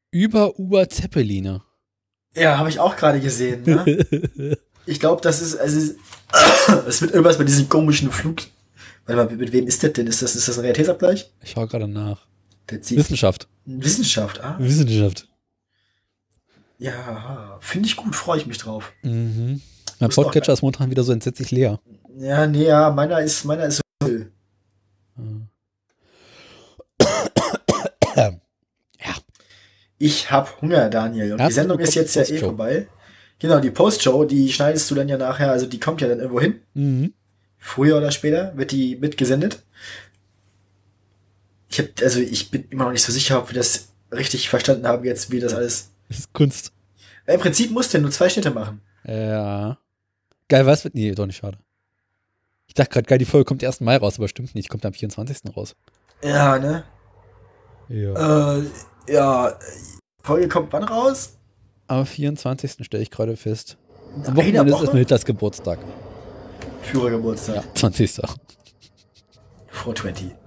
Über Zeppeline. Ja, habe ich auch gerade gesehen, ne? Ich glaube, das ist, also, es wird irgendwas mit diesem komischen Flug. Warte mal, mit wem ist das denn? Ist das ein Realitätsabgleich? Ich schaue gerade nach. Der zieht Wissenschaft. Wissenschaft, Wissenschaft. Ja, finde ich gut, freue ich mich drauf. Mhm. Mein Muss noch- Podcatcher ist momentan wieder so entsetzlich leer. Ja, nee, ja, meiner ist Müll. Ja. Ich hab Hunger, Daniel. Und die Herzlich Sendung ist willkommen jetzt ja zur Postshow. vorbei. Genau, die Postshow, die schneidest du dann ja nachher, also die kommt ja dann irgendwo hin. Mhm. Früher oder später wird die mitgesendet. Ich bin immer noch nicht so sicher, ob wir das richtig verstanden haben jetzt, wie das alles. Das ist Kunst. Im Prinzip musst du nur 2 Schnitte machen. Ja. Geil, was wird? Nee, doch nicht, schade. Ich dachte gerade, geil, die Folge kommt erst Mai raus, aber stimmt nicht, kommt am 24. raus. Ja, ne? Ja. Ja. Folge kommt wann raus? Am 24. stelle ich gerade fest. Am Eine Wochenende ist Woche? mir Hitlers Geburtstag. Führergeburtstag. Ja, 20. 420.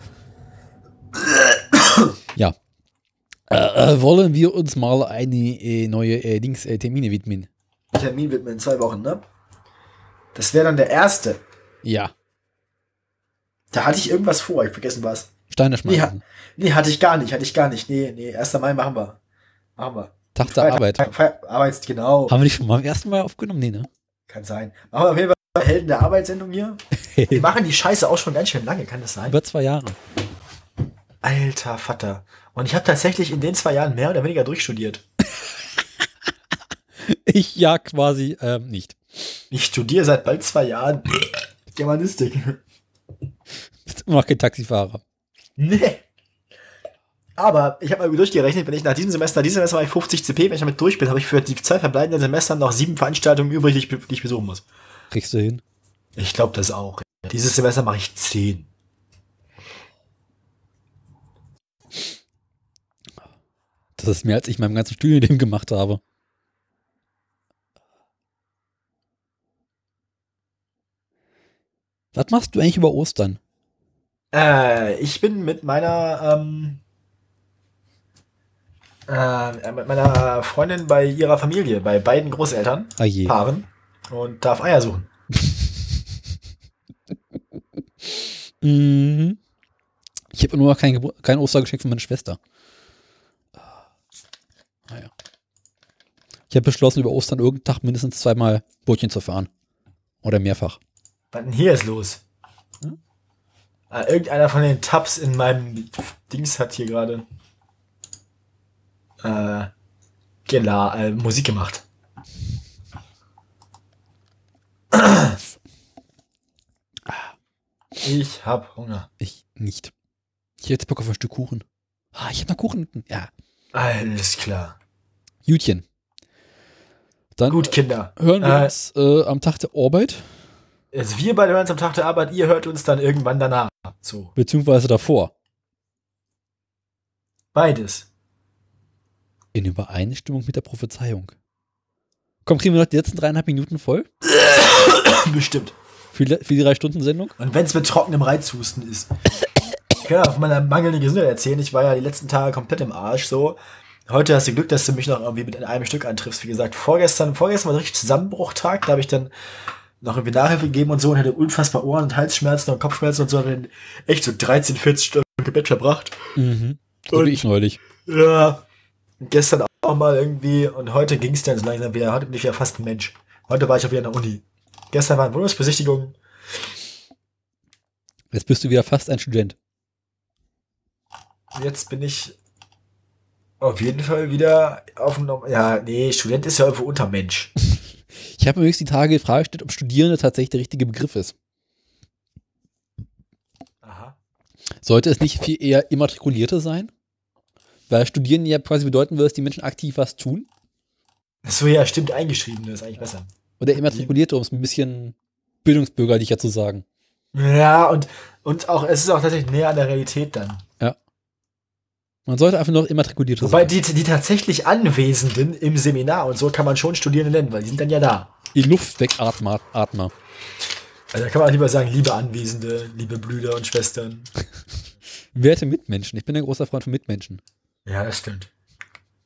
Ja. Wollen wir uns mal eine neue Termine widmen? Termin wird mir in 2 Wochen, ne? Das wäre dann der erste. Ja. Da hatte ich irgendwas vor, ich vergessen was. Steine schmeißen. Nee, hatte ich gar nicht. Nee, 1. Mai machen wir. Tag der Arbeit. Arbeits, genau. Haben wir die schon mal am ersten Mal aufgenommen? Nee, ne? Kann sein. Machen wir auf jeden Fall Helden der Arbeitssendung hier. Wir machen die Scheiße auch schon ganz schön lange, kann das sein? Über 2 Jahre. Alter Vater. Und ich habe tatsächlich in den 2 Jahren mehr oder weniger durchstudiert. Ich ja quasi nicht. Ich studiere seit bald 2 Jahren Germanistik. Bist immer noch kein Taxifahrer. Nee. Aber ich habe mal durchgerechnet, wenn ich nach diesem Semester mache ich 50 CP, wenn ich damit durch bin, habe ich für die 2 verbleibenden Semester noch 7 Veranstaltungen übrig, die ich besuchen muss. Kriegst du hin? Ich glaube das auch. Dieses Semester mache ich 10. Das ist mehr, als ich in meinem ganzen Studium gemacht habe. Was machst du eigentlich über Ostern? Ich bin mit meiner Freundin bei ihrer Familie, bei beiden Großeltern, Ah je. Paaren, und darf Eier suchen. Mhm. Ich habe nur noch kein Ostergeschenk für meine Schwester. Naja. Ich habe beschlossen, über Ostern irgendeinen Tag mindestens 2-mal Bootchen zu fahren. Oder mehrfach. Was denn hier ist los? Irgendeiner von den Tabs in meinem Dings hat hier gerade Musik gemacht. Ich hab Hunger. Ich nicht. Ich hätte jetzt Bock auf ein Stück Kuchen. Ich habe noch Kuchen. Ja. Alles klar. Jutchen. Dann Gut, Kinder. hören wir uns am Tag der Arbeit. Also wir beide hören uns am Tag der Arbeit, ihr hört uns dann irgendwann danach. So. Beziehungsweise davor. Beides. In Übereinstimmung mit der Prophezeiung. Komm, kriegen wir noch die letzten 3,5 Minuten voll? Bestimmt. Für die 3-Stunden-Sendung? Und wenn es mit trockenem Reizhusten ist. Ich kann ja von meiner mangelnden Gesundheit erzählen. Ich war ja die letzten Tage komplett im Arsch. So. Heute hast du Glück, dass du mich noch irgendwie mit einem Stück antriffst. Wie gesagt, vorgestern war so ein richtig Zusammenbruchtag. Da habe ich dann noch irgendwie Nachhilfe gegeben und so und hatte unfassbar Ohren- und Halsschmerzen und Kopfschmerzen und so. Habe dann echt so 13, 14 Stunden im Bett verbracht. Mhm. So Und- wie ich neulich. Ja. Und gestern auch mal irgendwie. Und heute ging es dann so langsam wieder. Heute bin ich ja fast ein Mensch. Heute war ich auch wieder in der Uni. Gestern waren Wohnungsbesichtigungen. Jetzt bist du wieder fast ein Student. Jetzt bin ich auf jeden Fall wieder auf dem Ja, nee, Student ist ja irgendwo Untermensch. Ich habe mir höchstens die Tage die Frage gestellt, ob Studierende tatsächlich der richtige Begriff ist. Aha. Sollte es nicht viel eher Immatrikulierte sein? Weil Studieren ja quasi bedeuten würde, dass die Menschen aktiv was tun. So, ja, stimmt, eingeschrieben, das ist eigentlich besser. Oder Immatrikulierte, um es ein bisschen bildungsbürgerlicher zu sagen. Ja, und auch, es ist auch tatsächlich näher an der Realität dann. Ja. Man sollte einfach nur Immatrikulierte Wobei sein. die tatsächlich Anwesenden im Seminar und so kann man schon Studierende nennen, weil die sind dann ja da. Die Luftwegatmer. Also da kann man auch lieber sagen, liebe Anwesende, liebe Brüder und Schwestern. Werte Mitmenschen. Ich bin ein großer Freund von Mitmenschen. Ja, das stimmt.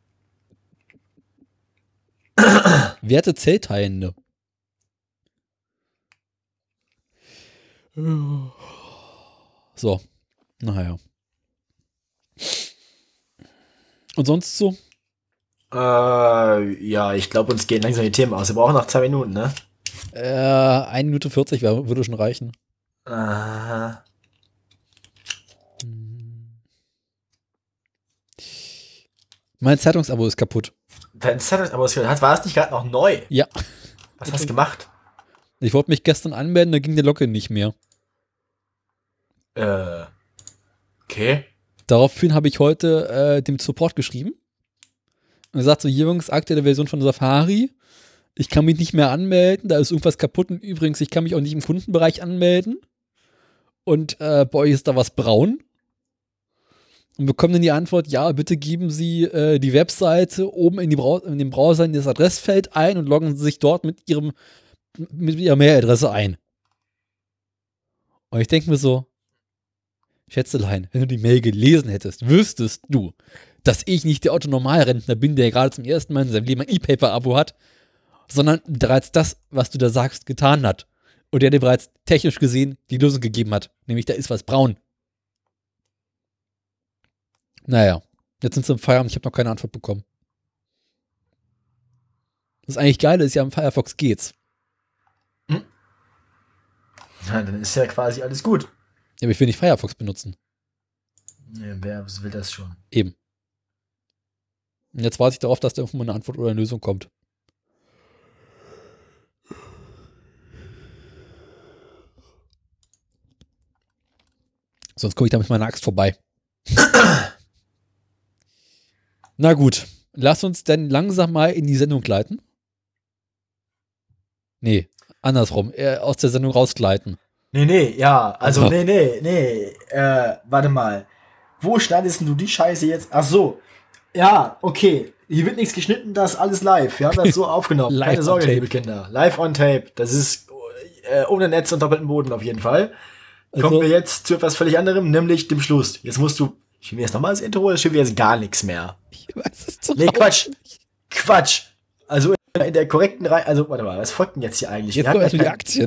Werte Zellteilende. So. Naja. Und sonst so? Ja, ich glaube, uns gehen langsam die Themen aus. Wir brauchen noch 2 Minuten, ne? 1 Minute 40 würde schon reichen. Mein Zeitungsabo ist kaputt. Dein Zeitungsabo ist kaputt. War es nicht gerade noch neu? Ja. Was hast du gemacht? Ich wollte mich gestern anmelden, da ging der Login nicht mehr. Okay. Daraufhin habe ich heute dem Support geschrieben und gesagt so, Jungs, aktuelle Version von Safari, ich kann mich nicht mehr anmelden, da ist irgendwas kaputt und übrigens, ich kann mich auch nicht im Kundenbereich anmelden und bei euch ist da was braun und bekommen dann die Antwort, ja, bitte geben Sie die Webseite oben in dem Browser in das Adressfeld ein und loggen Sie sich dort mit Ihrer Mailadresse ein. Und ich denke mir so, Schätzelein, wenn du die Mail gelesen hättest, wüsstest du, dass ich nicht der Otto-Normalrentner bin, der gerade zum ersten Mal in seinem Leben ein E-Paper-Abo hat, sondern bereits das, was du da sagst, getan hat. Und der dir bereits technisch gesehen die Lösung gegeben hat. Nämlich, da ist was braun. Naja, jetzt sind sie im Feierabend, ich habe noch keine Antwort bekommen. Das eigentlich Geile ist ja, im Firefox geht's. Ja, dann ist ja quasi alles gut. Ja, aber ich will nicht Firefox benutzen. Ja, wer will das schon? Eben. Und jetzt warte ich darauf, dass da irgendwann mal eine Antwort oder eine Lösung kommt. Sonst komme ich da mit meiner Axt vorbei. Na gut, lass uns denn langsam mal in die Sendung gleiten. Nee, andersrum, aus der Sendung rausgleiten. Nee, warte mal. Wo schneidest denn du die Scheiße jetzt? Ach so, ja, okay. Hier wird nichts geschnitten, das ist alles live. Wir haben das so aufgenommen. Keine Sorge, liebe Kinder. Live on tape. Das ist ohne Netz und doppelten Boden auf jeden Fall. Kommen wir jetzt zu etwas völlig anderem, nämlich dem Schluss. Jetzt musst du, ich will jetzt nochmal das Intro, oder stimmt jetzt gar nichts mehr? Ich weiß es doch. Nee, Quatsch. Also in der korrekten Reihe, also warte mal, was folgt denn jetzt hier eigentlich? Jetzt kommen erstmal die Aktien.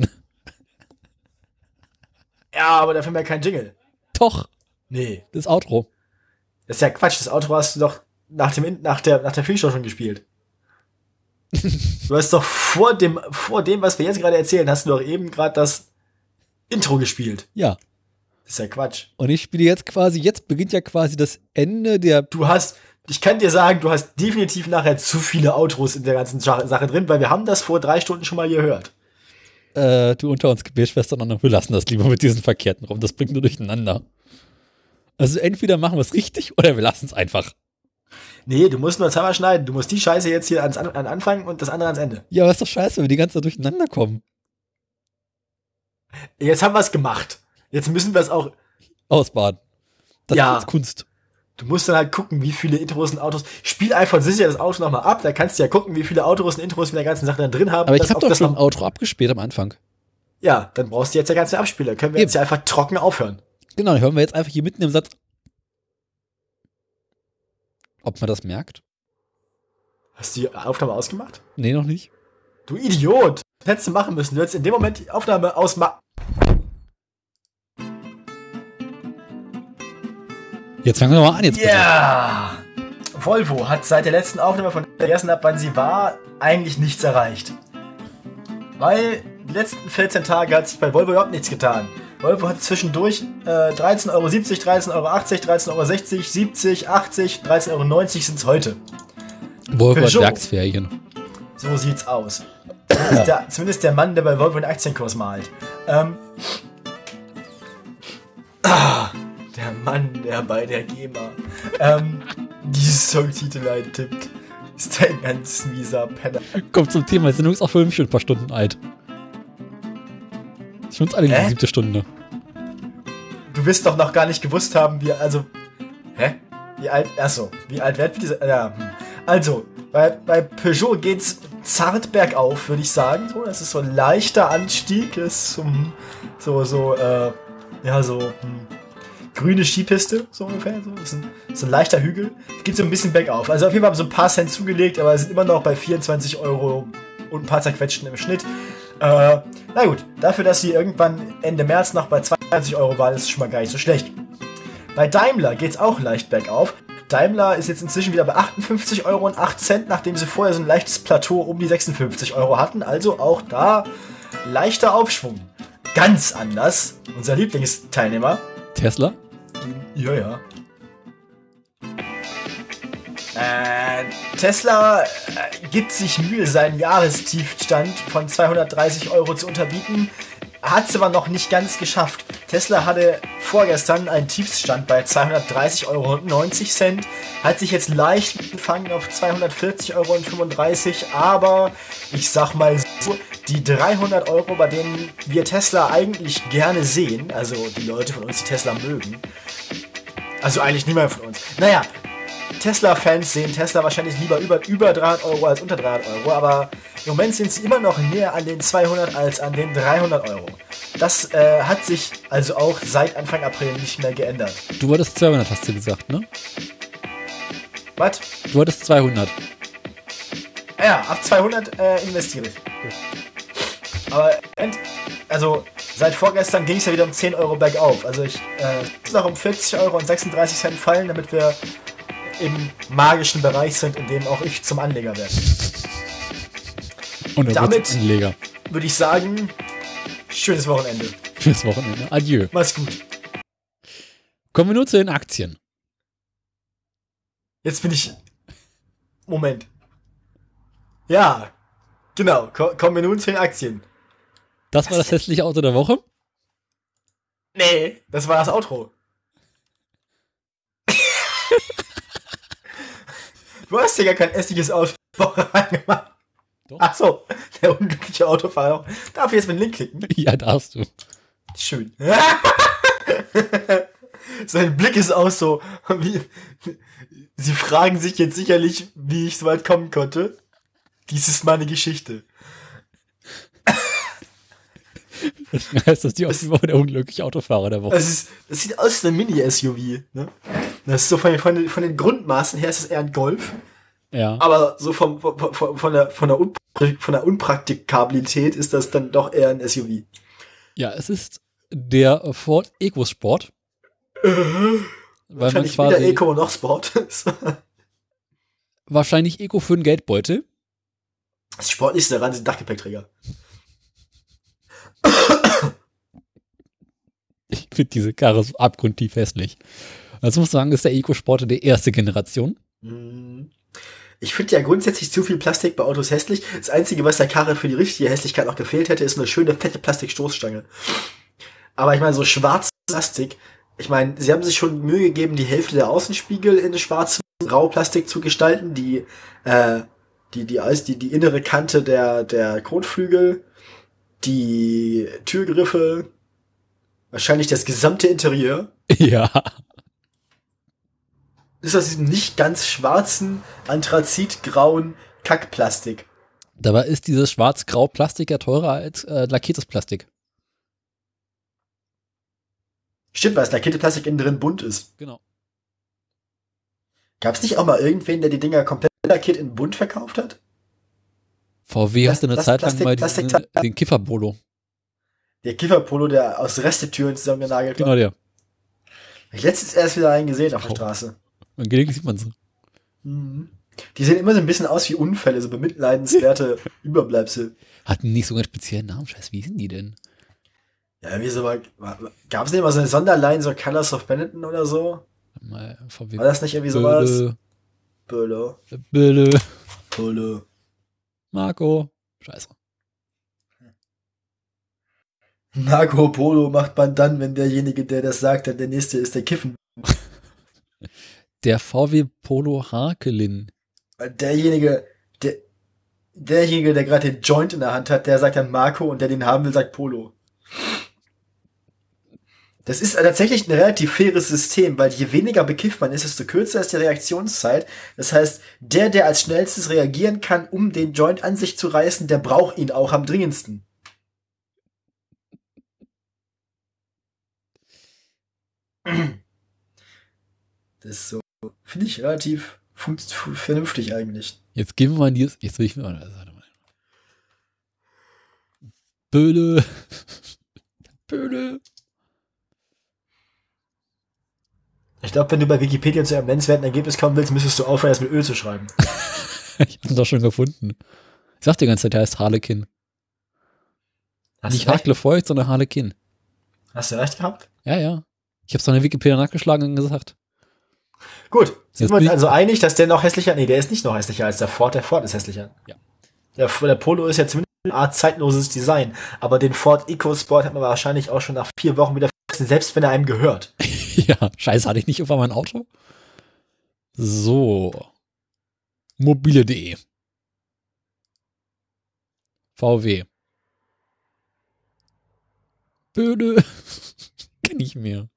Ja, aber dafür haben wir keinen Jingle. Doch. Nee. Das Outro. Das ist ja Quatsch, das Outro hast du doch nach der Pre-Show schon gespielt. Du hast doch vor dem, was wir jetzt gerade erzählen, hast du doch eben gerade das Intro gespielt. Ja. Das ist ja Quatsch. Und ich spiele jetzt beginnt ja quasi das Ende der... Ich kann dir sagen, du hast definitiv nachher zu viele Outros in der ganzen Sache drin, weil wir haben das vor 3 Stunden schon mal gehört. Du unter uns Gebetsschwestern, und wir lassen das lieber mit diesen verkehrten rum. Das bringt nur durcheinander. Also entweder machen wir es richtig oder wir lassen es einfach. Nee, du musst nur zweimal schneiden. Du musst die Scheiße jetzt hier an Anfang und das andere ans Ende. Ja, aber ist doch scheiße, wenn wir die ganze Zeit durcheinander kommen. Jetzt haben wir es gemacht. Jetzt müssen wir es auch ausbaden. Das ist Kunst. Du musst dann halt gucken, wie viele Intros und Autos. Spiel einfach sicher das Auto nochmal ab. Da kannst du ja gucken, wie viele Outros und Intros wir in der ganzen Sache dann drin haben. Aber ich habe doch schon ein Outro abgespielt am Anfang. Ja, dann brauchst du jetzt ja ganze Abspieler. Können wir jetzt ja einfach trocken aufhören. Genau, dann hören wir jetzt einfach hier mitten im Satz. Ob man das merkt? Hast du die Aufnahme ausgemacht? Nee, noch nicht. Du Idiot! Das hättest du machen müssen. Du hättest in dem Moment die Aufnahme ausmachen. Jetzt fangen wir mal an. Jetzt ja! Volvo hat seit der letzten Aufnahme von der ersten ab, wann sie war, eigentlich nichts erreicht. Weil die letzten 14 Tage hat sich bei Volvo überhaupt nichts getan. Volvo hat zwischendurch 13,70 Euro, 13,80 Euro, 13,60 Euro, 70, 80, 13,90 Euro sind es heute. Volvo hat Werksferien. So sieht's aus. Zumindest der Mann, der bei Volvo den Aktienkurs malt. Der Mann, der bei der GEMA dieses Songtitel eintippt, ist ein ganz mieser Penner. Kommt zum Thema, die Sendung ist auch für mich schon ein paar Stunden alt. Ist für uns alle die 7. Stunde. Du wirst doch noch gar nicht gewusst haben, wie alt wird diese, Also, bei Peugeot geht's zart bergauf, würde ich sagen. So, das ist so ein leichter Anstieg, ist grüne Skipiste, so ungefähr. So. Das ist ein leichter Hügel. Geht so ein bisschen bergauf. Also auf jeden Fall haben so ein paar Cent zugelegt, aber sind immer noch bei 24,90 Euro und ein paar zerquetschten im Schnitt. Na gut, dafür, dass sie irgendwann Ende März noch bei 22 Euro waren, ist es schon mal gar nicht so schlecht. Bei Daimler geht es auch leicht bergauf. Daimler ist jetzt inzwischen wieder bei 58,08 Euro, nachdem sie vorher so ein leichtes Plateau um die 56 Euro hatten. Also auch da leichter Aufschwung. Ganz anders, unser Lieblingsteilnehmer. Tesla? Ja. Tesla gibt sich Mühe, seinen Jahrestiefstand von 230 Euro zu unterbieten. Hat es aber noch nicht ganz geschafft. Tesla hatte vorgestern einen Tiefstand bei 230,90 Euro, hat sich jetzt leicht gefangen auf 240,35 Euro, aber ich sag mal so, die 300 Euro, bei denen wir Tesla eigentlich gerne sehen, also die Leute von uns, die Tesla mögen, also eigentlich niemand von uns, naja, Tesla-Fans sehen Tesla wahrscheinlich lieber über 300 Euro als unter 300 Euro, aber im Moment sind sie immer noch näher an den 200 als an den 300 Euro. Das hat sich also auch seit Anfang April nicht mehr geändert. Du wolltest 200, hast du gesagt, ne? Was? Du wolltest 200. Ja, ab 200 investiere ich. Gut. Aber also seit vorgestern ging es ja wieder um 10 Euro bergauf. Also ich muss noch um 40 Euro und 36 Cent fallen, damit wir im magischen Bereich sind, in dem auch ich zum Anleger werde. Und damit Anleger. Würde ich sagen, schönes Wochenende. Schönes Wochenende. Adieu. Mach's gut. Kommen wir nur zu den Aktien. Jetzt bin ich... Moment. Ja, genau. Kommen wir nun zu den Aktien. Das war das hässliche Auto der Woche? Nee, das war das Outro. Du hast ja gar kein hässliches Auto reingemacht. Ach so, der unglückliche Autofahrer. Darf ich jetzt mit dem Link klicken? Ja, darfst du. Schön. Sein Blick ist auch so, wie, Sie fragen sich jetzt sicherlich, wie ich so weit kommen konnte. Dies ist meine Geschichte. Deswegen heißt das die Woche der unglückliche Autofahrer der Woche. Das sieht aus wie ein Mini-SUV. Ne? Das ist so von den Grundmaßen her ist es eher ein Golf. Ja. Aber so von der Unpraktikabilität ist das dann doch eher ein SUV. Ja, es ist der Ford EcoSport. Wahrscheinlich weder Eco noch Sport. Wahrscheinlich Eco für den Geldbeutel. Das Sportlichste daran sind Dachgepäckträger. Ich finde diese Karre so abgrundtief hässlich. Also muss man sagen, ist der EcoSport der erste Generation. Ich finde ja grundsätzlich zu viel Plastik bei Autos hässlich. Das Einzige, was der Karre für die richtige Hässlichkeit noch gefehlt hätte, ist eine schöne, fette Plastikstoßstange. Aber ich meine, so schwarzes Plastik, ich meine, sie haben sich schon Mühe gegeben, die Hälfte der Außenspiegel in schwarzes Rauplastik zu gestalten, die innere Kante der Kotflügel, die Türgriffe, wahrscheinlich das gesamte Interieur. Ja. Ist aus diesem nicht ganz schwarzen, anthrazitgrauen Kackplastik. Dabei ist dieses schwarz-grau Plastik ja teurer als lackiertes Plastik. Stimmt, weil das lackierte Plastik innen drin bunt ist. Genau. Gab es nicht auch mal irgendwen, der die Dinger komplett lackiert in bunt verkauft hat? VW hatte eine Zeit lang mal den Kiffer-Polo. Der Kiffer-Polo, der aus Restetüren zusammengenagelt war. Genau der. Ich letztens erst wieder einen gesehen auf der Straße. Und gelegentlich sieht man sie. Mhm. Die sehen immer so ein bisschen aus wie Unfälle, so bemitleidenswerte Überbleibsel. Hatten nicht sogar einen speziellen Namen. Scheiße, wie hießen die denn? Ja, wie so gab es nicht mal so eine Sonderline, so Colors of Benetton oder so? VW War das nicht irgendwie sowas? Bölle. Marco. Scheiße. Marco Polo macht man dann, wenn derjenige, der das sagt, dann der nächste ist, der Kiffen. Der VW Polo Harkelin. Derjenige, der gerade den Joint in der Hand hat, der sagt dann Marco und der den haben will, sagt Polo. Das ist tatsächlich ein relativ faires System, weil je weniger bekifft man ist, desto kürzer ist die Reaktionszeit. Das heißt, der als schnellstes reagieren kann, um den Joint an sich zu reißen, der braucht ihn auch am dringendsten. Das ist so, finde ich relativ vernünftig eigentlich. Jetzt gehen wir mal in dieses. Jetzt will ich mal. Böhle. Böhle. Ich glaube, wenn du bei Wikipedia zu einem nennenswerten Ergebnis kommen willst, müsstest du aufhören, das mit Öl zu schreiben. Ich hab ihn doch schon gefunden. Ich sag die ganze Zeit, der heißt Harlekin. Hast Nicht du recht? Harlequin, sondern Harlekin. Hast du recht gehabt? Ja. Ich hab's doch in der Wikipedia nachgeschlagen und gesagt. Gut, sind Jetzt wir uns bin ich- also einig, dass der noch hässlicher, nee, der ist nicht noch hässlicher als der Ford ist hässlicher. Ja. Der Polo ist ja zumindest eine Art zeitloses Design, aber den Ford EcoSport hat man wahrscheinlich auch schon nach 4 Wochen wieder vergessen, selbst wenn er einem gehört. Ja, scheiße, hatte ich nicht irgendwann mein Auto? So. Mobile.de. VW. Böde. Kenn ich mehr.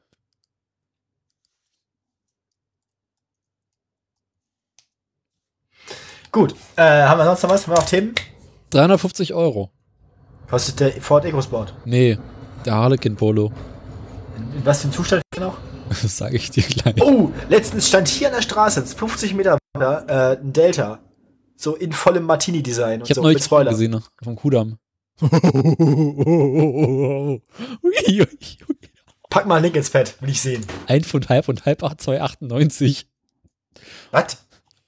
Gut, haben wir sonst noch was? Haben wir noch Themen? 350 €. Kostet der Ford EcoSport? Nee, der Harlequin Polo. In was für einem Zustand ist er noch? Das sage ich dir gleich. Oh, letztens stand hier an der Straße, 50 Meter weiter, ein Delta. So in vollem Martini-Design und Ich habe so, neulich mit Spoiler. gesehen auf dem Kudamm. Pack mal einen Link ins Pad, will ich sehen. 1,5 und halb 2,98. Was?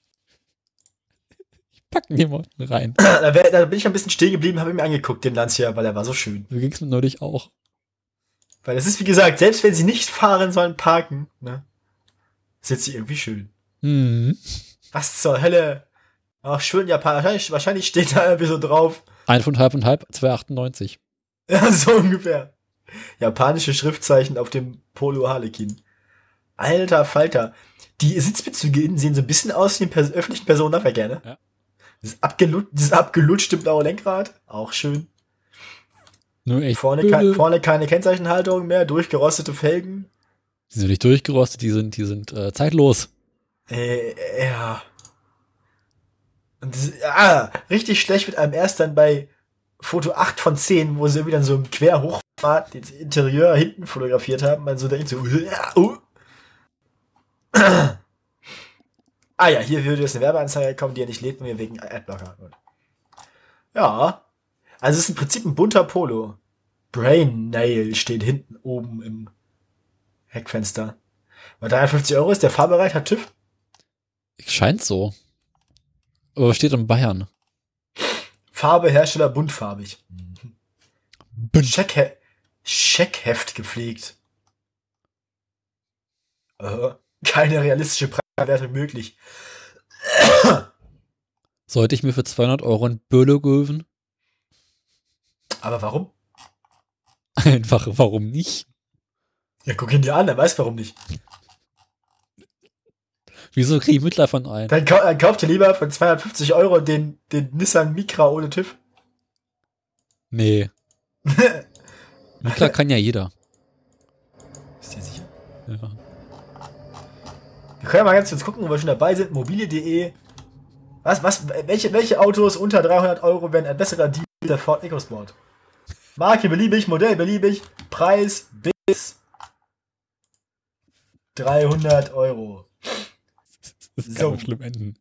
Packen jemanden rein. Da bin ich ein bisschen stehen geblieben, habe ihn mir angeguckt, den Lancia, weil er war so schön. So ging's mir neulich auch. Weil das ist, wie gesagt, selbst wenn sie nicht fahren sollen, parken, ne? Sind sie irgendwie schön. Mhm. Was zur Hölle? Ach, schön Japan. Wahrscheinlich steht da irgendwie so drauf. 1,5 und halb 2,98. Ja, so ungefähr. Japanische Schriftzeichen auf dem Polo Harlequin. Alter Falter. Die Sitzbezüge innen sehen so ein bisschen aus wie im öffentlichen Personennahverkehr, ne? Ja. Dieses abgelutschte blaue Lenkrad. Auch schön. Nur echt. Vorne keine Kennzeichenhalterung mehr, durchgerostete Felgen. Die sind nicht durchgerostet, die sind zeitlos. Ja. Und richtig schlecht mit einem erst dann bei Foto 8 von 10, wo sie irgendwie dann so im Querhochformat das Interieur hinten fotografiert haben. Man so denkt so, ja, hier würde jetzt eine Werbeanzeige kommen, die ja nicht lädt, mir wegen Adblocker. Ja. Also es ist im Prinzip ein bunter Polo. Brain Nail steht hinten oben im Heckfenster. Bei 53 € ist der fahrbereit, hat TÜV. Scheint so. Aber was steht in Bayern? Farbe, Hersteller, buntfarbig. Scheckheft gepflegt. Keine realistische Preiswertung möglich. Sollte ich mir für 200 € ein Böhle göven? Aber warum? Einfach, warum nicht? Ja, guck ihn dir an, er weiß warum nicht. Wieso kriege ich Mitleid von ein? Dann kauft ihr lieber von 250 € den Nissan Micra ohne TÜV. Nee. Micra kann ja jeder. Ist dir sicher? Ja. Wir können ja mal ganz kurz gucken, wo wir schon dabei sind. Mobile.de. Welche Autos unter 300 € wären ein besserer Deal der Ford EcoSport? Marke beliebig, Modell beliebig, Preis bis 300 €. Das kann So. so schlimm enden.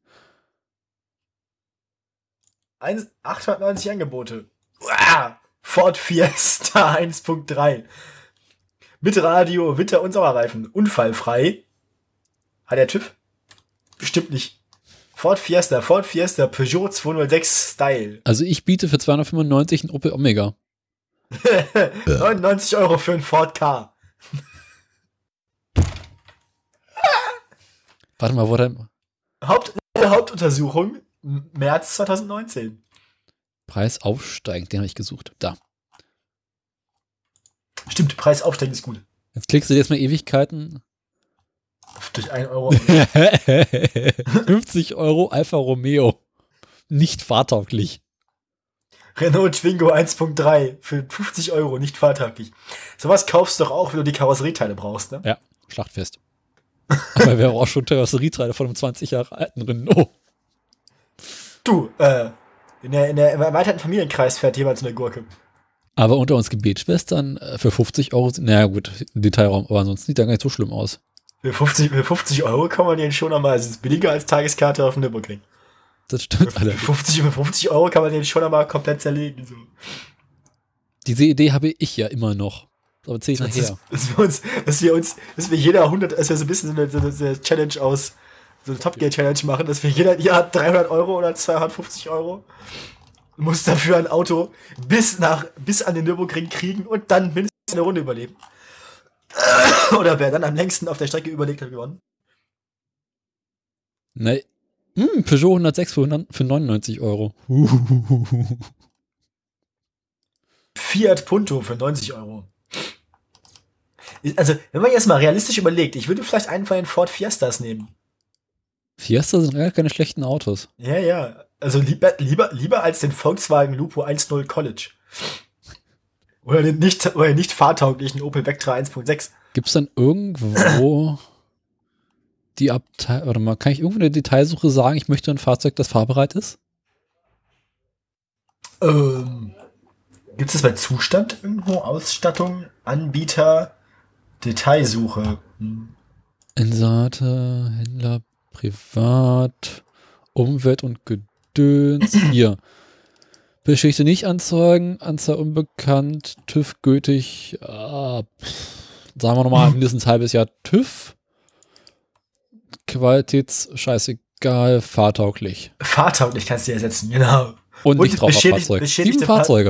890 Angebote. Uah! Ford Fiesta 1.3. Mit Radio, Winter- und Sommerreifen. Unfallfrei. Hat der TÜV? Bestimmt nicht. Ford Fiesta, Peugeot 206 Style. Also ich biete für 295 ein Opel Omega. 99 € für ein Ford K. Warte mal, wo denn? Hauptuntersuchung März 2019. Preis aufsteigend, den habe ich gesucht. Da. Stimmt, Preis aufsteigen ist gut. Jetzt klickst du dir jetzt mal Ewigkeiten. Durch 1 €. 50 € Alfa Romeo. Nicht fahrtauglich. Renault Twingo 1.3 für 50 €, nicht fahrtauglich. Sowas kaufst du doch auch, wenn du die Karosserieteile brauchst, ne? Ja, Schlachtfest. Aber wir haben auch schon Karosserieteile von einem 20 Jahre alten Renault. Du, in der erweiterten Familienkreis fährt jemand so eine Gurke. Aber unter uns Gebetsschwestern für 50 €, naja gut, Detailraum, aber ansonsten sieht der gar nicht so schlimm aus. Für 50 € kann man den schon einmal, es ist billiger als Tageskarte auf dem Nürburgring. Das stimmt Für allerdings. 50 € kann man den schon einmal komplett zerlegen. So. Diese Idee habe ich ja immer noch. Aber zähle ich nachher. Dass wir jeder 100, dass wir so ein bisschen so eine Challenge aus, so eine Top-Gear-Challenge machen, dass wir jeder Jahr 300 Euro oder 250 Euro muss dafür ein Auto bis an den Nürburgring kriegen und dann mindestens eine Runde überleben. Oder wer dann am längsten auf der Strecke überlegt hat, gewonnen. Nee. Peugeot 106 für 99 Euro. Fiat Punto für 90 Euro. Also, wenn man jetzt mal realistisch überlegt, ich würde vielleicht einen von den Ford Fiestas nehmen. Fiesta sind gar keine schlechten Autos. Ja. Also lieber als den Volkswagen Lupo 1.0 College. Oder den nicht fahrtauglichen Opel Vectra 1.6. Gibt es dann irgendwo die Abteilung, oder mal, kann ich irgendwo in der Detailsuche sagen, ich möchte ein Fahrzeug, das fahrbereit ist? Gibt es das bei Zustand irgendwo? Ausstattung, Anbieter, Detailsuche? Inseite, Händler, Privat, Umwelt und Gedöns. Hier. Geschichte nicht anzeigen, Anzahl unbekannt, TÜV gültig, sagen wir nochmal mindestens ein halbes Jahr TÜV. Scheißegal, fahrtauglich. Fahrtauglich kannst du ersetzen, genau. Und Nichtraucherfahrzeug. 7 Fahrzeuge.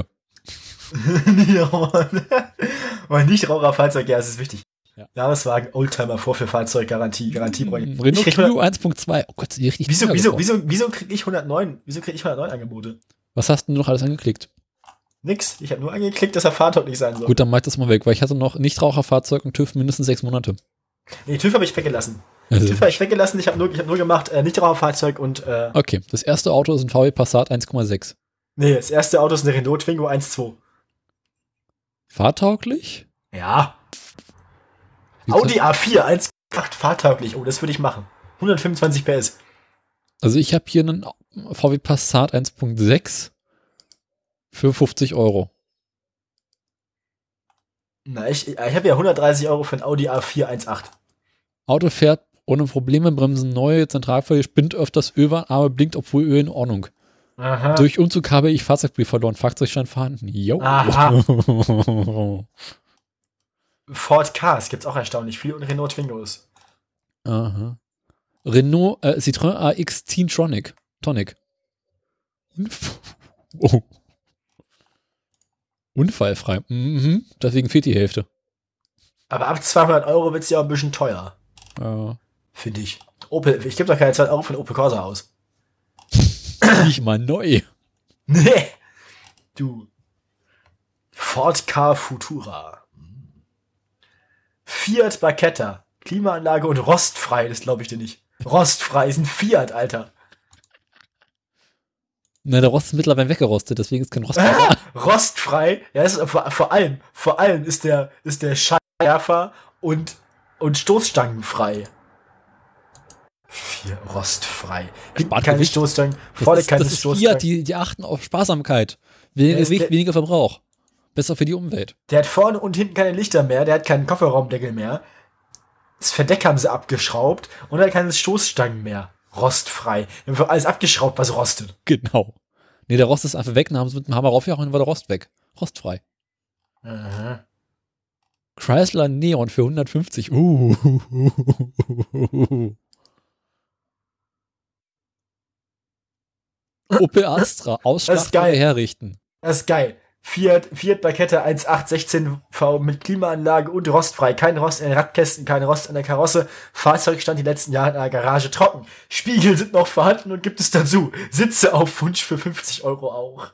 Mein Nichtraucherfahrzeug, ja, das ist wichtig. Ja. Jahreswagen, Oldtimer, Vorführfahrzeug-Garantie. Renault Clio 1.2. Oh Gott, sind die richtig. Wieso krieg ich 109? Wieso krieg ich 109 Angebote? Was hast du noch alles angeklickt? Nix. Ich habe nur angeklickt, dass er fahrtauglich sein soll. Gut, dann mach das mal weg, weil ich hatte noch Nichtraucherfahrzeug und TÜV mindestens 6 Monate. Nee, TÜV habe ich weggelassen. Also. TÜV habe ich weggelassen. Ich habe nur gemacht, Nichtraucherfahrzeug und Okay, das erste Auto ist ein VW Passat 1,6. Nee, das erste Auto ist eine Renault Twingo 1.2. Fahrtauglich? Ja. Audi A4 1.8 fahrtauglich. Oh, das würde ich machen. 125 PS. Also ich habe hier einen VW Passat 1.6 für 50 Euro. Na, ich habe ja 130 Euro für ein Audi A4 1.8. Auto fährt ohne Probleme, Bremsen neu, Zentralfeuer spinnt öfters Öl, aber blinkt, obwohl Öl in Ordnung. Aha. Durch Umzug habe ich Fahrzeugbrief verloren, Fahrzeugschein vorhanden. Jo. Aha. Ford Cars gibt's auch erstaunlich viel und Renault Twingos. Aha. Renault, Citroën AX Teen Tonic. Oh. Unfallfrei. Deswegen fehlt die Hälfte. Aber ab 200 Euro wird's ja ein bisschen teuer. Für dich. Opel, ich gebe doch keine 200 Euro für einen Opel Corsa aus. Nicht mal neu. Nee. Du. Ford Ka Futura. Fiat Barchetta. Klimaanlage und rostfrei, das glaube ich dir nicht. Rostfrei ist ein Fiat, Alter. Na, der Rost ist mittlerweile weggerostet, deswegen ist kein Rost mehr. Rostfrei, ja, ist vor allem ist der Scheinwerfer und stoßstangenfrei. Rostfrei. Spart Keine Gewicht. Stoßstangen, vorne keine Das ist Stoßstangen. Fiat, die achten auf Sparsamkeit. Weniger Gewicht, weniger Verbrauch. Besser für die Umwelt. Der hat vorne und hinten keine Lichter mehr, der hat keinen Kofferraumdeckel mehr. Das Verdeck haben sie abgeschraubt und er hat keine Stoßstangen mehr. Rostfrei. Wir haben alles abgeschraubt, was rostet. Genau. Nee, der Rost ist einfach weg, dann haben sie mit dem Hammer raufgehauen und dann war der Rost weg. Rostfrei. Aha. Chrysler Neon für 150. Opel Astra, Ausschlag herrichten. Das ist geil. Fiat Barchetta 1.8 16V mit Klimaanlage und rostfrei. Kein Rost in den Radkästen, kein Rost an der Karosse. Fahrzeug stand die letzten Jahre in der Garage trocken. Spiegel sind noch vorhanden und gibt es dazu. Sitze auf Wunsch für 50 Euro auch.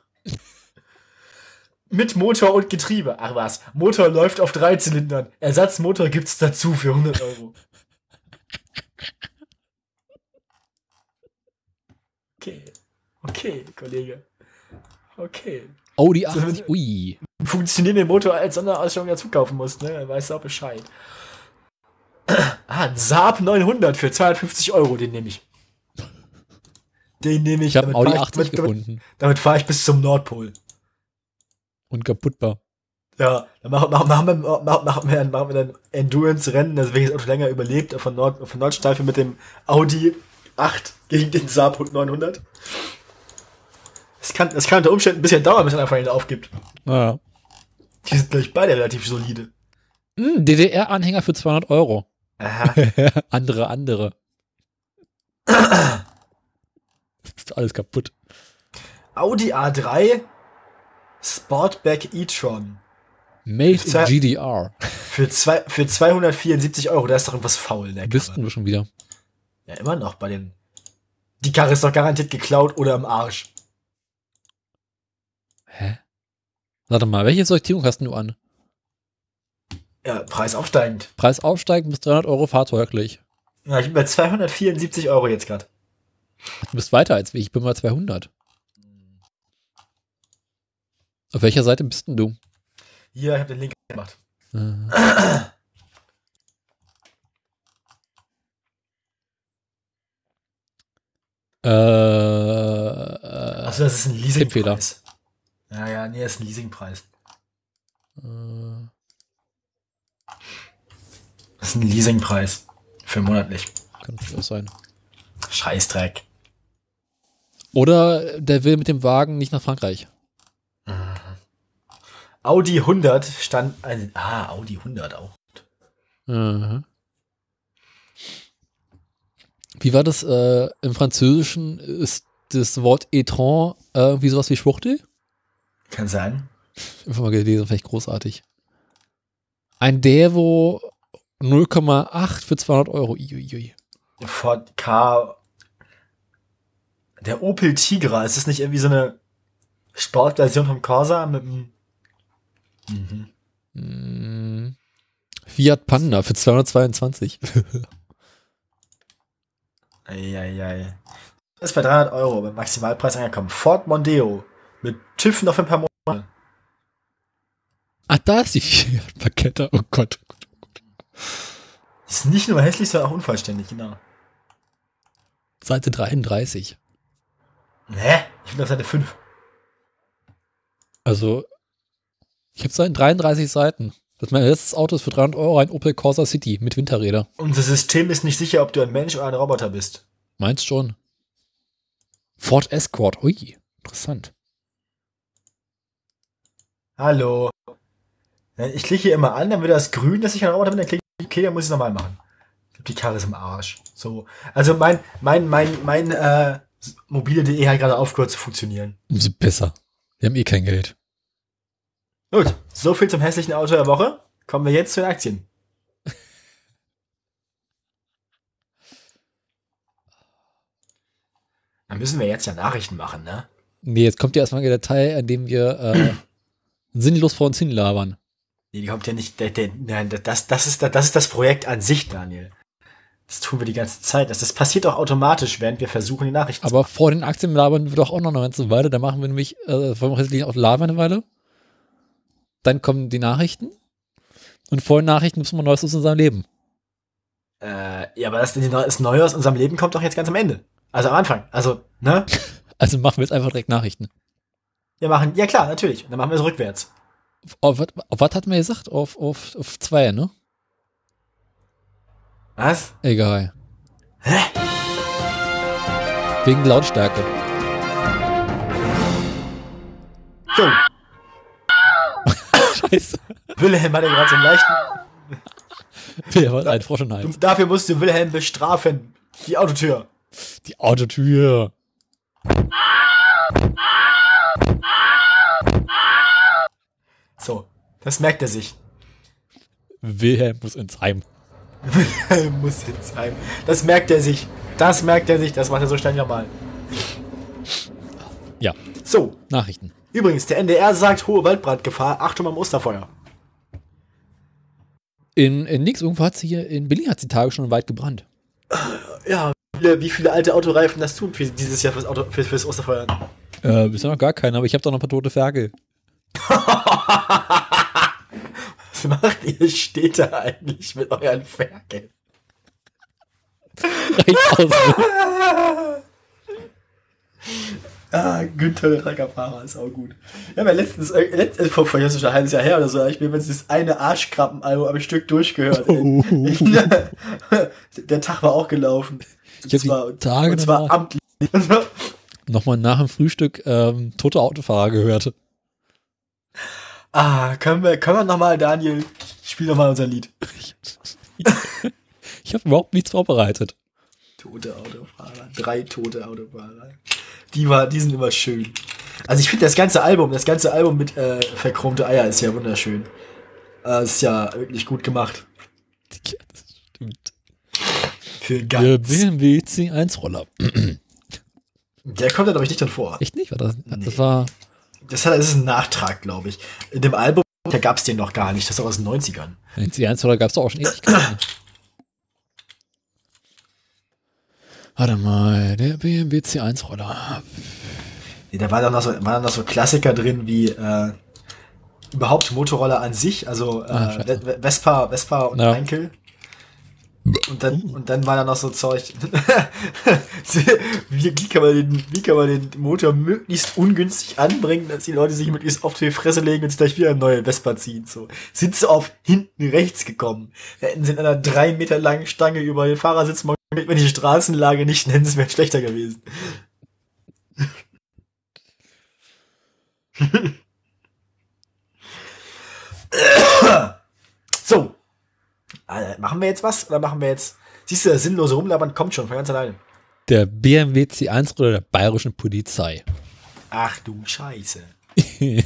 Mit Motor und Getriebe. Ach was, Motor läuft auf 3 Zylindern. Ersatzmotor gibt's dazu für 100 Euro. Okay, Kollege. Okay. Audi 80, ui. Funktionierenden Motor als Sonderausstattung dazu kaufen musst, ne? Weißt du auch Bescheid. Ein Saab 900 für 250 Euro, den nehme ich. Ich habe einen Audi 80 gefunden. Damit fahre ich bis zum Nordpol. Und kaputtbar. Ja, dann machen wir dann Endurance-Rennen, das welches Auto länger überlebt, von Nordschleife mit dem Audi 8 gegen den Saab 900. Es kann unter Umständen ein bisschen dauern, bis einer von ihnen aufgibt. Naja. Die sind, glaube ich, beide relativ solide. DDR-Anhänger für 200 Euro. Aha. andere. Ist alles kaputt. Audi A3 Sportback e-tron. Made in GDR. Für 274 Euro, da ist doch irgendwas faul, ne? Bist du schon wieder? Ja, immer noch bei den. Die Karre ist doch garantiert geklaut oder im Arsch. Hä? Warte mal, welche Sortierung hast du an? Ja, Preis aufsteigend. Preis aufsteigend bis 300 Euro fahrzeuglich. Ja, ich bin bei 274 Euro jetzt gerade. Du bist weiter als ich bin bei 200. Auf welcher Seite bist denn du? Hier, ich habe den Link gemacht. Achso, das ist ein Leasingpreis. Ja, nee, das ist ein Leasingpreis. Das ist ein Leasingpreis. Für monatlich. Kann natürlich auch sein. Scheißdreck. Oder der will mit dem Wagen nicht nach Frankreich. Audi 100 stand Audi 100 auch. Mhm. Wie war das im Französischen? Ist das Wort Etron irgendwie sowas wie Schwuchtel? Kann sein. Einfach mal gelesen, vielleicht großartig. Ein Devo 0,8 für 200 Euro. Iuiui. Ford K. Der Opel Tigra. Ist das nicht irgendwie so eine Sportversion vom Corsa mit einem Fiat Panda für 222. Eieiei. Das ist bei 300 Euro beim Maximalpreis angekommen. Ford Mondeo mit TÜV noch für ein paar Monate. Ah, da ist die Fiat Paketta. Oh Gott. Ist nicht nur hässlich, sondern auch unvollständig, genau. Seite 33. Hä? Ich bin auf Seite 5. Also, ich habe Seiten 33 Seiten. Das mein letztes Auto ist für 300 Euro ein Opel Corsa City mit Winterräder. Unser System ist nicht sicher, ob du ein Mensch oder ein Roboter bist. Meinst schon? Ford Escort. Ui, interessant. Hallo. Ich klicke hier immer an, dann wird das grün, dass ich ein Roboter bin, dann klicke ich, okay, dann muss ich es nochmal machen. Ich glaube, die Karre ist im Arsch. So. Also mein mobile.de hat gerade aufgehört zu funktionieren. Umso besser. Wir haben eh kein Geld. Gut, so viel zum hässlichen Auto der Woche. Kommen wir jetzt zu den Aktien. Dann müssen wir jetzt ja Nachrichten machen, ne? Nee, jetzt kommt ja erstmal der Teil, an dem wir sinnlos vor uns hin labern. Nee, die kommt ja nicht. Nein, das ist das Projekt an sich, Daniel. Das tun wir die ganze Zeit. Das passiert auch automatisch, während wir versuchen, die Nachrichten zu machen. Aber vor den Aktien labern wir doch auch noch eine ganze Weile. Da machen wir nämlich, vor dem auch labern eine Weile. Dann kommen die Nachrichten. Und vor den Nachrichten müssen wir Neues aus unserem Leben. Ja, aber das Neue aus unserem Leben kommt doch jetzt ganz am Ende. Also am Anfang. Also, ne? Also machen wir jetzt einfach direkt Nachrichten. Ja klar, natürlich. Dann machen wir es rückwärts. Auf was hatten wir gesagt? Auf 2, ne? Was? Egal. Hä? Wegen Lautstärke. Jo. Scheiße. Wilhelm hatte gerade so einen leichten... Wer hat einen Frosch im Hals? Dafür musst du Wilhelm bestrafen. Die Autotür. Die Autotür. So, das merkt er sich. Wilhelm muss ins Heim. Wilhelm muss ins Heim. Das merkt er sich. Das macht er so schnell nochmal. Ja. So. Nachrichten. Übrigens, der NDR sagt hohe Waldbrandgefahr. Achtung am Osterfeuer. In nix, irgendwo hat sie hier, in Berlin hat sie Tage schon weit gebrannt. Ja, wie viele alte Autoreifen das tun für dieses Jahr fürs Osterfeuer? Bisher noch gar keine, aber ich habe doch noch ein paar tote Ferkel. Was macht ihr Städter eigentlich mit euren Ferkeln? Reicht aus. Günther, der Treckerfahrer, ist auch gut. Ja, aber letztens vor ein halbes Jahr her oder so, ich bin jetzt das eine Arschkrabbenalbum am Stück durchgehört. Der Tag war auch gelaufen. Ich habe die Tage und zwar amtlich. Nochmal nach dem Frühstück tote Autofahrer gehört. Können wir nochmal, Daniel, spiel doch mal unser Lied. Ich habe überhaupt nichts vorbereitet. Tote Autofahrer. 3 tote Autofahrer. Die sind immer schön. Also ich finde das ganze Album mit verchromte Eier ist ja wunderschön. Ist ja wirklich gut gemacht. Ja, das stimmt. Für Der ganz. BMW C1-Roller. Der kommt da, glaube ich, nicht dann vor. Echt nicht? Das Nee. war. Das ist ein Nachtrag, glaube ich. In dem Album, da gab es den noch gar nicht. Das ist auch aus den 90ern. Den C1-Roller gab es doch auch schon Ewigkeiten. Warte mal, der BMW C1-Roller. Nee, da waren dann noch so Klassiker drin wie überhaupt Motorroller an sich, also Scheiße. Vespa und Ja. Heinkel. Und dann war da noch so Zeug. Wie kann man den Motor möglichst ungünstig anbringen, dass die Leute sich möglichst auf die Fresse legen und sich gleich wieder eine neue Vespa ziehen. So. Sind sie auf hinten rechts gekommen. Da hätten sie in einer 3 Meter langen Stange über den Fahrersitz montiert, wenn die Straßenlage nicht nennenswert schlechter gewesen. So. Machen wir jetzt was? Oder machen wir jetzt. Siehst du, das sinnlose Rumlabern kommt schon von ganz alleine. Der BMW C1-Roller der bayerischen Polizei. Ach du Scheiße. Ist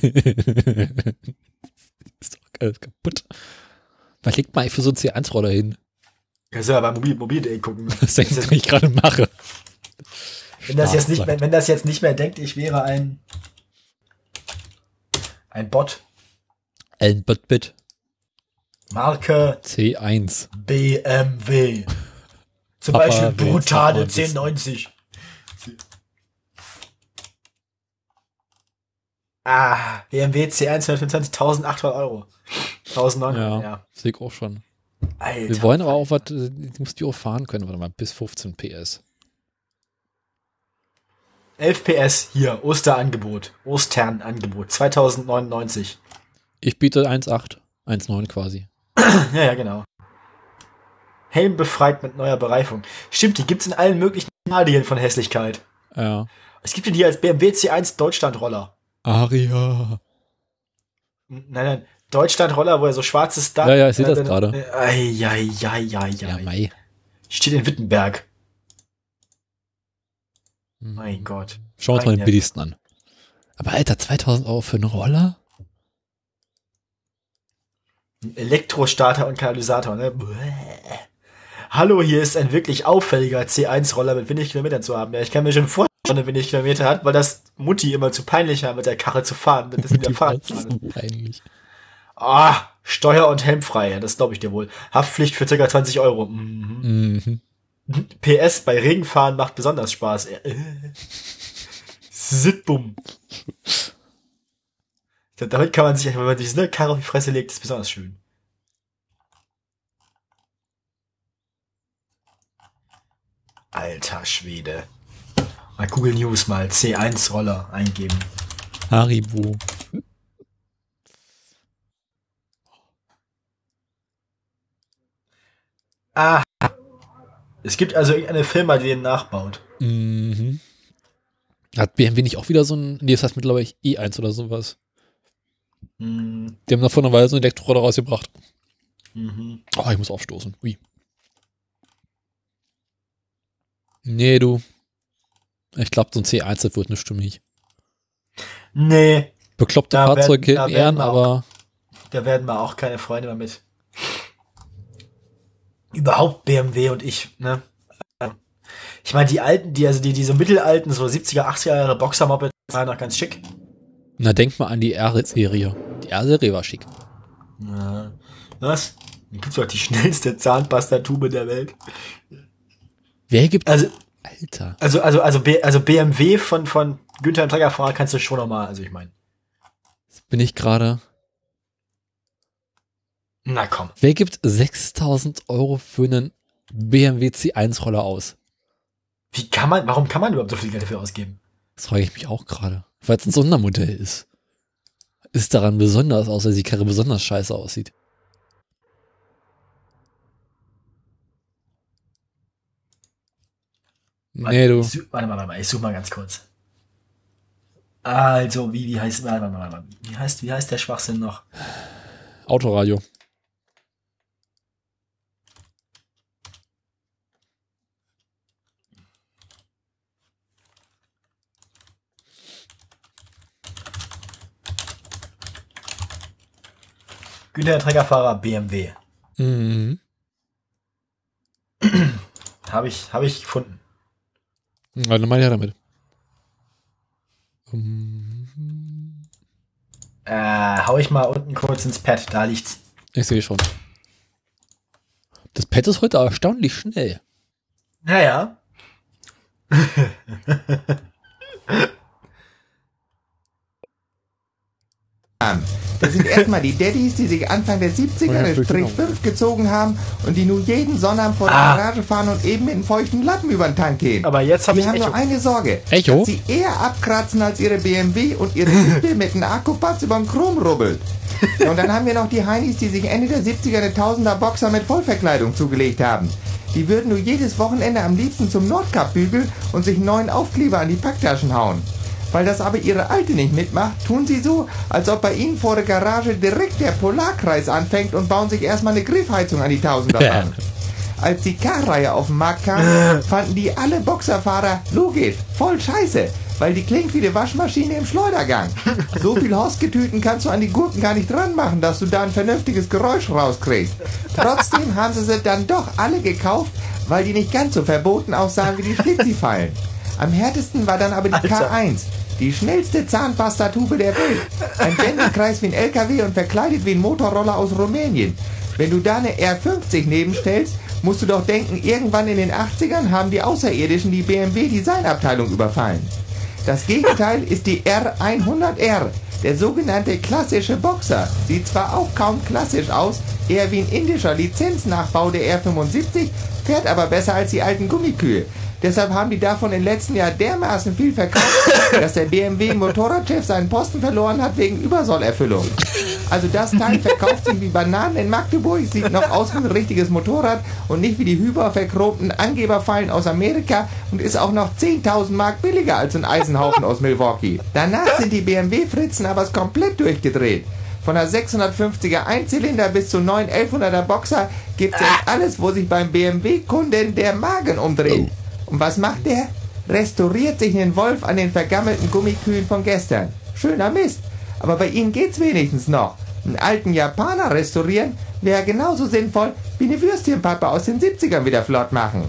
doch alles kaputt. Was legt man eigentlich für so einen C1-Roller hin? Kannst du ja bei Mobil.de gucken. Das denke ich, ich gerade mache. Wenn das jetzt nicht mehr denkt, ich wäre ein Bot. Ein Bit Marke C1. BMW. Zum Papa Beispiel will's brutale noch mal wissen. 1090. BMW C1 125.800 Euro. 1.900, ja. Sehe ich auch schon. Alter. Wir wollen aber auch was, ich muss die auch fahren können, warte mal, bis 15 PS. 11 PS hier, Osternangebot. 2099. Ich biete 1,8, 1,9 quasi. Ja, genau. Helm befreit mit neuer Bereifung. Stimmt, die gibt's in allen möglichen Stadien von Hässlichkeit. Ja. Es gibt den hier als BMW C1 Deutschland-Roller. Aria. Nein, Deutschland-Roller, wo er so schwarzes Dach. Ja, ich sehe das gerade. Ja, Mai. Steht in Wittenberg. Mein Gott. Schauen wir uns mal den Meine- billigsten an. Aber Alter, 2000 Euro für einen Roller? Elektrostarter und Katalysator, ne? Bäh. Hallo, hier ist ein wirklich auffälliger C1-Roller mit wenig Kilometern zu haben. Ja, ich kann mir schon vorstellen, dass er wenig Kilometer hat, weil das Mutti immer zu peinlich war, mit der Karre zu fahren. Das ist wieder Fahrrad Das ist so peinlich. Steuer- und helmfrei, ja, das glaube ich dir wohl. Haftpflicht für ca. 20 Euro. Mhm. Mhm. PS, bei Regenfahren macht besonders Spaß. Sittbum. Damit kann man sich, wenn man sich so eine Karre auf die Fresse legt, ist besonders schön. Alter Schwede. Mal Google News mal C1-Roller eingeben. Haribo. Es gibt also irgendeine Firma, die den nachbaut. Mhm. Hat BMW nicht auch wieder so ein, nee, das heißt mittlerweile E1 oder sowas. Mhm. Die haben da vor einer Weile so einen Elektroroller rausgebracht. Mhm. Oh, ich muss aufstoßen. Ui. Nee, du. Ich glaube, so ein C1, das wird nicht stimmig. Nee, Bekloppte Da Fahrzeuge werden- da in Ehren, werden wir aber da werden wir auch keine Freunde mehr mit. Überhaupt BMW und ich, ne? Ich meine, die so mittelalten, so 70er, 80er Jahre Boxer-Mopeds waren noch ganz schick. na, denk mal an die R-Serie. Die R-Serie war schick. Ja. Was? Dann gibt's doch die schnellste Zahnpastatube der Welt. Wer gibt Also, Alter. also BMW von Günther Trägerfahrer kannst du schon nochmal, also ich meine. Jetzt bin ich gerade. Na komm. Wer gibt 6.000 Euro für einen BMW C1-Roller aus? Warum kann man überhaupt so viel Geld dafür ausgeben? Das frage ich mich auch gerade. Weil es ein Sondermodell ist. Ist daran besonders aus, weil die Karre besonders scheiße aussieht. Nee, du. Warte mal, ich suche mal ganz kurz. Also, wie heißt, wie heißt der Schwachsinn noch? Autoradio. Güterträgerfahrer BMW. Mhm. Habe ich gefunden. Ja, dann meine ich ja damit. Hau ich mal unten kurz ins Pad, da liegt's. Ich sehe schon. Das Pad ist heute erstaunlich schnell. Naja. Das sind erstmal die Daddies, die sich Anfang der 70er eine Strich 5 gezogen haben und die nun jeden Sonnabend vor der Garage fahren und eben mit einem feuchten Lappen über den Tank gehen. Aber jetzt habe ich Die haben Echo. nur eine Sorge, Echo? dass sie eher abkratzen als ihre BMW und ihre Hütte mit einem Akkupatz über den Chrom rubbelt. Und dann haben wir noch die Heinis, die sich Ende der 70er eine Tausender Boxer mit Vollverkleidung zugelegt haben. Die würden nur jedes Wochenende am liebsten zum Nordkap bügeln und sich einen neuen Aufkleber an die Packtaschen hauen. Weil das aber ihre Alte nicht mitmacht, tun sie so, als ob bei ihnen vor der Garage direkt der Polarkreis anfängt und bauen sich erstmal eine Griffheizung an die Tausender an. Als die K-Reihe auf den Markt kam, fanden die alle Boxerfahrer logisch, voll scheiße, weil die klingt wie eine Waschmaschine im Schleudergang. So viel Horstgetüten kannst du an die Gurken gar nicht dran machen, dass du da ein vernünftiges Geräusch rauskriegst. Trotzdem haben sie dann doch alle gekauft, weil die nicht ganz so verboten aussahen wie die Schlitzi-Fallen. Am härtesten war dann aber die K1, die schnellste Zahnpastatube der Welt. Ein Wendekreis wie ein LKW und verkleidet wie ein Motorroller aus Rumänien. Wenn du da eine R50 nebenstellst, musst du doch denken, irgendwann in den 80ern haben die Außerirdischen die BMW Designabteilung überfallen. Das Gegenteil ist die R100R, der sogenannte klassische Boxer. Sieht zwar auch kaum klassisch aus, eher wie ein indischer Lizenznachbau der R75, fährt aber besser als die alten Gummikühe. Deshalb haben die davon im letzten Jahr dermaßen viel verkauft, dass der BMW-Motorradchef seinen Posten verloren hat wegen Übersollerfüllung. Also das Teil verkauft sich wie Bananen in Magdeburg, sieht noch aus wie ein richtiges Motorrad und nicht wie die hyperverchromten Angeberfallen aus Amerika und ist auch noch 10.000 Mark billiger als ein Eisenhaufen aus Milwaukee. Danach sind die BMW-Fritzen aber komplett durchgedreht. Von der 650er Einzylinder bis zu 9 1100er Boxer gibt's jetzt alles, wo sich beim BMW-Kunden der Magen umdreht. Und was macht der? Restauriert sich einen Wolf an den vergammelten Gummikühen von gestern. Schöner Mist. Aber bei ihnen geht's wenigstens noch. Einen alten Japaner restaurieren wäre genauso sinnvoll wie eine Würstchenpappe aus den 70ern wieder flott machen.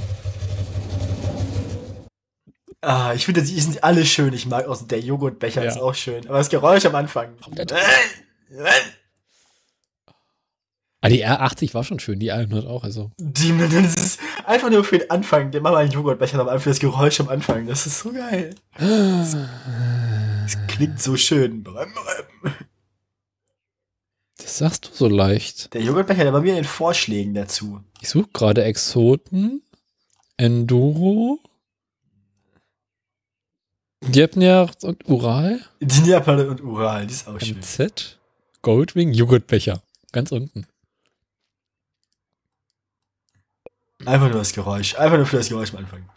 Ich finde, die sind alle schön. Ich mag auch der Joghurtbecher, ist auch schön. Aber das Geräusch am Anfang. Die R80 war schon schön, die 100 auch. Also. Das ist einfach nur für den Anfang. Den machen wir einen Joghurtbecher am Anfang, für das Geräusch am Anfang. Das ist so geil. Das klingt so schön. Das sagst du so leicht. Der Joghurtbecher, der war mir in den Vorschlägen dazu. Ich suche gerade Exoten, Enduro, Djepner und Ural. Djepner und Ural, die ist auch schön. MZ, Goldwing, Joghurtbecher. Ganz unten. Einfach nur das Geräusch. Einfach nur für das Geräusch am Anfang.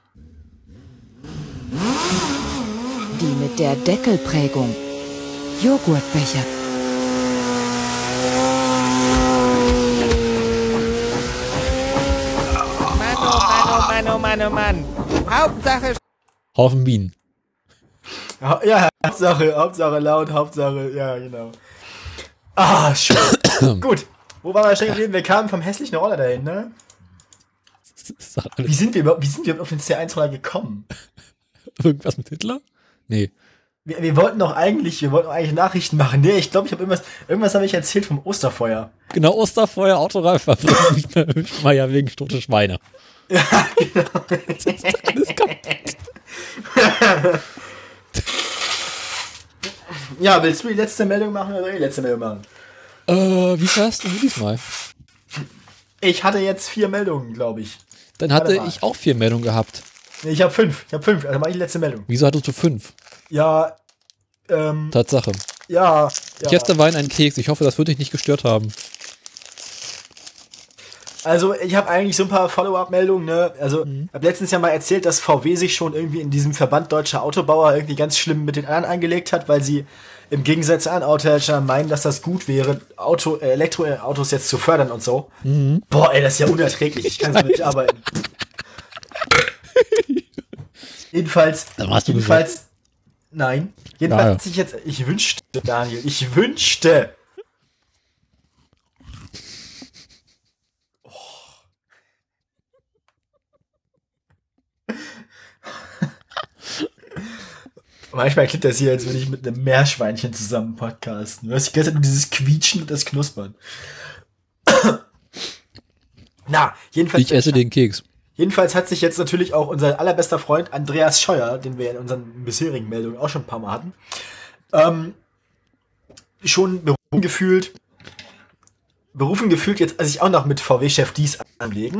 Die mit der Deckelprägung. Joghurtbecher. Mann. Hauptsache Haufen Bienen. Ja, Hauptsache laut, Hauptsache, ja, genau. Schön. Gut. Wo waren wir stehen geblieben? Wir kamen vom hässlichen Roller dahin, ne? Wie sind wir überhaupt auf den C1-Roller gekommen? Irgendwas mit Hitler? Nee. Wir wollten doch eigentlich Nachrichten machen. Nee, ich glaube, ich habe irgendwas habe ich erzählt vom Osterfeuer. Genau, Osterfeuer, Autoreifenfabrik, mal ja wegen tote Schweine. Ja, genau. Das ist alles kaputt. Ja, willst du die letzte Meldung machen oder die letzte Meldung machen? Wie fährst du diesmal? Ich hatte jetzt 4 Meldungen, glaube ich. Dann hatte ich auch 4 Meldungen gehabt. Nee, ich habe 5. Also mache ich die letzte Meldung. Wieso hattest du 5? Ja, Tatsache. Ja. Ich esse dabei einen Keks. Ich hoffe, das wird dich nicht gestört haben. Also ich habe eigentlich so ein paar Follow-up-Meldungen, ne? Also ich habe letztens ja mal erzählt, dass VW sich schon irgendwie in diesem Verband deutscher Autobauer irgendwie ganz schlimm mit den anderen angelegt hat, weil sie im Gegensatz zu anderen Autoherstellern meinen, dass das gut wäre, Elektroautos jetzt zu fördern und so. Boah, ey, das ist ja unerträglich. Ich kann so nicht arbeiten. Jedenfalls, nein. Jedenfalls hat sich jetzt, ich wünschte, Daniel, Manchmal klingt das hier, als würde ich mit einem Meerschweinchen zusammen podcasten. Du hast die ganze Zeit nur dieses Quietschen und das Knuspern. Na, jedenfalls. Ich esse den Keks. Jedenfalls hat sich jetzt natürlich auch unser allerbester Freund Andreas Scheuer, den wir in unseren bisherigen Meldungen auch schon ein paar Mal hatten, schon berufen gefühlt, jetzt sich auch noch mit VW-Chef Dies anlegen.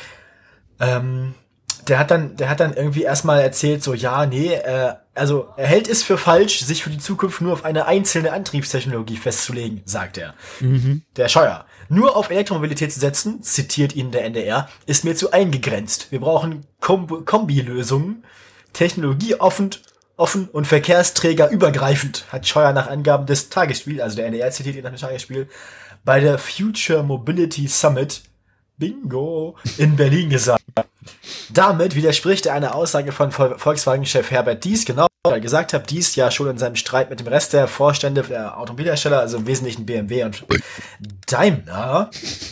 Der hat dann irgendwie erstmal erzählt, so, ja, nee, also er hält es für falsch, sich für die Zukunft nur auf eine einzelne Antriebstechnologie festzulegen, sagt er. Der Scheuer. Nur auf Elektromobilität zu setzen, zitiert ihn der NDR, ist mir zu eingegrenzt. Wir brauchen Kombilösungen, technologieoffen und verkehrsträgerübergreifend, hat Scheuer nach Angaben des Tagesspiel, also der NDR zitiert ihn nach dem Tagesspiel, bei der Future Mobility Summit, Bingo, in Berlin gesagt. Damit widerspricht er einer Aussage von Volkswagen-Chef Herbert Dies, genau, weil er gesagt hat, Dies ja schon in seinem Streit mit dem Rest der Vorstände der Automobilhersteller, also im Wesentlichen BMW und Daimler,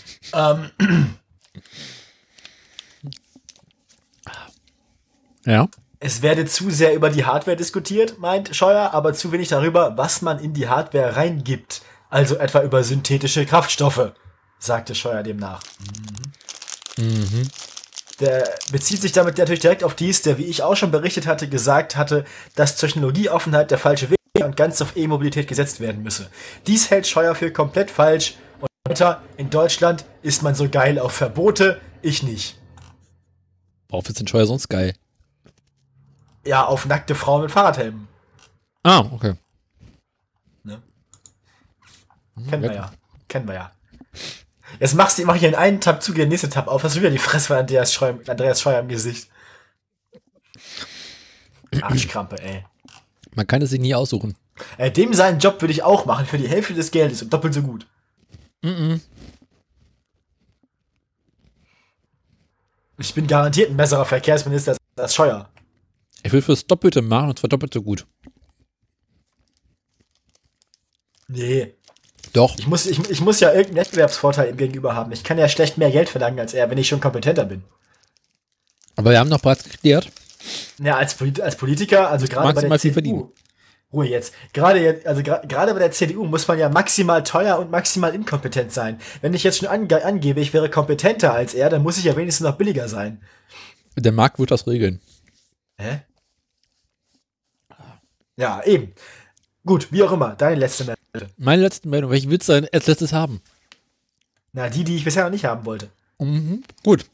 Ja. es werde zu sehr über die Hardware diskutiert, meint Scheuer, aber zu wenig darüber, was man in die Hardware reingibt, also etwa über synthetische Kraftstoffe, sagte Scheuer demnach. Der bezieht sich damit natürlich direkt auf Dies, der, wie ich auch schon berichtet hatte, gesagt hatte, dass Technologieoffenheit der falsche Weg und ganz auf E-Mobilität gesetzt werden müsse. Dies hält Scheuer für komplett falsch und weiter, in Deutschland ist man so geil auf Verbote, ich nicht. Worauf ist denn Scheuer sonst geil? Ja, auf nackte Frauen mit Fahrradhelmen. Ah, okay. Ne? Kennen wir ja. Jetzt mach ich hier in einen Tab zu, den nächsten Tab auf. Hast du wieder die Fresse von Andreas Scheuer im Gesicht. Arschkrampe, ey. Man kann es sich nie aussuchen. Dem seinen Job würde ich auch machen, für die Hälfte des Geldes und doppelt so gut. Ich bin garantiert ein besserer Verkehrsminister als Scheuer. Ich will fürs Doppelte machen und zwar doppelt so gut. Nee. Doch. Ich muss ja irgendeinen Wettbewerbsvorteil ihm gegenüber haben. Ich kann ja schlecht mehr Geld verlangen als er, wenn ich schon kompetenter bin. Aber wir haben doch bereits geklärt. Ja, als Politiker, also gerade bei der CDU. Ruhe jetzt. Gerade bei der CDU muss man ja maximal teuer und maximal inkompetent sein. Wenn ich jetzt schon angebe, ich wäre kompetenter als er, dann muss ich ja wenigstens noch billiger sein. Der Markt wird das regeln. Hä? Ja, eben. Gut, wie auch immer. Deine letzte Meldung. Meine letzte Meldung. Welche willst du denn als letztes haben? Na, die ich bisher noch nicht haben wollte. Gut.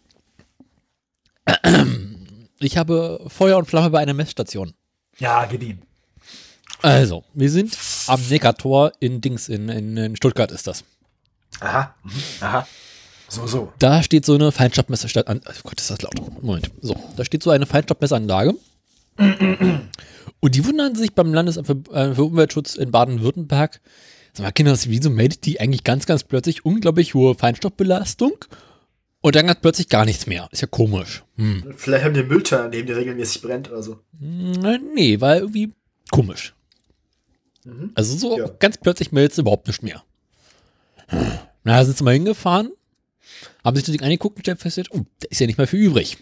Ich habe Feuer und Flamme bei einer Messstation. Ja, gib ihm. Also, wir sind am Neckartor in Stuttgart ist das. Aha. So. Da steht so eine Feinstaubmessanlage an. Oh Gott, ist das laut. Moment. So, da steht so eine Feinstaubmessanlage. Und die wundern sich beim Landesamt für Umweltschutz in Baden-Württemberg. Sag mal, Kinder, wieso meldet die eigentlich ganz, ganz plötzlich unglaublich hohe Feinstaubbelastung? Und dann hat plötzlich gar nichts mehr. Ist ja komisch. Vielleicht haben die Mülltonne daneben, die regelmäßig brennt oder so. Nee, war irgendwie komisch. Also so ganz plötzlich meldet sie überhaupt nicht mehr. Na, da sind sie mal hingefahren, haben sich das Ding angeguckt und festgestellt, oh, da ist ja nicht mehr viel übrig.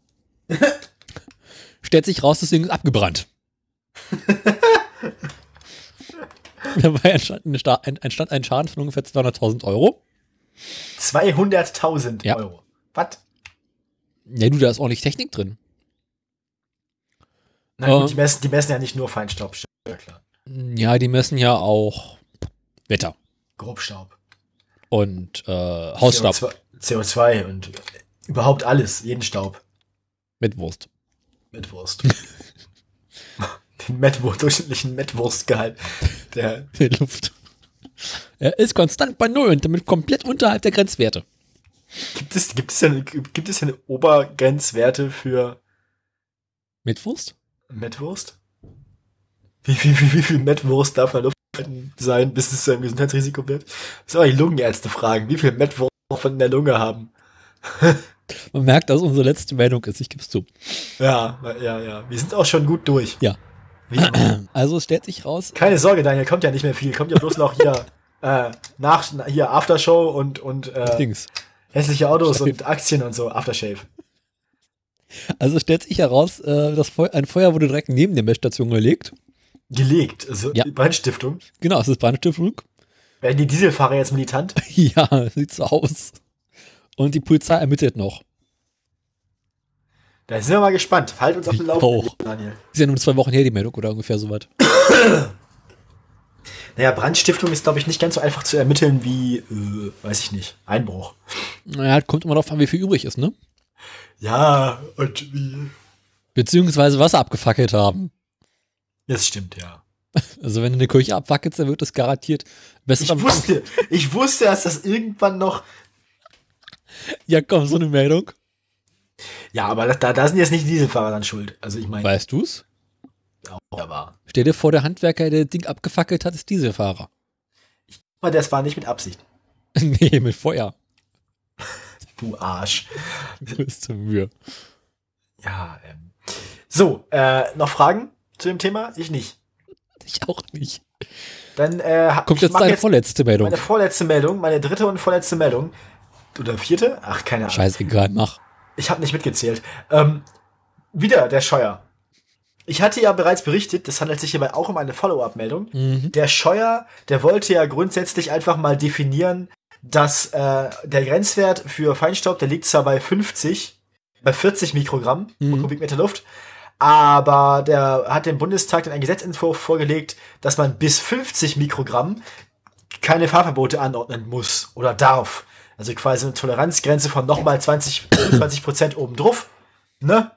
Stellt sich raus, das Ding ist abgebrannt. Dabei entstand ein Schaden von ungefähr 200.000 Euro. 200.000 Euro. Was? Ja, du, da ist ordentlich Technik drin. Na gut, die messen ja nicht nur Feinstaub, ja klar. Ja, die messen ja auch Wetter. Grobstaub. Und Hausstaub. CO2 und überhaupt alles, jeden Staub. Mit Wurst. Den durchschnittlichen Mettwurstgehalt der Luft. Er ist konstant bei 0 und damit komplett unterhalb der Grenzwerte. Gibt es denn Obergrenzwerte für Mettwurst? Mettwurst? Wie viel Mettwurst darf in der Luft sein, bis es zu einem Gesundheitsrisiko wird? Das ist auch die Lungenärzte fragen, wie viel Mettwurst darf man in der Lunge haben? Man merkt, dass unsere letzte Meldung ist, ich gebe es zu. Ja. Wir sind auch schon gut durch. Ja. Wie immer. Also es stellt sich raus. Keine Sorge, Daniel, kommt ja nicht mehr viel. Kommt ja bloß noch hier hier Aftershow und Dings. hässliche Autos und Aktien und so, Aftershave. Also es stellt sich heraus, ein Feuer wurde direkt neben der Messstation gelegt. Gelegt, also Ja. Brandstiftung. Genau, es ist Brandstiftung. Werden die Dieselfahrer jetzt militant? Ja, sieht so aus. Und die Polizei ermittelt noch. Da sind wir mal gespannt. Halt uns auf den Laufenden, Auch. Daniel. Ist ja nur 2 Wochen her, die Meldung, oder ungefähr so was. Naja, Brandstiftung ist, glaube ich, nicht ganz so einfach zu ermitteln wie, weiß ich nicht, Einbruch. Naja, kommt immer darauf an, wie viel übrig ist, ne? Ja, und wie? Beziehungsweise Wasser abgefackelt haben. Das stimmt, ja. Also wenn du eine Kirche abfackelst, dann wird das garantiert besser. Ich wusste, dass das irgendwann noch. Ja, komm, so eine Meldung. Ja, aber da sind jetzt nicht die Dieselfahrer dann schuld. Also ich meine, Weißt du's? aber Stell dir vor, der Handwerker, der das Ding abgefackelt hat, ist Dieselfahrer. das war nicht mit Absicht. Nee, mit Feuer. Du Arsch. Größte Mühe. Ja, So, noch Fragen zu dem Thema? Ich nicht. Ich auch nicht. Dann Kommt jetzt deine vorletzte Meldung. Meine vorletzte Meldung, meine dritte und vorletzte Meldung. Oder vierte? Ach, keine Ahnung. Scheißegal, mach. Ich habe nicht mitgezählt. Wieder der Scheuer. Ich hatte ja bereits berichtet, das handelt sich hierbei auch um eine Follow-up-Meldung. Der Scheuer, der wollte ja grundsätzlich einfach mal definieren, dass der Grenzwert für Feinstaub, der liegt zwar bei 40 Mikrogramm pro Kubikmeter Luft, aber der hat dem Bundestag dann einen Gesetzentwurf vorgelegt, dass man bis 50 Mikrogramm keine Fahrverbote anordnen muss oder darf. Also quasi eine Toleranzgrenze von nochmal 20% obendrauf. Ne?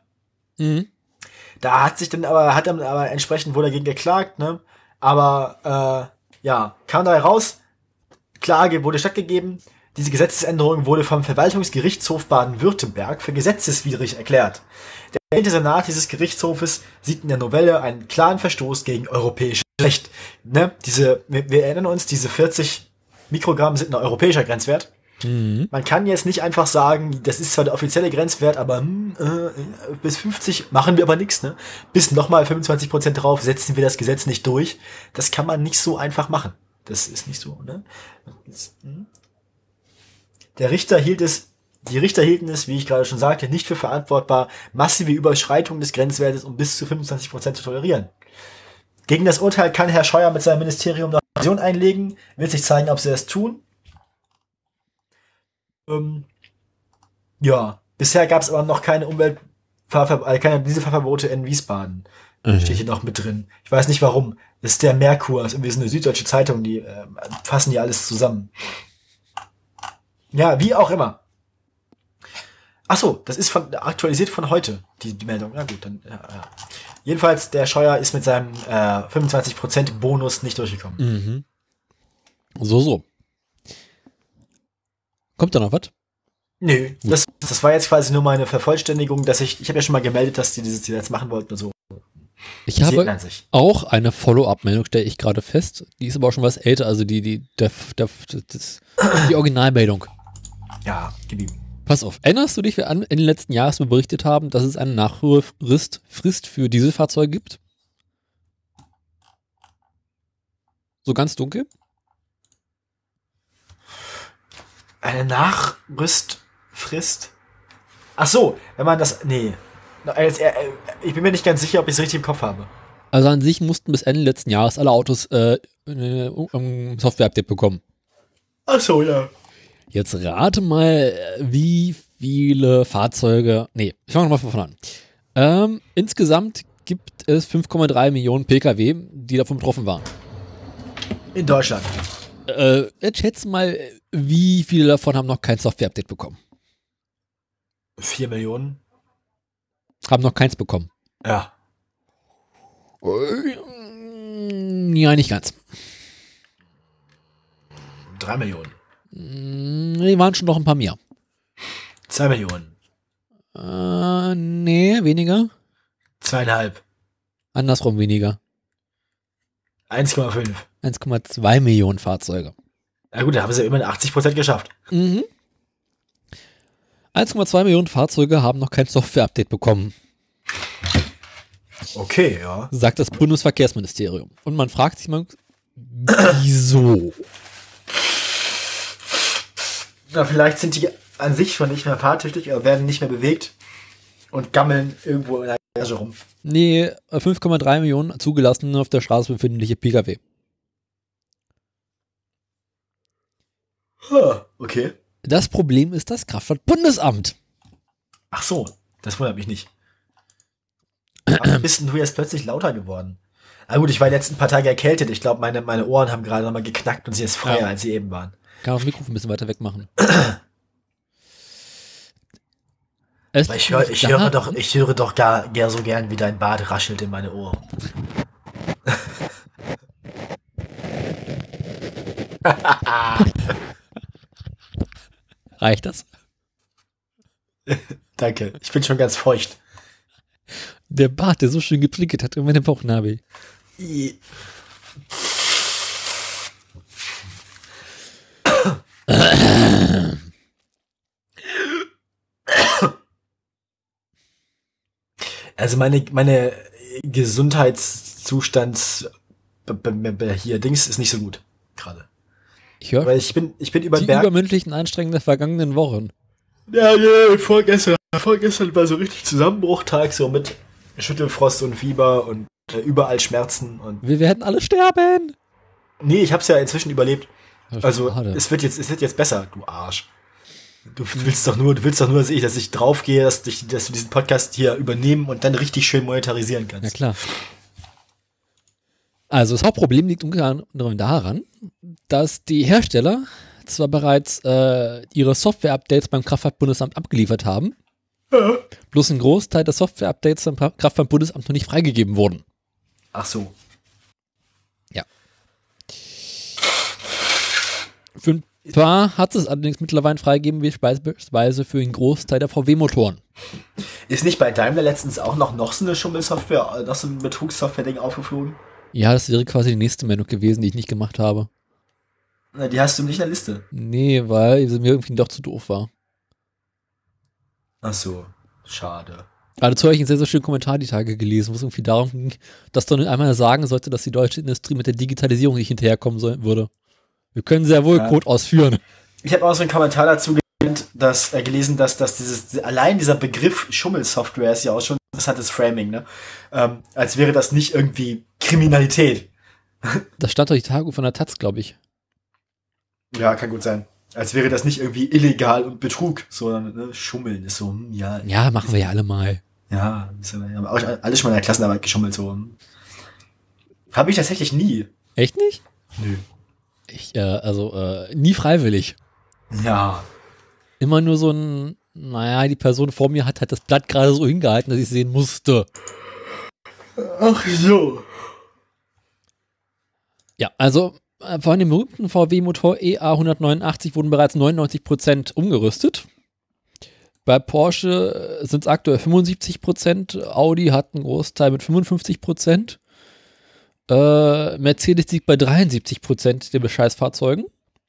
Da hat dann aber entsprechend wohl dagegen geklagt, ne? Aber kam da raus, Klage wurde stattgegeben, diese Gesetzesänderung wurde vom Verwaltungsgerichtshof Baden-Württemberg für gesetzeswidrig erklärt. Der Senat dieses Gerichtshofes sieht in der Novelle einen klaren Verstoß gegen europäisches Recht. Ne? Wir erinnern uns, diese 40 Mikrogramm sind ein europäischer Grenzwert. Man kann jetzt nicht einfach sagen, das ist zwar der offizielle Grenzwert, aber bis 50 machen wir aber nichts, ne? Bis nochmal 25% drauf setzen wir das Gesetz nicht durch. Das kann man nicht so einfach machen. Das ist nicht so, ne? Die Richter hielten es, wie ich gerade schon sagte, nicht für verantwortbar, massive Überschreitungen des Grenzwertes um bis zu 25% zu tolerieren. Gegen das Urteil kann Herr Scheuer mit seinem Ministerium noch Revision einlegen, wird sich zeigen, ob sie das tun. Bisher gab es aber noch keine keine Dieselfahrverbote in Wiesbaden. Steht hier noch mit drin. Ich weiß nicht warum. Das ist der Merkur, das ist irgendwie so eine süddeutsche Zeitung, die fassen die alles zusammen. Ja, wie auch immer. Ach so, das ist aktualisiert von heute, die Meldung. Na gut, dann ja. Jedenfalls, der Scheuer ist mit seinem 25% Bonus nicht durchgekommen. So. Kommt da noch was? Nö, das war jetzt quasi nur meine Vervollständigung, dass ich habe ja schon mal gemeldet, dass die dieses Gesetz machen wollten und so. Ich habe auch eine Follow-up-Meldung, stelle ich gerade fest. Die ist aber auch schon was älter, also die Originalmeldung. Ja, gib ihm. Pass auf, erinnerst du dich, wir Ende letzten Jahres berichtet haben, dass es eine Nachrührfrist für Dieselfahrzeuge gibt? So ganz dunkel? Eine Nachrüstfrist? Ach so, wenn man das... Nee. Ich bin mir nicht ganz sicher, ob ich es richtig im Kopf habe. Also an sich mussten bis Ende letzten Jahres alle Autos ein Software-Update bekommen. Ach so, ja. Jetzt rate mal, wie viele Fahrzeuge... Nee, ich fange nochmal von vorne an. Insgesamt gibt es 5,3 Millionen Pkw, die davon betroffen waren. In Deutschland. Jetzt schätze mal, wie viele davon haben noch kein Software-Update bekommen? 4 Millionen? Haben noch keins bekommen. Ja. Ja, nicht ganz. 3 Millionen. Die waren schon noch ein paar mehr. 2 Millionen. Nee, weniger. 2,5. Andersrum weniger. 1,5. 1,2 Millionen Fahrzeuge. Na gut, da haben sie immerhin 80% geschafft. 1,2 Millionen Fahrzeuge haben noch kein Software-Update bekommen, Okay, ja. sagt das Bundesverkehrsministerium. Und man fragt sich mal, wieso? Na, vielleicht sind die an sich schon nicht mehr fahrtüchtig, aber werden nicht mehr bewegt und gammeln irgendwo in der Garage rum. Nee, 5,3 Millionen zugelassene auf der Straße befindliche Pkw. Okay. Das Problem ist das Kraftfahrtbundesamt. Ach so, das wundert mich nicht. Aber bist denn du jetzt plötzlich lauter geworden? Na gut, ich war die letzten paar Tage erkältet. Ich glaube, meine Ohren haben gerade nochmal geknackt und sie ist freier, als sie eben waren. Kann auch das Mikrofon ein bisschen weiter weg machen. Aber ich höre doch gar so gern, wie dein Bart raschelt in meine Ohren. Reicht das? Danke, ich bin schon ganz feucht. Der Bart, der so schön geprickelt hat in meinem Bauchnabel. Also meine Gesundheitszustands hier Dings ist nicht so gut gerade. Ich höre Weil ich bin über die den Berg. übermündlichen Anstrengungen der vergangenen Wochen. Ja, vorgestern war so richtig Zusammenbruchtag, so mit Schüttelfrost und Fieber und überall Schmerzen und. Wir werden alle sterben. Nee, ich hab's ja inzwischen überlebt. Ja, Also, schade. es wird jetzt besser, du Arsch. Du willst doch nur, dass ich draufgehe, dass du diesen Podcast hier übernehmen und dann richtig schön monetarisieren kannst. Ja, klar. Also das Hauptproblem liegt unter anderem daran, dass die Hersteller zwar bereits ihre Software-Updates beim Kraftfahrtbundesamt abgeliefert haben, bloß ein Großteil der Software-Updates beim Kraftfahrtbundesamt noch nicht freigegeben wurden. Ach so. Ja. Für ein paar hat es allerdings mittlerweile freigegeben, wie beispielsweise für einen Großteil der VW-Motoren. Ist nicht bei Daimler letztens auch noch so eine Schummelsoftware, noch so ein Betrugssoftware-Ding aufgeflogen? Ja, das wäre quasi die nächste Meldung gewesen, die ich nicht gemacht habe. Na, die hast du nicht in der Liste. Nee, weil sie mir irgendwie doch zu doof war. Ach so, schade. Aber dazu habe ich einen sehr, sehr schönen Kommentar die Tage gelesen, wo es irgendwie darum ging, dass doch einmal sagen sollte, dass die deutsche Industrie mit der Digitalisierung nicht hinterherkommen würde. Wir können sehr wohl Code ausführen. Ich habe auch so einen Kommentar dazu gelesen, dass allein dieser Begriff Schummelsoftware ist ja auch schon ein interessantes Framing, ne? Als wäre das nicht irgendwie Kriminalität. Das stand doch die Tage von der Taz, glaube ich. Ja, kann gut sein. Als wäre das nicht irgendwie illegal und Betrug, sondern ne, Schummeln ist so, ja. Ja, machen wir ja alle mal. Ja, wir haben auch alles schon mal in der Klassenarbeit geschummelt, so. Habe ich tatsächlich nie. Echt nicht? Nö. Nie freiwillig. Ja. Immer nur so ein, die Person vor mir hat halt das Blatt gerade so hingehalten, dass ich sehen musste. Ach so. Ja, also von dem berühmten VW-Motor EA189 wurden bereits 99% umgerüstet. Bei Porsche sind es aktuell 75%, Audi hat einen Großteil mit 55%. Mercedes liegt bei 73% der Bescheißfahrzeugen.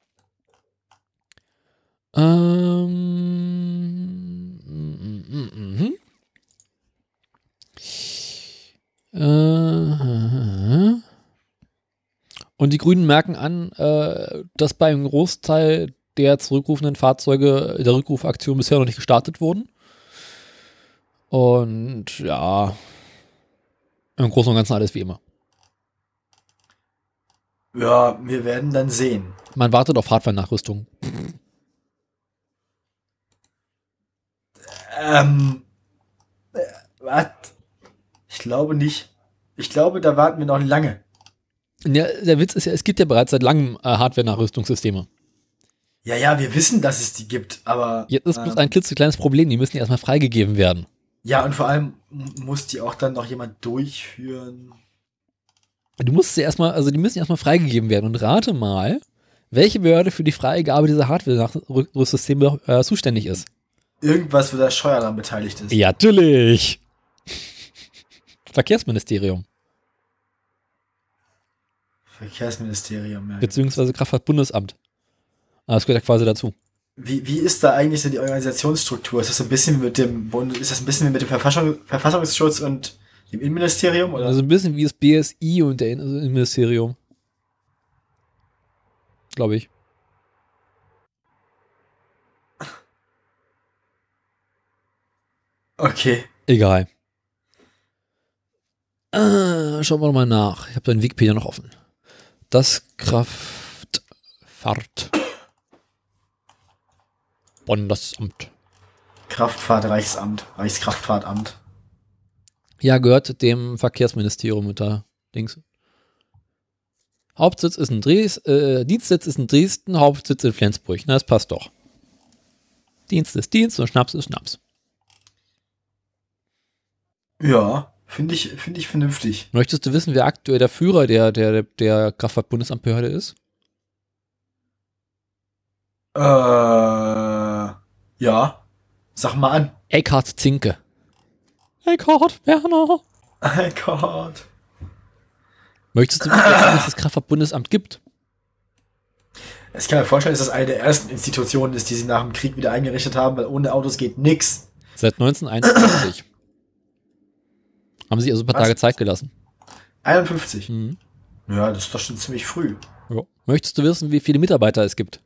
Und die Grünen merken an, dass beim Großteil der zurückrufenden Fahrzeuge der Rückrufaktion bisher noch nicht gestartet wurden. Und ja, im Großen und Ganzen alles wie immer. Ja, wir werden dann sehen. Man wartet auf Hardware-Nachrüstung. Was? Ich glaube nicht. Ich glaube, da warten wir noch lange. Ja, der Witz ist ja, es gibt ja bereits seit langem Hardware-Nachrüstungssysteme. Ja, wir wissen, dass es die gibt, aber... Jetzt ist bloß ein klitzekleines Problem, die müssen ja erstmal freigegeben werden. Ja, und vor allem muss die auch dann noch jemand durchführen. Du musst sie erstmal, also die müssen erstmal freigegeben werden. Und rate mal, welche Behörde für die Freigabe dieser Hardware-Nachrüstsysteme zuständig ist. Irgendwas, wo der Steueramt beteiligt ist. Ja, natürlich. Verkehrsministerium. Verkehrsministerium, ja. Beziehungsweise Kraftfahrtbundesamt. Aber das gehört ja quasi dazu. Wie ist da eigentlich so die Organisationsstruktur? Ist das so ein bisschen mit dem Verfassungsschutz und dem Innenministerium? Oder? Also ein bisschen wie das BSI und der Innenministerium. Glaube ich. Okay. Egal. Schauen wir doch mal nach. Ich habe deinen Wikipedia noch offen. Das Kraftfahrt. Bundesamt. Kraftfahrt-Reichsamt. Reichskraftfahrtamt. Ja, gehört dem Verkehrsministerium unter Dings. Hauptsitz ist in Dresden, Dienstsitz ist in Dresden, Hauptsitz in Flensburg. Na, das passt doch. Dienst ist Dienst und Schnaps ist Schnaps. Ja, finde ich vernünftig. Möchtest du wissen, wer aktuell der Führer der Kraftfahrt-Bundesamtbehörde ist? Ja. Sag mal an. Eckhard Zinke. Eckhard Werner. Mein Gott. Möchtest du wissen, dass es das Kraftfahrt-Bundesamt gibt? Ich kann mir vorstellen, dass das eine der ersten Institutionen ist, die sie nach dem Krieg wieder eingerichtet haben, weil ohne Autos geht nix. Seit 1951. Haben sich also ein paar Tage Zeit gelassen. 51? Mhm. Ja, das ist doch schon ziemlich früh. Ja. Möchtest du wissen, wie viele Mitarbeiter es gibt?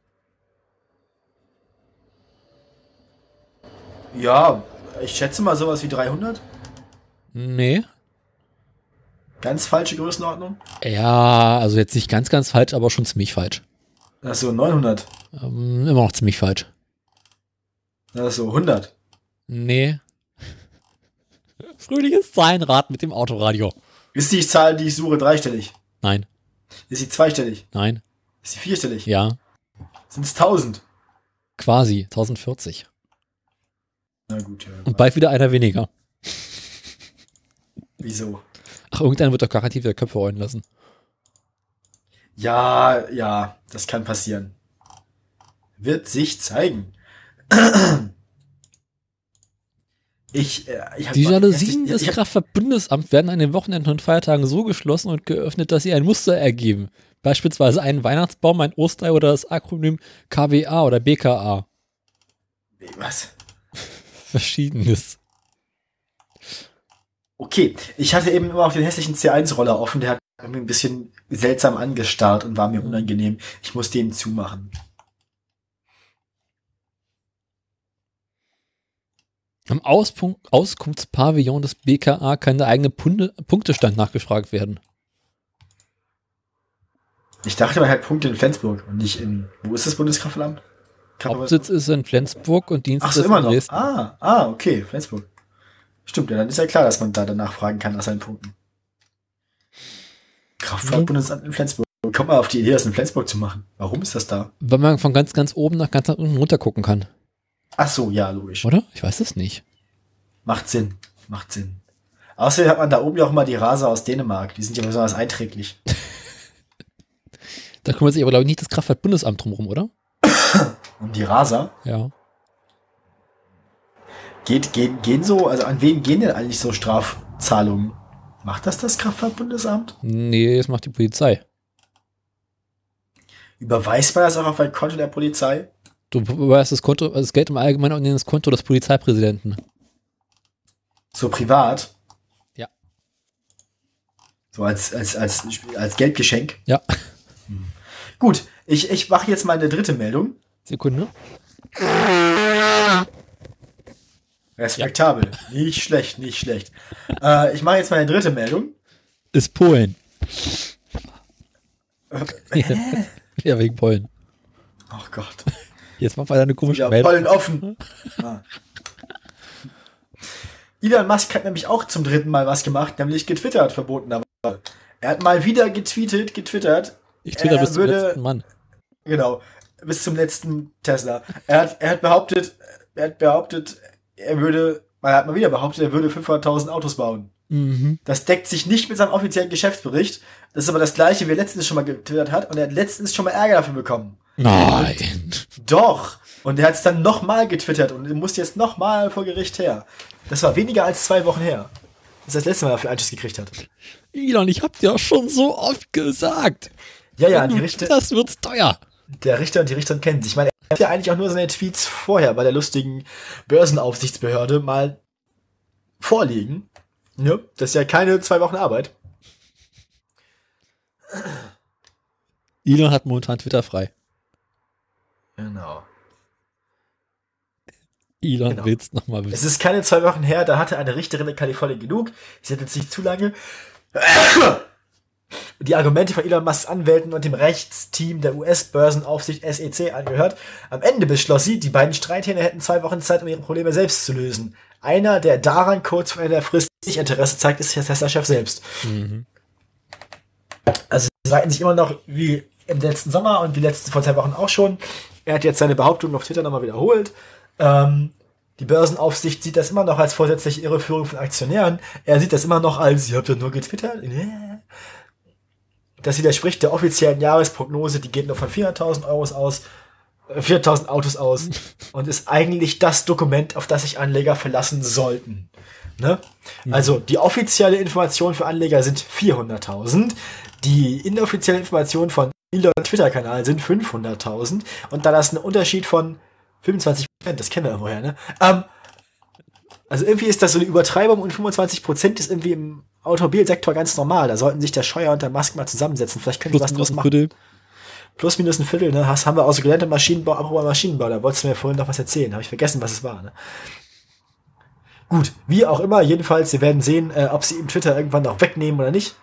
Ja, ich schätze mal sowas wie 300. Nee. Ganz falsche Größenordnung. Ja, also jetzt nicht ganz, ganz falsch, aber schon ziemlich falsch. Achso, 900. Immer noch ziemlich falsch. Achso, 100. Nee. Fröhliches Zahlenrad mit dem Autoradio. Ist die Zahl, die ich suche, dreistellig? Nein. Ist sie zweistellig? Nein. Ist sie vierstellig? Ja. Sind es 1000? Quasi. 1040. Na gut, ja. Und bald wieder einer weniger. Wieso? Ach, irgendeiner wird doch garantiert wieder Köpfe rollen lassen. Ja, das kann passieren. Wird sich zeigen. Die Jalousien des Kraftfahrt-Bundesamts werden an den Wochenenden und Feiertagen so geschlossen und geöffnet, dass sie ein Muster ergeben. Beispielsweise einen Weihnachtsbaum, ein Osterei oder das Akronym KWA oder BKA. Was? Verschiedenes. Okay, ich hatte eben immer auch den hässlichen C1-Roller offen, der hat irgendwie ein bisschen seltsam angestarrt und war mir unangenehm. Ich muss den zumachen. Am Auskunftspavillon des BKA kann der eigene Punktestand nachgefragt werden. Ich dachte, man hat Punkte in Flensburg und nicht in... Wo ist das Bundeskraftfahrtamt? Hauptsitz ist in Flensburg und Dienst ist immer in noch. Dresden. Okay, Flensburg. Stimmt, ja, dann ist ja klar, dass man da danach fragen kann nach seinen Punkten. Kraftfahrtbundesamt in Flensburg. Kommt mal auf die Idee, das in Flensburg zu machen. Warum ist das da? Weil man von ganz, ganz oben nach ganz unten runter gucken kann. Ach so, ja, logisch. Oder? Ich weiß es nicht. Macht Sinn. Außerdem hat man da oben ja auch mal die Raser aus Dänemark. Die sind ja besonders einträglich. Da kümmert sich aber, glaube ich, nicht das Kraftfahrtbundesamt drum rum, oder? Um die Raser? Ja. Gehen so, also an wen gehen denn eigentlich so Strafzahlungen? Macht das Kraftfahrtbundesamt? Nee, das macht die Polizei. Überweist man das auch auf ein Konto der Polizei? Du überweist das Geld im Allgemeinen und in das Konto des Polizeipräsidenten. So privat? Ja. So als Geldgeschenk? Ja. Gut, ich mache jetzt mal eine dritte Meldung. Sekunde. Respektabel. Ja. Nicht schlecht. Ich mache jetzt mal eine dritte Meldung. Ist Polen. Ja, wegen Polen. Oh Gott. Jetzt macht mal eine komische Meldung. Pollen offen. Elon Musk hat nämlich auch zum 3. Mal was gemacht, nämlich getwittert, verbotenerweise. Er hat mal wieder getwittert. Ich twitter bis zum letzten Mann. Genau, bis zum letzten Tesla. Er hat behauptet, er würde 500.000 Autos bauen. Mhm. Das deckt sich nicht mit seinem offiziellen Geschäftsbericht. Das ist aber das gleiche, wie er letztens schon mal getwittert hat. Und er hat letztens schon mal Ärger dafür bekommen. Nein. Doch. Und er hat es dann nochmal getwittert und musste jetzt nochmal vor Gericht her. Das war weniger als 2 Wochen her, dass er das letzte Mal dafür Einschiss gekriegt hat. Elon, ich hab dir auch schon so oft gesagt. Ja, Das wird's teuer. der Richter und die Richterin kennen sich. Ich meine, er hat ja eigentlich auch nur seine Tweets vorher bei der lustigen Börsenaufsichtsbehörde mal vorlegen. Ja, das ist ja keine 2 Wochen Arbeit. Elon hat momentan Twitter frei. Genau. Elon will's nochmal wissen. Es ist keine 2 Wochen her, da hatte eine Richterin in Kalifornien genug. Sie hat jetzt nicht zu lange die Argumente von Elon Musks Anwälten und dem Rechtsteam der US-Börsenaufsicht SEC angehört. Am Ende beschloss sie, die beiden Streithähne hätten 2 Wochen Zeit, um ihre Probleme selbst zu lösen. Einer, der daran kurz vor Ende der Frist nicht Interesse zeigt, ist der Tesla-Chef selbst. Mhm. Also sie streiten sich immer noch wie im letzten Sommer und wie vor 2 Wochen auch schon. Er hat jetzt seine Behauptung auf Twitter nochmal wiederholt. Die Börsenaufsicht sieht das immer noch als vorsätzliche Irreführung von Aktionären. Er sieht das immer noch als, ihr habt ja nur getwittert. Das widerspricht der offiziellen Jahresprognose, die geht nur von 400.000 Autos aus und ist eigentlich das Dokument, auf das sich Anleger verlassen sollten. Ne? Also die offizielle Information für Anleger sind 400.000, die inoffizielle Information von Elon Twitter-Kanal sind 500.000 und da das ein Unterschied von 25%, das kennen wir ja woher, ne? Also irgendwie ist das so eine Übertreibung und 25% ist irgendwie im Automobilsektor ganz normal. Da sollten sich der Scheuer und der Musk mal zusammensetzen. Vielleicht können die was draus machen. Plus minus ein Viertel, ne? Das haben wir aus gelernt im Maschinenbau, apropos Maschinenbau. Da wolltest du mir vorhin noch was erzählen. Habe ich vergessen, was es war, ne? Gut, wie auch immer, jedenfalls, wir werden sehen, ob sie ihm Twitter irgendwann noch wegnehmen oder nicht.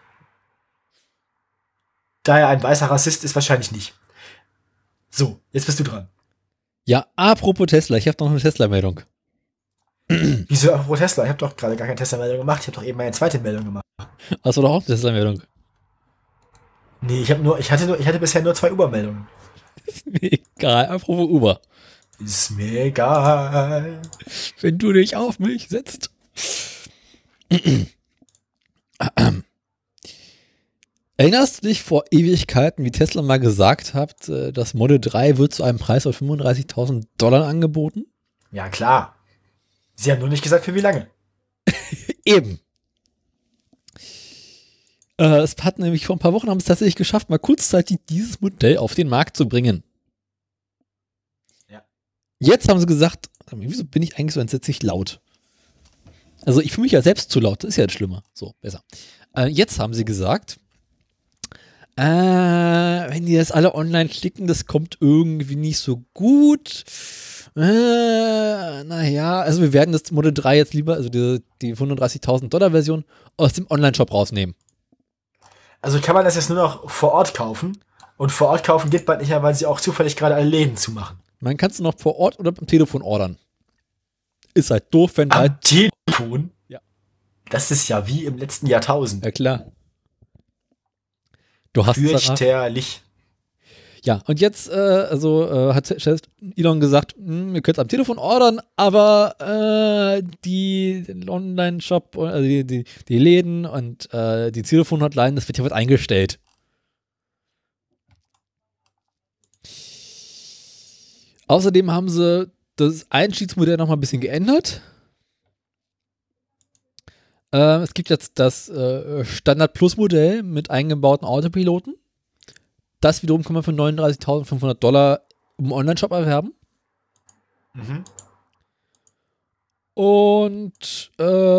Da er ein weißer Rassist ist, wahrscheinlich nicht. So, jetzt bist du dran. Ja, apropos Tesla, ich habe noch eine Tesla-Meldung. Wieso apropos Tesla? Ich habe doch gerade gar keine Tesla-Meldung gemacht. Ich habe doch eben meine zweite Meldung gemacht. Hast du doch auch eine Tesla-Meldung? Nee, ich hatte bisher nur 2 Uber-Meldungen. Ist mir egal, apropos Uber. Ist mir egal. Wenn du dich auf mich setzt. Erinnerst du dich vor Ewigkeiten, wie Tesla mal gesagt hat, das Model 3 wird zu einem Preis von $35.000 angeboten? Ja, klar. Sie haben nur nicht gesagt, für wie lange. Eben. Es hat nämlich vor ein paar Wochen haben es tatsächlich geschafft, mal kurzzeitig dieses Modell auf den Markt zu bringen. Ja. Jetzt haben sie gesagt, wieso bin ich eigentlich so entsetzlich laut? Also ich fühle mich ja selbst zu laut, das ist ja jetzt schlimmer. So, besser. Jetzt haben sie gesagt, wenn die das alle online klicken, das kommt irgendwie nicht so gut. Naja, also wir werden das Model 3 jetzt lieber, also die $35.000 Version, aus dem Online-Shop rausnehmen. Also kann man das jetzt nur noch vor Ort kaufen? Und vor Ort kaufen geht bald nicht mehr, weil sie auch zufällig gerade alle Läden zumachen. Man kann es noch vor Ort oder am Telefon ordern. Ist halt doof, wenn halt... Am Telefon? Ja. Das ist ja wie im letzten Jahrtausend. Ja, klar. Du hast es fürchterlich. Ja, und jetzt hat Elon gesagt, ihr könnt es am Telefon ordern, aber die Online-Shop, also die Läden und die Telefon-Hotline, das wird ja was eingestellt. Außerdem haben sie das Einstiegsmodell noch mal ein bisschen geändert. Es gibt jetzt das Standard-Plus-Modell mit eingebauten Autopiloten. Das wiederum kann man für $39.500 im Online-Shop erwerben. Mhm. Und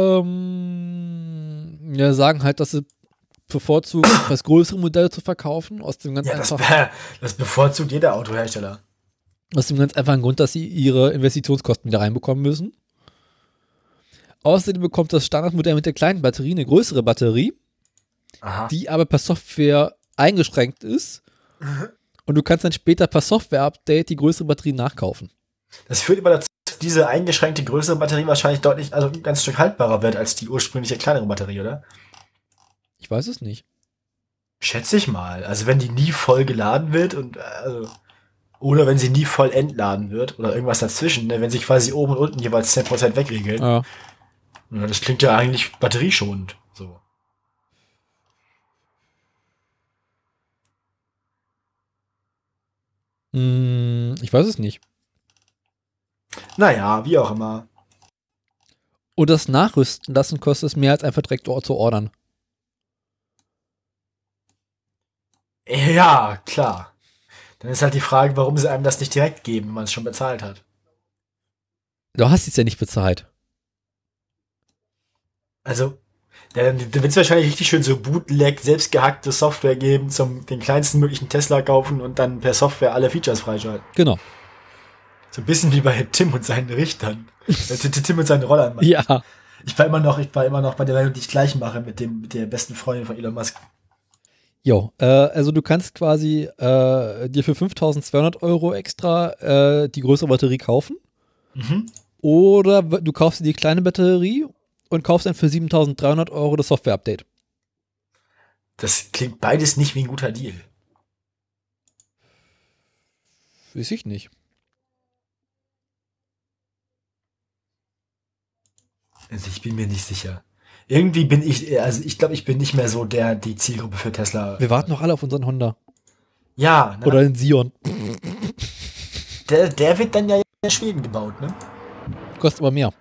sagen halt, dass sie bevorzugen, das größere Modell zu verkaufen. Aus dem ganz das bevorzugt jeder Autohersteller. Aus dem ganz einfachen Grund, dass sie ihre Investitionskosten wieder reinbekommen müssen. Außerdem bekommt das Standardmodell mit der kleinen Batterie eine größere Batterie, die aber per Software eingeschränkt ist. Und du kannst dann später per Software-Update die größere Batterie nachkaufen. Das führt aber dazu, dass diese eingeschränkte größere Batterie wahrscheinlich deutlich, also ein ganz Stück haltbarer wird als die ursprüngliche kleinere Batterie, oder? Ich weiß es nicht. Schätze ich mal. Also wenn die nie voll geladen wird oder wenn sie nie voll entladen wird oder irgendwas dazwischen, ne? Wenn sich quasi oben und unten jeweils 10% wegregeln. Ja. Das klingt ja eigentlich batterieschonend. So. Ich weiß es nicht. Naja, wie auch immer. Und das Nachrüsten lassen kostet es mehr als einfach direkt zu ordern. Ja, klar. Dann ist halt die Frage, warum sie einem das nicht direkt geben, wenn man es schon bezahlt hat. Du hast es ja nicht bezahlt. Also, da wird es wahrscheinlich richtig schön so Bootleg, selbstgehackte Software geben, den kleinsten möglichen Tesla kaufen und dann per Software alle Features freischalten. Genau. So ein bisschen wie bei Tim und seinen Richtern. Tim und seinen Rollern. Mann. Ja. Ich war immer noch bei der Meldung, die ich gleich mache mit der besten Freundin von Elon Musk. Jo, also du kannst quasi dir für 5.200 Euro extra die größere Batterie kaufen. Mhm. Oder du kaufst dir die kleine Batterie und kaufst dann für 7.300 Euro das Software-Update. Das klingt beides nicht wie ein guter Deal. Weiß ich nicht. Also ich bin mir nicht sicher. Irgendwie bin ich glaube, ich bin nicht mehr so die Zielgruppe für Tesla. Wir warten noch alle auf unseren Honda. Ja, ne? Oder den Sion. Der wird dann ja in Schweden gebaut, ne? Kostet aber mehr.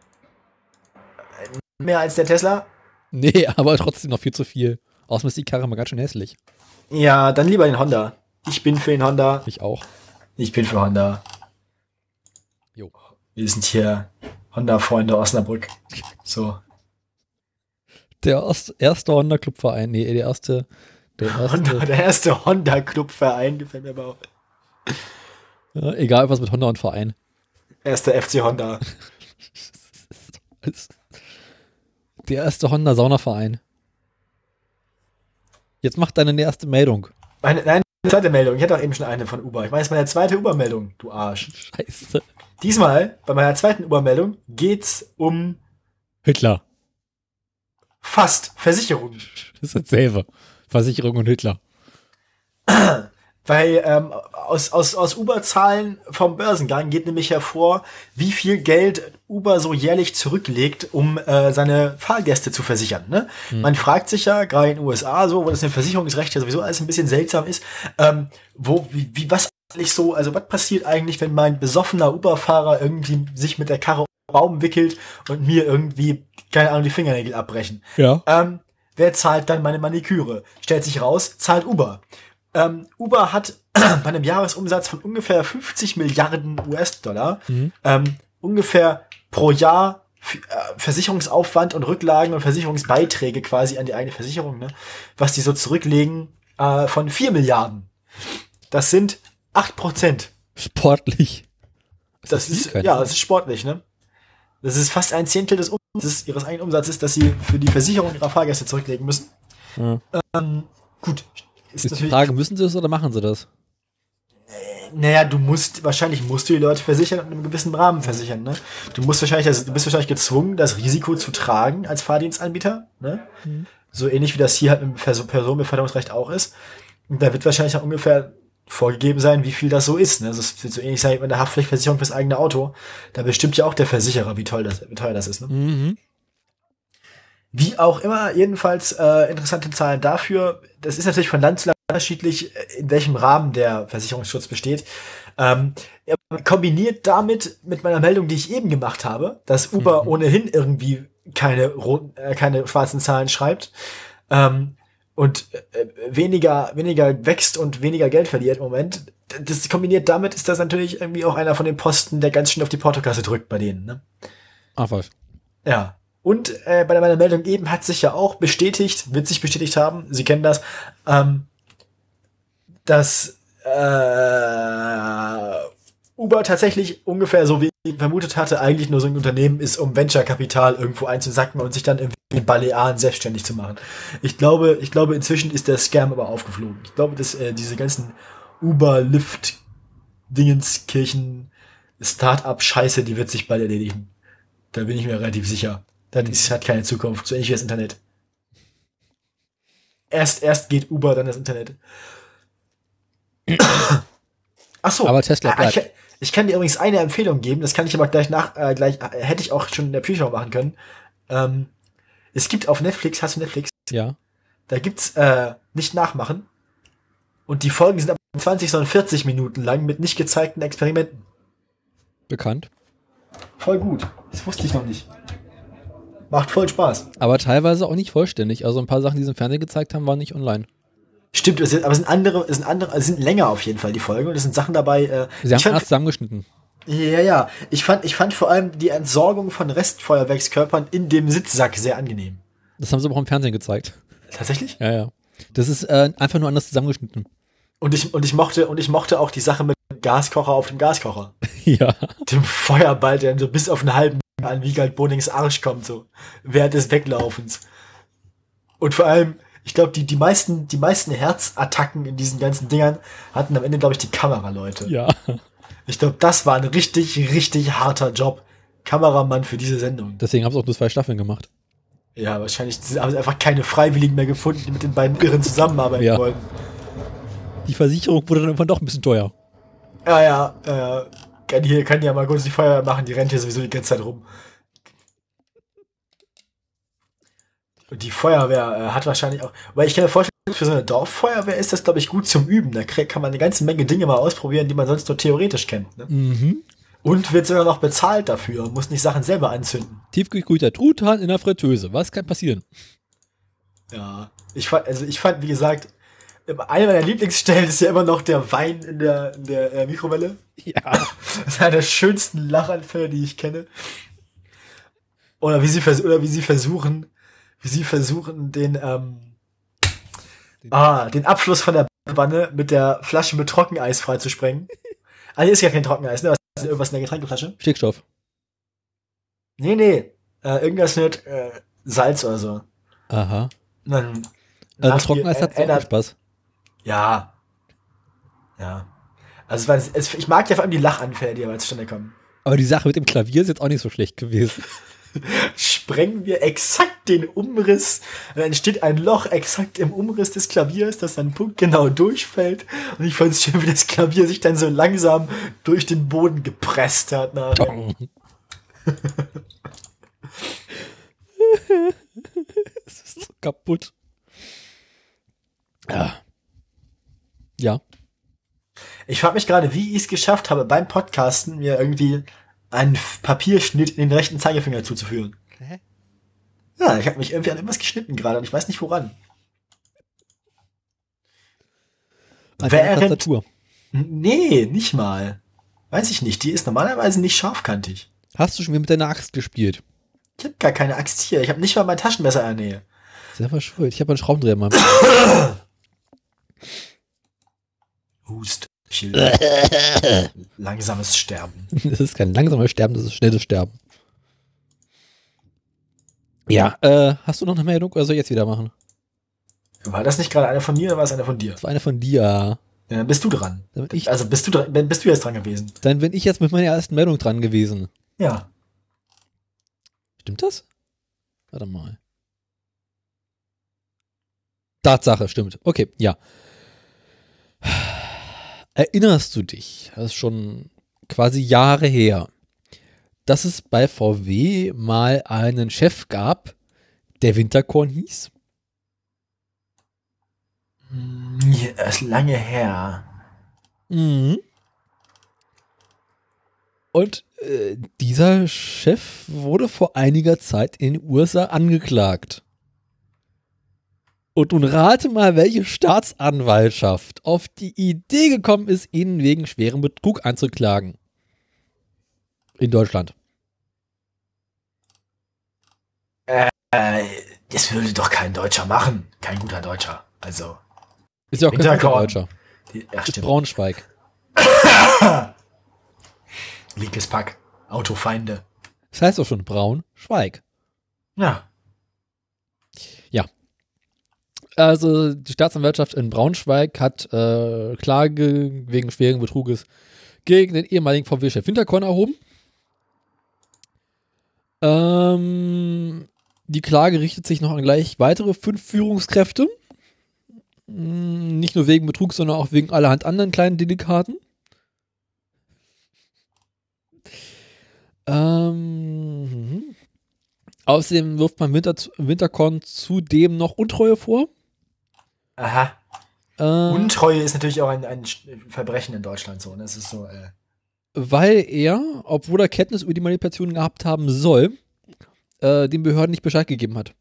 Mehr als der Tesla? Nee, aber trotzdem noch viel zu viel. Außerdem ist die Karre mal ganz schön hässlich. Ja, dann lieber den Honda. Ich bin für den Honda. Ich auch. Ich bin für Honda. Jo. Wir sind hier Honda-Freunde Osnabrück. So. Der erste Honda-Clubverein. Nee, der erste. Der erste Honda-Clubverein gefällt mir aber auch. Ja, egal was mit Honda und Verein. Erster FC Honda. Der erste Honda-Saunaverein. Jetzt mach deine erste Meldung. Nein, zweite Meldung. Ich hatte auch eben schon eine von Uber. Ich meine, das ist meine zweite Uber-Meldung, du Arsch. Scheiße. Diesmal, bei meiner zweiten Uber-Meldung, geht's um Hitler. fast Versicherungen. Das ist dasselbe. Versicherung und Hitler. Weil aus Uber-Zahlen vom Börsengang geht nämlich hervor, wie viel Geld Uber so jährlich zurücklegt, um seine Fahrgäste zu versichern. Ne? Man fragt sich ja, gerade in den USA, so, wo das im Versicherungsrecht ja sowieso alles ein bisschen seltsam ist, was eigentlich so, also was passiert eigentlich, wenn mein besoffener Uber-Fahrer irgendwie sich mit der Karre um den Baum wickelt und mir irgendwie, keine Ahnung, die Fingernägel abbrechen? Ja. Wer zahlt dann meine Maniküre? Stellt sich raus, zahlt Uber. Uber hat bei einem Jahresumsatz von ungefähr 50 Milliarden US-Dollar ungefähr pro Jahr Versicherungsaufwand und Rücklagen und Versicherungsbeiträge quasi an die eigene Versicherung, ne? Was die so zurücklegen von 4 Milliarden. Das sind 8%. Sportlich. Das ist sportlich, ne? Das ist fast ein Zehntel des Umsatzes, ihres eigenen Umsatzes, dass sie für die Versicherung ihrer Fahrgäste zurücklegen müssen. Ja. Gut. Ist die Frage, müssen sie das oder machen sie das? Naja, wahrscheinlich musst du die Leute versichern und in einem gewissen Rahmen versichern, ne? Du bist wahrscheinlich gezwungen, das Risiko zu tragen als Fahrdienstanbieter, ne? So ähnlich wie das hier halt mit dem Personenbeförderungsrecht auch ist. Und da wird wahrscheinlich auch ungefähr vorgegeben sein, wie viel das so ist, ne? Das wird so ähnlich sein wie mit der Haftpflichtversicherung fürs eigene Auto. Da bestimmt ja auch der Versicherer, wie teuer das ist, ne? Mhm. Wie auch immer, jedenfalls interessante Zahlen dafür. Das ist natürlich von Land zu Land unterschiedlich, in welchem Rahmen der Versicherungsschutz besteht. Kombiniert damit mit meiner Meldung, die ich eben gemacht habe, dass Uber ohnehin irgendwie keine schwarzen Zahlen schreibt und weniger wächst und weniger Geld verliert im Moment. Das kombiniert damit ist das natürlich irgendwie auch einer von den Posten, der ganz schön auf die Portokasse drückt bei denen. Ne? Ach was. Ja. Und bei meiner Meldung eben wird sich bestätigt haben, Sie kennen das, dass Uber tatsächlich ungefähr so wie ich vermutet hatte, eigentlich nur so ein Unternehmen ist, um Venture-Kapital irgendwo einzusacken und sich dann in den Balearen selbstständig zu machen. Ich glaube, inzwischen ist der Scam aber aufgeflogen. Ich glaube, dass diese ganzen Uber-Lyft-Dingenskirchen Start-up-Scheiße, die wird sich bald erledigen. Da bin ich mir relativ sicher. Das hat keine Zukunft, so ähnlich wie das Internet. Erst geht Uber, dann das Internet. Ach so. Aber Tesla bleibt. Ich kann dir übrigens eine Empfehlung geben, das kann ich aber gleich hätte ich auch schon in der Pre-Show machen können. Es gibt auf Netflix, hast du Netflix? Ja. Da gibt's nicht nachmachen. Und die Folgen sind aber 20, sondern 40 Minuten lang mit nicht gezeigten Experimenten. Bekannt. Voll gut. Das wusste ich noch nicht. Macht voll Spaß. Aber teilweise auch nicht vollständig. Also ein paar Sachen, die sie im Fernsehen gezeigt haben, waren nicht online. Stimmt, aber es sind länger auf jeden Fall die Folgen und es sind Sachen dabei. Sie haben alles zusammengeschnitten. Ja. Ich fand vor allem die Entsorgung von Restfeuerwerkskörpern in dem Sitzsack sehr angenehm. Das haben sie aber auch im Fernsehen gezeigt. Tatsächlich? Ja. Das ist einfach nur anders zusammengeschnitten. Und ich mochte auch die Sache mit dem Gaskocher auf dem Gaskocher. Ja. Dem Feuerball, der so bis auf einen halben an Wiegald Bonings Arsch kommt, so während des Weglaufens. Und vor allem, ich glaube, die meisten Herzattacken in diesen ganzen Dingern hatten am Ende, glaube ich, die Kameraleute. Ja. Ich glaube, das war ein richtig, richtig harter Job. Kameramann für diese Sendung. Deswegen haben sie auch nur 2 Staffeln gemacht. Ja, wahrscheinlich haben sie einfach keine Freiwilligen mehr gefunden, die mit den beiden Irren zusammenarbeiten wollten. Die Versicherung wurde dann irgendwann doch ein bisschen teuer. Ja. Kann ja mal kurz die Feuerwehr machen, die rennt hier sowieso die ganze Zeit rum. Und die Feuerwehr hat wahrscheinlich auch, weil ich kann mir vorstellen, für so eine Dorffeuerwehr ist das, glaube ich, gut zum Üben. Da kann man eine ganze Menge Dinge mal ausprobieren, die man sonst nur theoretisch kennt. Ne? Mhm. Und wird sogar noch bezahlt dafür, muss nicht Sachen selber anzünden. Tiefgekühlter Truthahn in der Fritteuse. Was kann passieren? Ja, ich fand, wie gesagt, eine meiner Lieblingsstellen ist ja immer noch der Wein in der Mikrowelle. Ja. Das ist einer der schönsten Lachanfälle, die ich kenne. Oder wie sie versuchen, den Abfluss von der Wanne mit der Flasche mit Trockeneis freizusprengen. Also ist ja kein Trockeneis, ne? Was ist irgendwas in der Getränkeflasche? Stickstoff. Nee. Irgendwas mit Salz oder so. Aha. Dann Also Trockeneis hat auch Spaß. Ja. Also ich mag ja vor allem die Lachanfälle, die dabei zustande kommen. Aber die Sache mit dem Klavier ist jetzt auch nicht so schlecht gewesen. Sprengen wir exakt den Umriss, dann entsteht ein Loch exakt im Umriss des Klaviers, das dann punktgenau durchfällt. Und ich fand es schön, wie das Klavier sich dann so langsam durch den Boden gepresst hat. Es ist so kaputt. Ja. Ich frage mich gerade, wie ich es geschafft habe, beim Podcasten mir irgendwie einen Papierschnitt in den rechten Zeigefinger zuzuführen. Hä? Ja, ich habe mich irgendwie an irgendwas geschnitten gerade und ich weiß nicht woran. An der Tastatur. Nee, nicht mal. Weiß ich nicht. Die ist normalerweise nicht scharfkantig. Hast du schon wieder mit deiner Axt gespielt? Ich habe gar keine Axt hier. Ich habe nicht mal mein Taschenmesser in der Nähe. Selber schuld. Ich habe einen Schraubendreher mal. Hust. Langsames Sterben. Das ist kein langsames Sterben, das ist schnelles Sterben. Ja, hast du noch eine Meldung oder soll ich jetzt wieder machen? War das nicht gerade eine von mir oder war es eine von dir? Das war eine von dir. Ja, dann bist du dran. Bist du jetzt dran gewesen? Dann bin ich jetzt mit meiner ersten Meldung dran gewesen. Ja. Stimmt das? Warte mal. Tatsache, stimmt. Okay, ja. Erinnerst du dich, das ist schon quasi Jahre her, dass es bei VW mal einen Chef gab, der Winterkorn hieß? Ja, das ist lange her. Mhm. Und dieser Chef wurde vor einiger Zeit in den USA angeklagt. Und nun rate mal, welche Staatsanwaltschaft auf die Idee gekommen ist, ihn wegen schwerem Betrug anzuklagen. In Deutschland. Das würde doch kein Deutscher machen. Kein guter Deutscher. Also. Ist ja auch kein guter Deutscher. Ja, ist stimmt. Braunschweig. Linkes Pack. Autofeinde. Das heißt doch schon Braunschweig. Ja. Ja. Also die Staatsanwaltschaft in Braunschweig hat Klage wegen schweren Betruges gegen den ehemaligen VW-Chef Winterkorn erhoben. Die Klage richtet sich noch an gleich weitere 5 Führungskräfte. Nicht nur wegen Betrug, sondern auch wegen allerhand anderen kleinen Delikaten. Außerdem wirft man Winterkorn zudem noch Untreue vor. Aha. Untreue ist natürlich auch ein Verbrechen in Deutschland so. Das ist so. weil er, obwohl er Kenntnis über die Manipulation gehabt haben soll, den Behörden nicht Bescheid gegeben hat.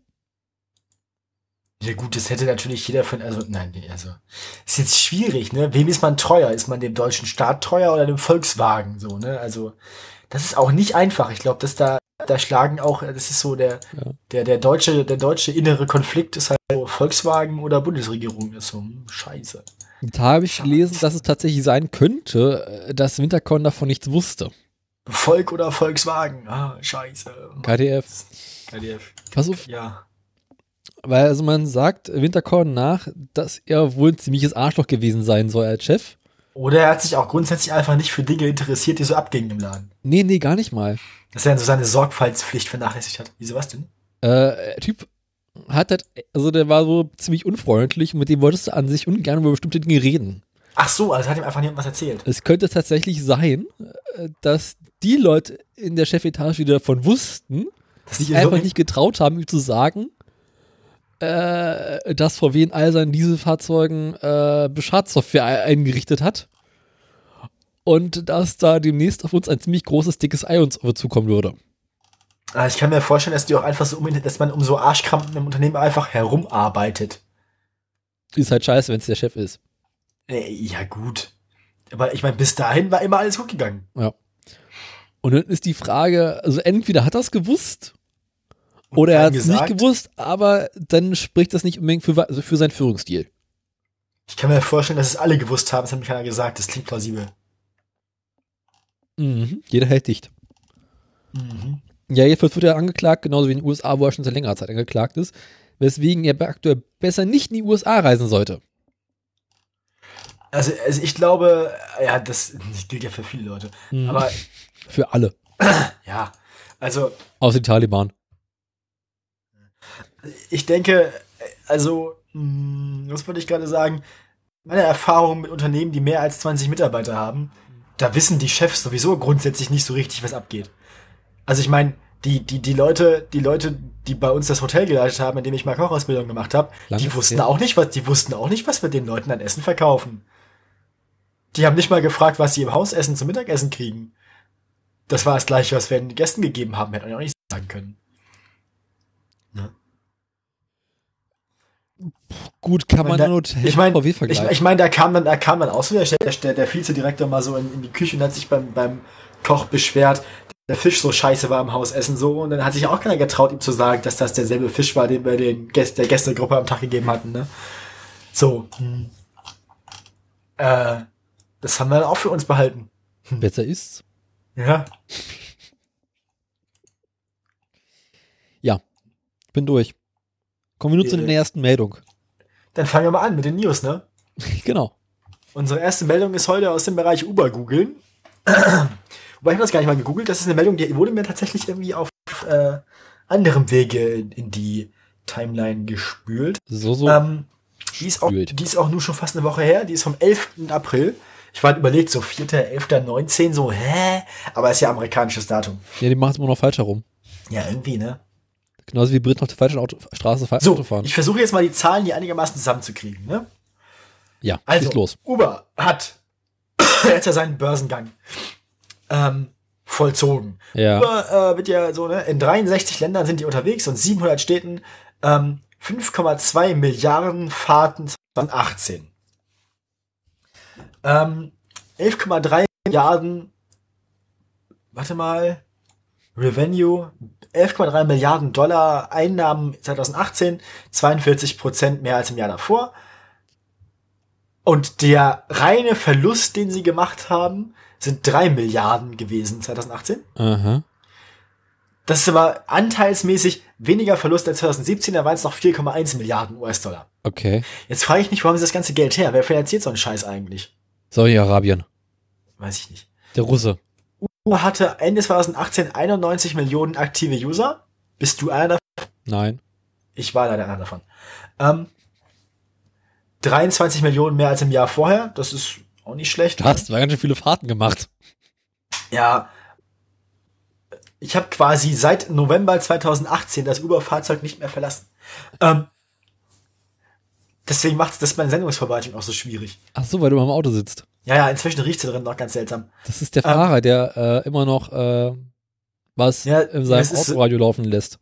Ja gut, das hätte natürlich jeder ist jetzt schwierig, ne? Wem ist man treuer? Ist man dem deutschen Staat treuer oder dem Volkswagen, so, ne? Also, das ist auch nicht einfach. Ich glaube, dass da schlagen auch, das ist so der deutsche innere Konflikt ist halt so Volkswagen oder Bundesregierung, ist so, scheiße. Da habe ich gelesen, dass es tatsächlich sein könnte, dass Winterkorn davon nichts wusste. Volk oder Volkswagen, scheiße. KDF. Pass auf. Ja. Weil also man sagt Winterkorn nach, dass er wohl ein ziemliches Arschloch gewesen sein soll als Chef. Oder er hat sich auch grundsätzlich einfach nicht für Dinge interessiert, die so abgingen im Laden. Nee, gar nicht mal. Dass er dann so seine Sorgfaltspflicht vernachlässigt hat. Wieso was denn? Der Typ hat halt, also der war so ziemlich unfreundlich und mit dem wolltest du an sich ungern über bestimmte Dinge reden. Ach so, also hat ihm einfach niemand was erzählt. Es könnte tatsächlich sein, dass die Leute in der Chefetage, die davon wussten, sich einfach nicht getraut haben, ihm zu sagen, dass VW in all seinen Dieselfahrzeugen Beschadsoftware eingerichtet hat und dass da demnächst auf uns ein ziemlich großes, dickes Ei uns zukommen würde. Ich kann mir vorstellen, dass die auch einfach so dass man um so Arschkrampen im Unternehmen einfach herumarbeitet. Ist halt scheiße, wenn es der Chef ist. Ja, gut. Aber ich meine, bis dahin war immer alles gut gegangen. Ja. Und dann ist die Frage, also entweder hat er es gewusst oder er hat es nicht gewusst, aber dann spricht das nicht unbedingt für seinen Führungsstil. Ich kann mir vorstellen, dass es alle gewusst haben, das hat mir keiner gesagt, das klingt plausibel. Jeder hält dicht. Ja, jedenfalls wird er angeklagt, genauso wie in den USA, wo er schon seit längerer Zeit angeklagt ist, weswegen er aktuell besser nicht in die USA reisen sollte. Also ich glaube, ja, das gilt ja für viele Leute, aber für alle. Ja, also außer die Taliban. Ich denke, also, was wollte ich gerade sagen? Meine Erfahrung mit Unternehmen, die mehr als 20 Mitarbeiter haben, da wissen die Chefs sowieso grundsätzlich nicht so richtig, was abgeht. Also ich meine, die Leute, die bei uns das Hotel geleitet haben, in dem ich mal Kochausbildung gemacht habe, die wussten auch nicht, was wir den Leuten an Essen verkaufen. Die haben nicht mal gefragt, was sie im Hausessen zum Mittagessen kriegen. Das war das Gleiche, was wir den Gästen gegeben haben, hätte man auch nicht sagen können. Ne? Gut, kann man nur VW vergleichen. Ich meine, da kam dann auch so der Vizedirektor mal so in die Küche und hat sich beim Koch beschwert, der Fisch so scheiße war im Hausessen so, und dann hat sich auch keiner getraut, ihm zu sagen, dass das derselbe Fisch war, den wir der Gästegruppe am Tag gegeben hatten, ne? So. Das haben wir dann auch für uns behalten. Besser ist's. Ja. Ja, bin durch. Kommen wir nur zu der ersten Meldung. Dann fangen wir mal an mit den News, ne? Genau. Unsere erste Meldung ist heute aus dem Bereich Uber-Googeln. Wobei ich habe das gar nicht mal gegoogelt. Das ist eine Meldung, die wurde mir tatsächlich irgendwie auf anderem Wege in die Timeline gespült. Die ist auch nur schon fast eine Woche her. Die ist vom 11. April. Ich war überlegt, so 4.11.19, so, aber ist ja amerikanisches Datum. Ja, die machen es immer noch falsch herum. Ja, irgendwie, ne? Genauso wie Briten auf der falschen Straße Auto fahren. Ich versuche jetzt mal die Zahlen hier einigermaßen zusammenzukriegen, ne? Ja, also, schieß los. Uber hat jetzt ja seinen Börsengang vollzogen. Ja. Uber wird ja so, ne? In 63 Ländern sind die unterwegs und 700 Städten, 5,2 Milliarden Fahrten 2018. 11,3 Milliarden, Revenue, 11,3 Milliarden Dollar Einnahmen 2018, 42% mehr als im Jahr davor. Und der reine Verlust, den sie gemacht haben, sind 3 Milliarden gewesen 2018. Aha. Das ist aber anteilsmäßig weniger Verlust als 2017, da waren es noch 4,1 Milliarden US-Dollar. Okay. Jetzt frage ich mich, wo haben sie das ganze Geld her? Wer finanziert so einen Scheiß eigentlich? Saudi-Arabien. Weiß ich nicht. Der Russe. Uber hatte Ende 2018 91 Millionen aktive User. Bist du einer davon? Nein. Ich war leider einer davon. 23 Millionen mehr als im Jahr vorher. Das ist auch nicht schlecht. Du hast ganz schön viele Fahrten gemacht. Ja. Ich habe quasi seit November 2018 das Uber-Fahrzeug nicht mehr verlassen. Deswegen macht das meine Sendungsverwaltung auch so schwierig. Ach so, weil du mal im Auto sitzt. Ja, inzwischen riecht sie drin noch ganz seltsam. Das ist der Fahrer, der immer noch was Ja, in seinem das ist- Autoradio laufen lässt.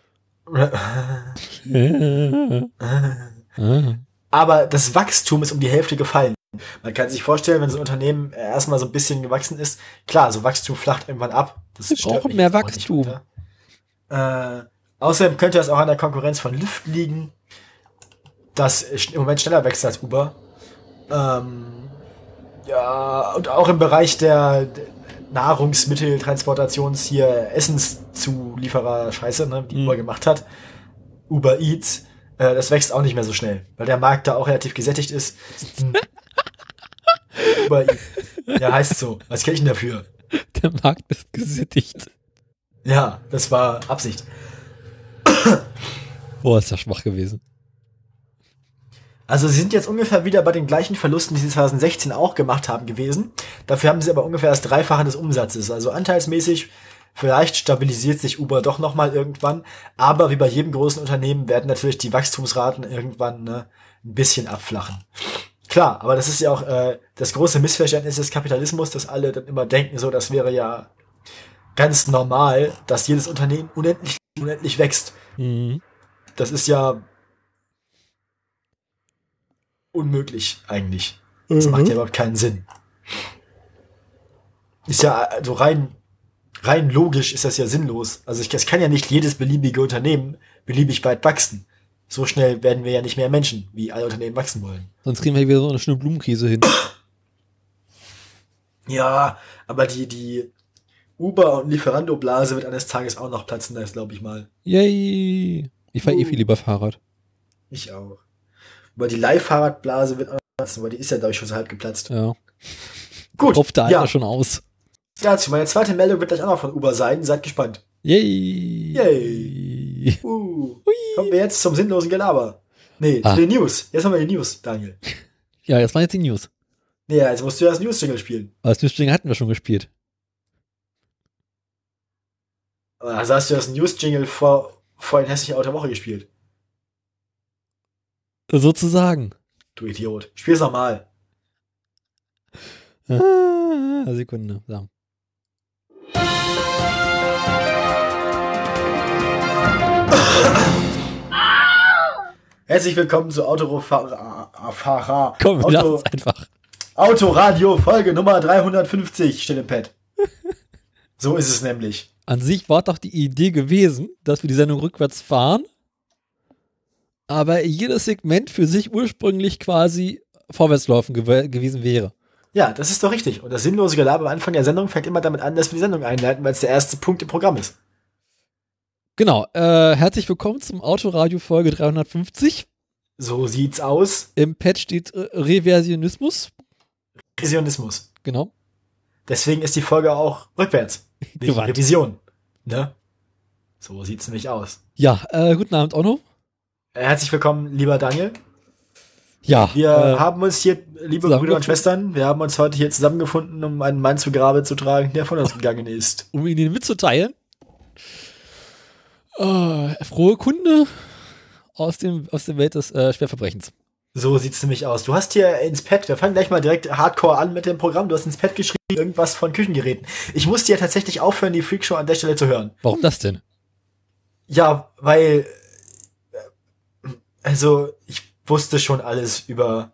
Aber das Wachstum ist um die Hälfte gefallen. Man kann sich vorstellen, wenn so ein Unternehmen erstmal so ein bisschen gewachsen ist, klar, so Wachstum flacht irgendwann ab. Das Wir stört brauchen mich mehr jetzt auch Wachstum. nicht weiter. Außerdem könnte das auch an der Konkurrenz von Lyft liegen, das im Moment schneller wächst als Uber. Ja, und auch im Bereich der Nahrungsmitteltransportations hier Essenszulieferer Scheiße, ne, die Uber gemacht hat. Uber Eats, das wächst auch nicht mehr so schnell, weil der Markt da auch relativ gesättigt ist. Uber Eats. Ja, heißt so. Was kann ich denn dafür? Der Markt ist gesättigt. Ja, das war Absicht. Boah, ist das schwach gewesen. Also sie sind jetzt ungefähr wieder bei den gleichen Verlusten, die sie 2016 auch gemacht haben gewesen. Dafür haben sie aber ungefähr das Dreifache des Umsatzes. Also anteilsmäßig, vielleicht stabilisiert sich Uber doch nochmal irgendwann. Aber wie bei jedem großen Unternehmen werden natürlich die Wachstumsraten irgendwann ein bisschen abflachen. Klar, aber das ist ja auch das große Missverständnis des Kapitalismus, dass alle dann immer denken, so, das wäre ja ganz normal, dass jedes Unternehmen unendlich wächst. Mhm. Das ist ja unmöglich eigentlich. Das macht ja überhaupt keinen Sinn. Ist ja, also rein logisch ist das ja sinnlos. Also es kann ja nicht jedes beliebige Unternehmen beliebig weit wachsen. So schnell werden wir ja nicht mehr Menschen, wie alle Unternehmen wachsen wollen. Sonst kriegen wir wieder so eine schöne Blumenkrise hin. Ja, aber die Uber- und Lieferando-Blase wird eines Tages auch noch platzen, das glaube ich mal. Yay! Ich fahre viel lieber Fahrrad. Ich auch. Aber die Leihfahrradblase wird auch noch platzen, weil die ist ja, glaube ich, schon so halb geplatzt. Ja. Gut, Rupft der Alter ja. schon aus. Dazu, meine zweite Meldung wird gleich auch noch von Uber sein. Seid gespannt. Yay! Yay. Kommen wir jetzt zum sinnlosen Gelaber. Nee, zu den News. Jetzt haben wir die News, Daniel. Ja, das waren jetzt die News. Nee, jetzt musst du ja das News-Jingle spielen. Aber das News-Jingle hatten wir schon gespielt. Also hast du das News-Jingle vor den hässlichen Auto der Woche gespielt. Sozusagen. Du Idiot. Spiel's nochmal. Sekunde. So. Herzlich willkommen zu Autofahrer. Komm, wir lassen es einfach. Autoradio Folge Nummer 350 steht im Pad. So ist es nämlich. An sich war doch die Idee gewesen, dass wir die Sendung rückwärts fahren, aber jedes Segment für sich ursprünglich quasi vorwärtslaufen gewesen wäre. Ja, das ist doch richtig. Und das sinnlose Gelaber am Anfang der Sendung fängt immer damit an, dass wir die Sendung einleiten, weil es der erste Punkt im Programm ist. Genau. Herzlich willkommen zum Autoradio Folge 350. So sieht's aus. Im Pad steht Reversionismus. Revisionismus. Genau. Deswegen ist die Folge auch rückwärts. Nicht Gewandt. Revision. Ne? So sieht's nämlich aus. Ja, guten Abend, Onno. Herzlich willkommen, lieber Daniel. Ja. Wir haben uns hier, liebe Brüder und Schwestern, wir haben uns heute hier zusammengefunden, um einen Mann zu Grabe zu tragen, der von uns gegangen ist. Um ihn mitzuteilen. Frohe Kunde aus der Welt des Schwerverbrechens. So sieht's nämlich aus. Du hast hier ins Pad, wir fangen gleich mal direkt hardcore an mit dem Programm, du hast ins Pad geschrieben, irgendwas von Küchengeräten. Ich musste ja tatsächlich aufhören, die Freakshow an der Stelle zu hören. Warum das denn? Ja, weil, also, ich wusste schon alles über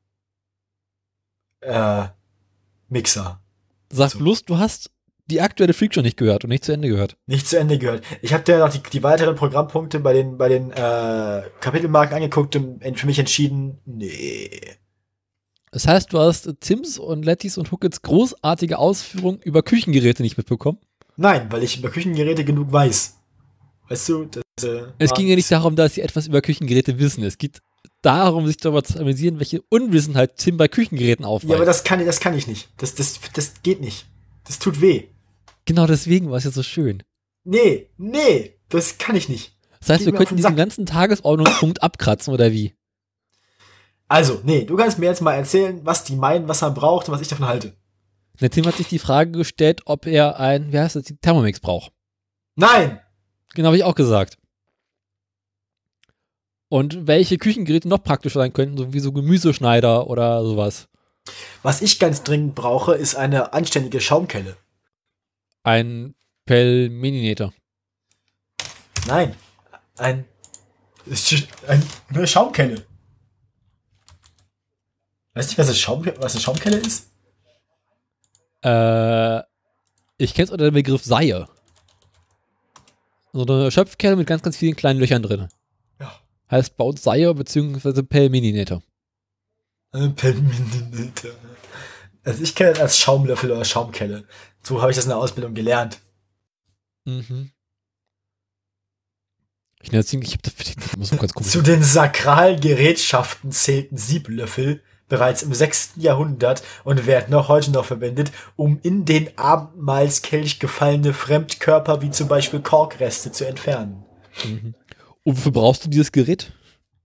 Mixer. Sag So. bloß, du hast die aktuelle Freakshow nicht gehört und nicht zu Ende gehört. Nicht zu Ende gehört. Ich habe dir noch die weiteren Programmpunkte bei den Kapitelmarken angeguckt und für mich entschieden, nee. Das heißt, du hast Tims und Lettys und Hookets großartige Ausführungen über Küchengeräte nicht mitbekommen? Nein, weil ich über Küchengeräte genug weiß. Weißt du? Es ging ja nicht darum, dass sie etwas über Küchengeräte wissen. Es geht darum, sich darüber zu amüsieren, welche Unwissenheit Tim bei Küchengeräten aufweist. Ja, aber das kann ich nicht. Das geht nicht. Das tut weh. Genau deswegen war es ja so schön. Nee, das kann ich nicht. Das heißt, Geht wir mir auf könnten den diesen Sack. ganzen Tagesordnungspunkt abkratzen, oder wie? Also, nee, du kannst mir jetzt mal erzählen, was die meinen, was man braucht und was ich davon halte. Der Tim hat sich die Frage gestellt, ob er ein, die Thermomix braucht. Nein! Genau, habe ich auch gesagt. Und welche Küchengeräte noch praktisch sein könnten, so wie so Gemüseschneider oder sowas. Was ich ganz dringend brauche, ist eine anständige Schaumkelle. Ein Pelmeninator. Nein, eine Schaumkelle. Weißt du nicht, was eine Schaumkelle ist? Ich kenne es unter dem Begriff Seie. So eine Schöpfkelle mit ganz, ganz vielen kleinen Löchern drin. Ja. Heißt bei uns Seie bzw. Pelmeninator. Pelmeninator. Also ich kenne das als Schaumlöffel oder Schaumkelle. So habe ich das in der Ausbildung gelernt. Mhm. Ich habe das immer so ganz komisch. Zu den sakralen Gerätschaften zählten Sieblöffel bereits im 6. Jahrhundert und werden auch heute noch verwendet, um in den Abendmahlskelch gefallene Fremdkörper wie zum Beispiel Korkreste zu entfernen. Mhm. Und wofür brauchst du dieses Gerät?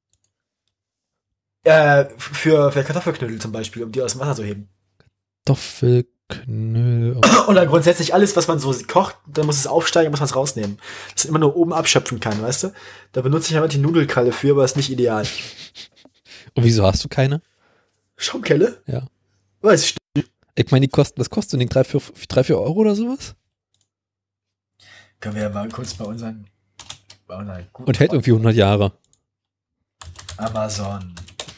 Für Kartoffelknödel zum Beispiel, um die aus dem Wasser zu heben. Kartoffelknödel. Oder grundsätzlich alles, was man so kocht, dann muss es aufsteigen, muss man es rausnehmen. Dass man immer nur oben abschöpfen kann, weißt du? Da benutze ich einfach die Nudelkralle für, aber ist nicht ideal. Und wieso hast du keine? Schaumkelle? Ja. Weiß ich nicht. Ich meine, was kostet so ein Ding? 3-4 Euro oder sowas? Können wir ja mal kurz bei unseren guten Und hält irgendwie 100 Jahre. Amazon.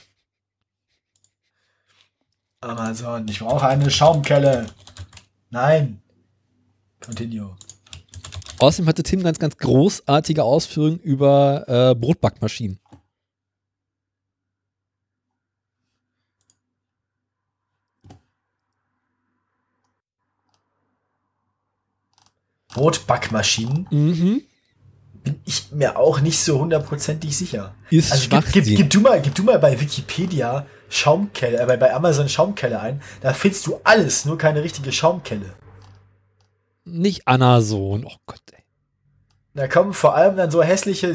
Ich brauche eine Schaumkelle. Nein. Continue. Außerdem hatte Tim ganz, ganz großartige Ausführungen über Brotbackmaschinen. Brotbackmaschinen? Mhm. Bin ich mir auch nicht so hundertprozentig sicher. Ist Also gib du mal bei Wikipedia Schaumkelle, bei Amazon Schaumkelle ein. Da findest du alles, nur keine richtige Schaumkelle. Nicht Anason. Oh Gott, ey. Da kommen vor allem dann so hässliche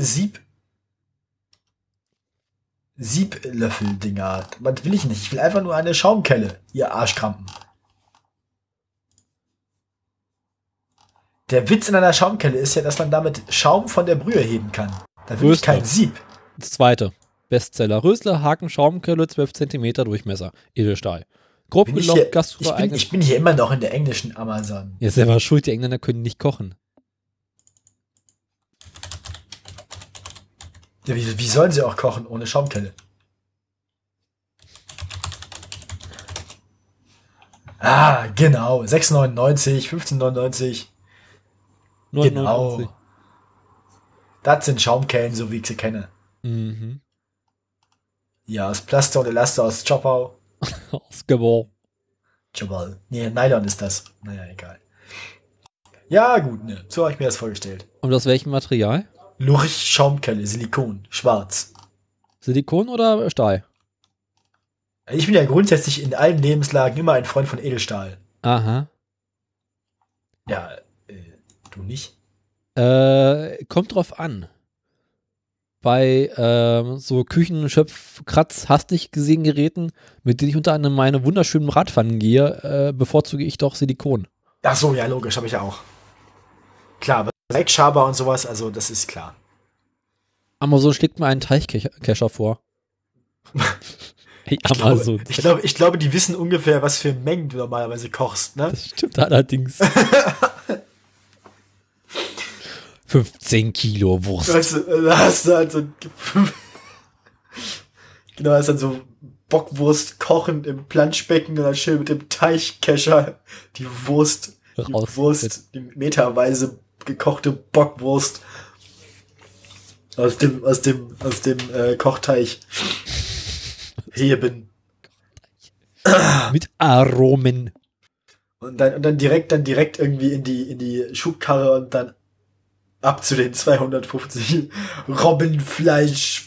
Sieblöffel-Dinger. Was will ich nicht? Ich will einfach nur eine Schaumkelle, ihr Arschkrampen. Der Witz in einer Schaumkelle ist ja, dass man damit Schaum von der Brühe heben kann. Da will ich Rösler. kein Sieb. Das zweite. Bestseller. Rösler, Haken, Schaumkelle, 12 cm Durchmesser. Edelstahl. Grob gelockt, gastroeignet. Ich bin hier immer noch in der englischen Amazon. Ja, selber schuld, die Engländer können nicht kochen. Ja, wie sollen sie auch kochen ohne Schaumkelle? Ah, genau. 6,99, 15,99. 99. Genau. Das sind Schaumkellen, so wie ich sie kenne. Mhm. Ja, aus Plaster und Elaster aus Chopau. Ausgebaut. Chopau. Nee, Nylon ist das. Naja, egal. Ja, gut, ne. So habe ich mir das vorgestellt. Und aus welchem Material? Lurch Schaumkelle, Silikon, schwarz. Silikon oder Stahl? Ich bin ja grundsätzlich in allen Lebenslagen immer ein Freund von Edelstahl. Aha. Ja, du nicht? Kommt drauf an. Bei so Küchenschöpf-Kratz, hast nicht gesehen Geräten, mit denen ich unter anderem meine wunderschönen Radpfannen gehe, bevorzuge ich doch Silikon. Ach so, ja, logisch, habe ich ja auch. Klar, aber Dreckschaber und sowas, also das ist klar. Amazon schlägt mir einen Teichkescher vor. Hey, Amazon. Ich glaube, die wissen ungefähr, was für Mengen du normalerweise kochst, ne? Das stimmt allerdings. 15 Kilo Wurst. Weißt du, da hast du halt so genau, hast dann so Bockwurst kochen im Planschbecken und dann schön mit dem Teichkescher die die meterweise gekochte Bockwurst aus dem Kochteich heben. Mit Aromen. Und dann direkt irgendwie in die Schubkarre und dann ab zu den 250 Robbenfleisch.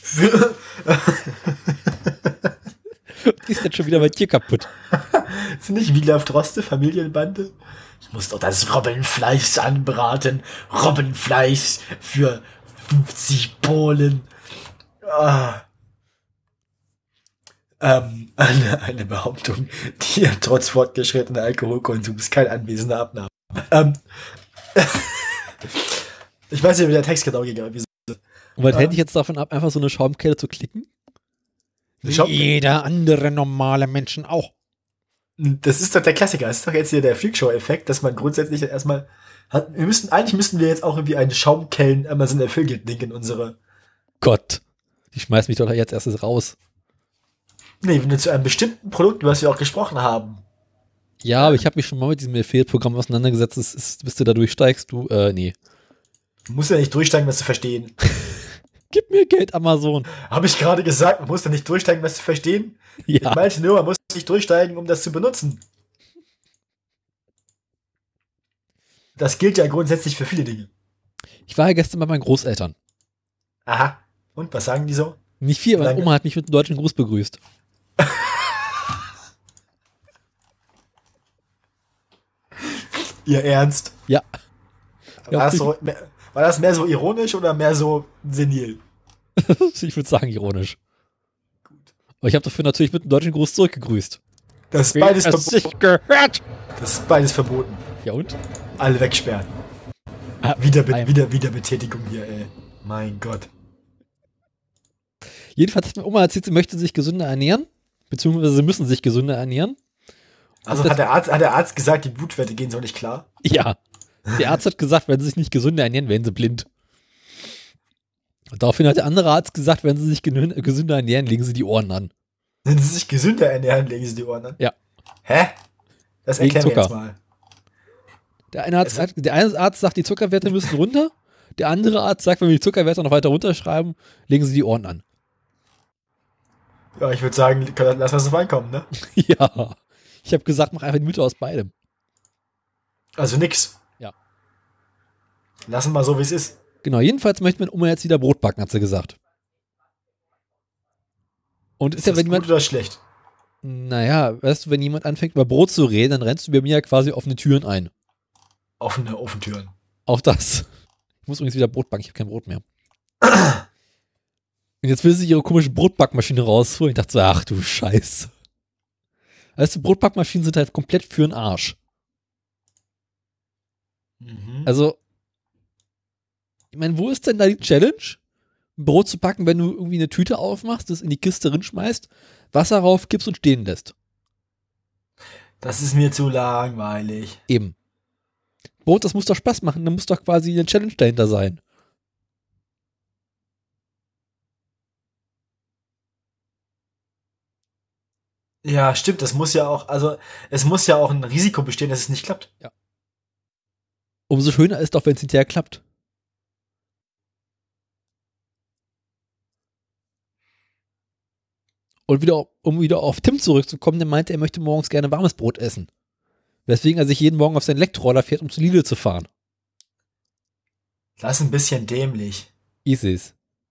Ist jetzt schon wieder mein Tier kaputt. Ist nicht Wiglaf Droste, Familienbande? Ich muss doch das Robbenfleisch anbraten. Robbenfleisch für 50 Polen. Ah. Eine Behauptung, die ja trotz fortgeschrittener Alkoholkonsums kein anwesender Abnahme. Ich weiß nicht, wie der Text genau ging, aber wieso? Und was hält dich jetzt davon ab, einfach so eine Schaumkelle zu klicken? Wie jeder andere normale Menschen auch. Das ist doch der Klassiker. Das ist doch jetzt hier der Freakshow-Effekt, dass man grundsätzlich erstmal hat. Eigentlich müssten wir jetzt auch irgendwie einen Schaumkellen Amazon Affiliate-Link in unsere. Gott. Die schmeißt mich doch jetzt erstes raus. Nee, wenn du zu einem bestimmten Produkt, über das wir auch gesprochen haben. Ja, aber ich habe mich schon mal mit diesem Affiliate-Programm auseinandergesetzt. Bis du da durchsteigst, nee. Du musst ja nicht durchsteigen, was zu verstehen. Gib mir Geld, Amazon. Habe ich gerade gesagt, man muss ja nicht durchsteigen, was zu verstehen? Ja. Ich meinte nur, man muss nicht durchsteigen, um das zu benutzen. Das gilt ja grundsätzlich für viele Dinge. Ich war ja gestern bei meinen Großeltern. Aha. Und, was sagen die so? Nicht viel, aber Lange. Oma hat mich mit einem deutschen Gruß begrüßt. Ihr Ernst? Ja. War das mehr so ironisch oder mehr so senil? Ich würde sagen ironisch. Aber ich habe dafür natürlich mit einem deutschen Gruß zurückgegrüßt. Das ist beides Es sich verboten. gehört. Das ist beides verboten. Ja und? Alle wegsperren. Ah, Wiederbetätigung hier, ey. Mein Gott. Jedenfalls hat meine Oma erzählt, sie möchte sich gesünder ernähren. Beziehungsweise sie müssen sich gesünder ernähren. Also Das- hat der Arzt gesagt, die Blutwerte gehen so nicht klar? Ja. Der Arzt hat gesagt, wenn sie sich nicht gesünder ernähren, werden sie blind. Und daraufhin hat der andere Arzt gesagt, wenn sie sich gesünder ernähren, legen sie die Ohren an. Wenn sie sich gesünder ernähren, legen sie die Ohren an? Ja. Hä? Das Wegen erklären wir jetzt Zucker. mal. Der eine Arzt sagt, die Zuckerwerte müssen runter. Der andere Arzt sagt, wenn wir die Zuckerwerte noch weiter runterschreiben, legen sie die Ohren an. Ja, ich würde sagen, lass was auf reinkommen, ne? Ja. Ich habe gesagt, mach einfach die Mitte aus beidem. Also nix. Ja. Lassen mal so, wie es ist. Genau, jedenfalls möchte meine Oma jetzt wieder Brot backen, hat sie gesagt. Und ist Ist ja, das wenn gut jemand, oder schlecht? naja, weißt du, wenn jemand anfängt über Brot zu reden, dann rennst du bei mir ja quasi offene Türen ein. Offene Ofentüren. Auch das. Ich muss übrigens wieder Brot backen, ich habe kein Brot mehr. Und jetzt will sie ihre komische Brotbackmaschine rausholen. Ich dachte so, ach du Scheiße. Weißt du, Brotbackmaschinen sind halt komplett für den Arsch. Mhm. Also, ich meine, wo ist denn da die Challenge? Ein Brot zu backen, wenn du irgendwie eine Tüte aufmachst, das in die Kiste rinschmeißt, Wasser rauf, kippst und stehen lässt. Das ist mir zu langweilig. Eben. Brot, das muss doch Spaß machen, da muss doch quasi eine Challenge dahinter sein. Ja, stimmt, das muss ja auch, also es muss ja auch ein Risiko bestehen, dass es nicht klappt. Umso schöner ist doch, wenn es hinterher klappt. Und um wieder auf Tim zurückzukommen, der meinte, er möchte morgens gerne warmes Brot essen. Weswegen er sich jeden Morgen auf seinen Elektroroller fährt, um zu Lidl zu fahren. Das ist ein bisschen dämlich. Easys.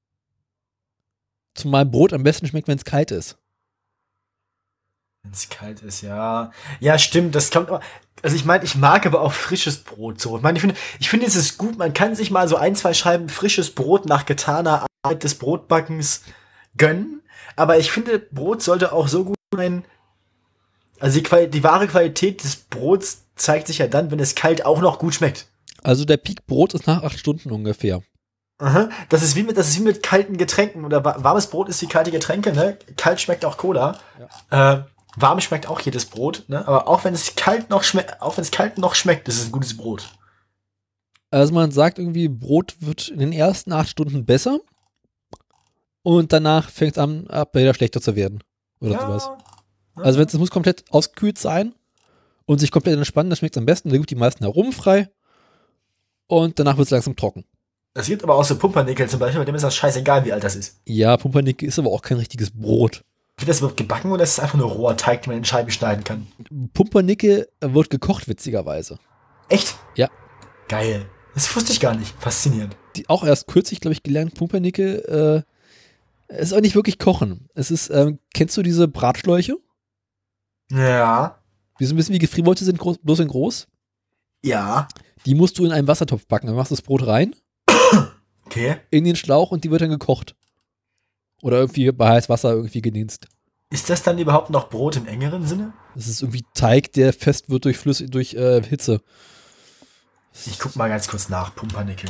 Zumal Brot am besten schmeckt, wenn es kalt ist. Wenn es kalt ist, ja. Ja, stimmt, das kommt auch. Also ich meine, ich mag aber auch frisches Brot so. Ich finde, es ist gut, man kann sich mal so 1, 2 Scheiben frisches Brot nach getaner Arbeit des Brotbackens gönnen. Aber ich finde, Brot sollte auch so gut sein. Also die wahre Qualität des Brots zeigt sich ja dann, wenn es kalt auch noch gut schmeckt. Also der Peak Brot ist nach 8 Stunden ungefähr. Aha. Das ist wie mit kalten Getränken. Oder warmes Brot ist wie kalte Getränke, ne? Kalt schmeckt auch Cola. Ja. Warm schmeckt auch jedes Brot, ne? Aber auch wenn es kalt noch schmeckt, ist es ein gutes Brot. Also man sagt irgendwie, Brot wird in den ersten 8 Stunden besser und danach fängt es an, wieder schlechter zu werden. Oder sowas. Also es muss komplett ausgekühlt sein und sich komplett entspannen, dann schmeckt es am besten, dann gibt die meisten aromfrei und danach wird es langsam trocken. Es gibt aber auch so Pumpernickel zum Beispiel, bei dem ist das scheißegal, wie alt das ist. Ja, Pumpernickel ist aber auch kein richtiges Brot. Wird das überhaupt gebacken oder ist es einfach nur roher Teig, den man in Scheiben schneiden kann? Pumpernickel wird gekocht, witzigerweise. Echt? Ja. Geil. Das wusste ich gar nicht. Faszinierend. Auch erst kürzlich, glaube ich, gelernt, Pumpernickel ist auch nicht wirklich kochen. Es ist, kennst du diese Bratschläuche? Ja. Die so ein bisschen wie Gefrierwolte sind, bloß in groß. Ja. Die musst du in einen Wassertopf backen. Dann machst du das Brot rein, Okay. in den Schlauch und die wird dann gekocht. Oder irgendwie bei heißem Wasser irgendwie gedinst. Ist das dann überhaupt noch Brot im engeren Sinne? Das ist irgendwie Teig, der fest wird durch Hitze. Ich guck mal ganz kurz nach. Pumpernickel.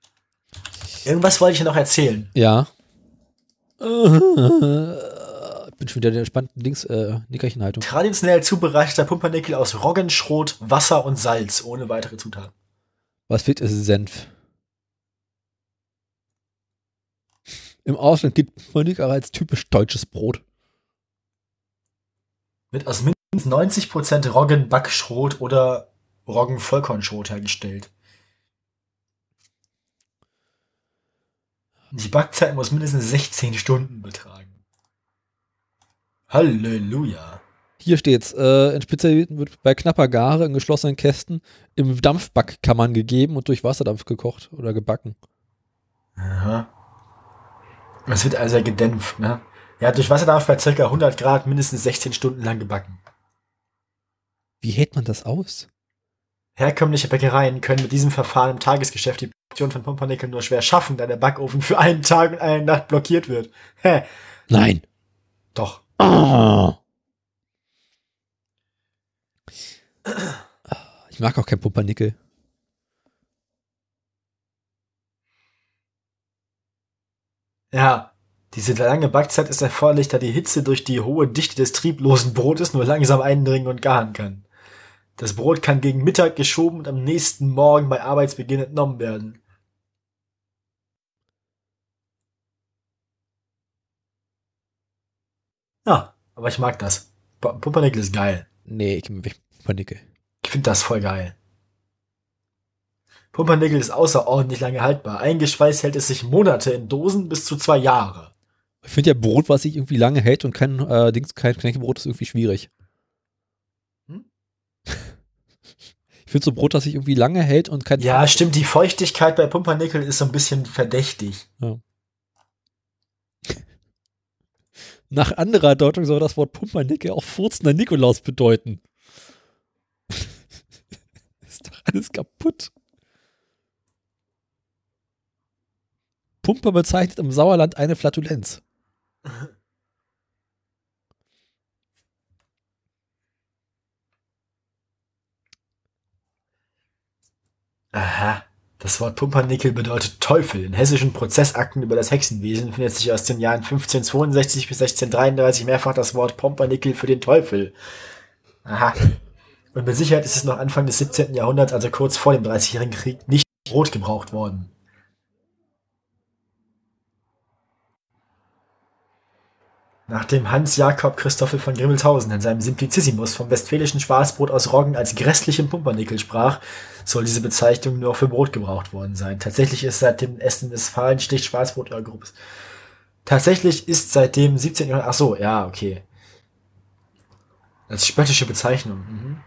Irgendwas wollte ich ja noch erzählen. Ja. bin schon wieder der entspannten Nickerchenhaltung. Traditionell zubereiteter Pumpernickel aus Roggen, Schrot, Wasser und Salz, ohne weitere Zutaten. Was fehlt, ist Senf. Im Ausland gilt Pumpernickel als typisch deutsches Brot. Wird aus mindestens 90% Roggen, Backschrot oder Roggen Vollkornschrot hergestellt. Die Backzeit muss mindestens 16 Stunden betragen. Halleluja. Hier steht's, in Spezialitäten wird bei knapper Gare in geschlossenen Kästen im Dampfbackkammern gegeben und durch Wasserdampf gekocht oder gebacken. Aha. Es wird also gedämpft, ne? Ja, durch Wasserdampf bei ca. 100 Grad mindestens 16 Stunden lang gebacken. Wie hält man das aus? Herkömmliche Bäckereien können mit diesem Verfahren im Tagesgeschäft die Produktion von Pumpernickel nur schwer schaffen, da der Backofen für einen Tag und eine Nacht blockiert wird. Hä? Nein. Doch. Ah. Ich mag auch kein Pumpernickel. Ja, diese lange Backzeit ist erforderlich, da die Hitze durch die hohe Dichte des trieblosen Brotes nur langsam eindringen und garen kann. Das Brot kann gegen Mittag geschoben und am nächsten Morgen bei Arbeitsbeginn entnommen werden. Ja, aber ich mag das. Pumpernickel ist geil. Nee, ich mag Pumpernickel. Ich finde das voll geil. Pumpernickel ist außerordentlich lange haltbar. Eingeschweißt hält es sich Monate in Dosen bis zu 2 Jahre. Ich finde ja Brot, was sich irgendwie lange hält und kein Knäckebrot ist irgendwie schwierig. Ich finde so Brot, das sich irgendwie lange hält und kein... Ja, stimmt, die Feuchtigkeit bei Pumpernickel ist so ein bisschen verdächtig. Ja. Nach anderer Deutung soll das Wort Pumpernickel auch furzender Nikolaus bedeuten. Ist doch alles kaputt. Pumper bezeichnet im Sauerland eine Flatulenz. Aha. Das Wort Pumpernickel bedeutet Teufel. In hessischen Prozessakten über das Hexenwesen findet sich aus den Jahren 1562 bis 1633 mehrfach das Wort Pumpernickel für den Teufel. Aha. Und mit Sicherheit ist es noch Anfang des 17. Jahrhunderts, also kurz vor dem Dreißigjährigen Krieg, nicht Brot gebraucht worden. Nachdem Hans Jakob Christoffel von Grimmelshausen in seinem Simplicissimus vom westfälischen Schwarzbrot aus Roggen als grässlichem Pumpernickel sprach, soll diese Bezeichnung nur für Brot gebraucht worden sein. Tatsächlich ist seit dem Essen Westfalen schlicht Schwarzbrot oder grobes. Tatsächlich ist seit dem 17. Jahrhundert, ach so, ja, okay. Als spöttische Bezeichnung. Mhm.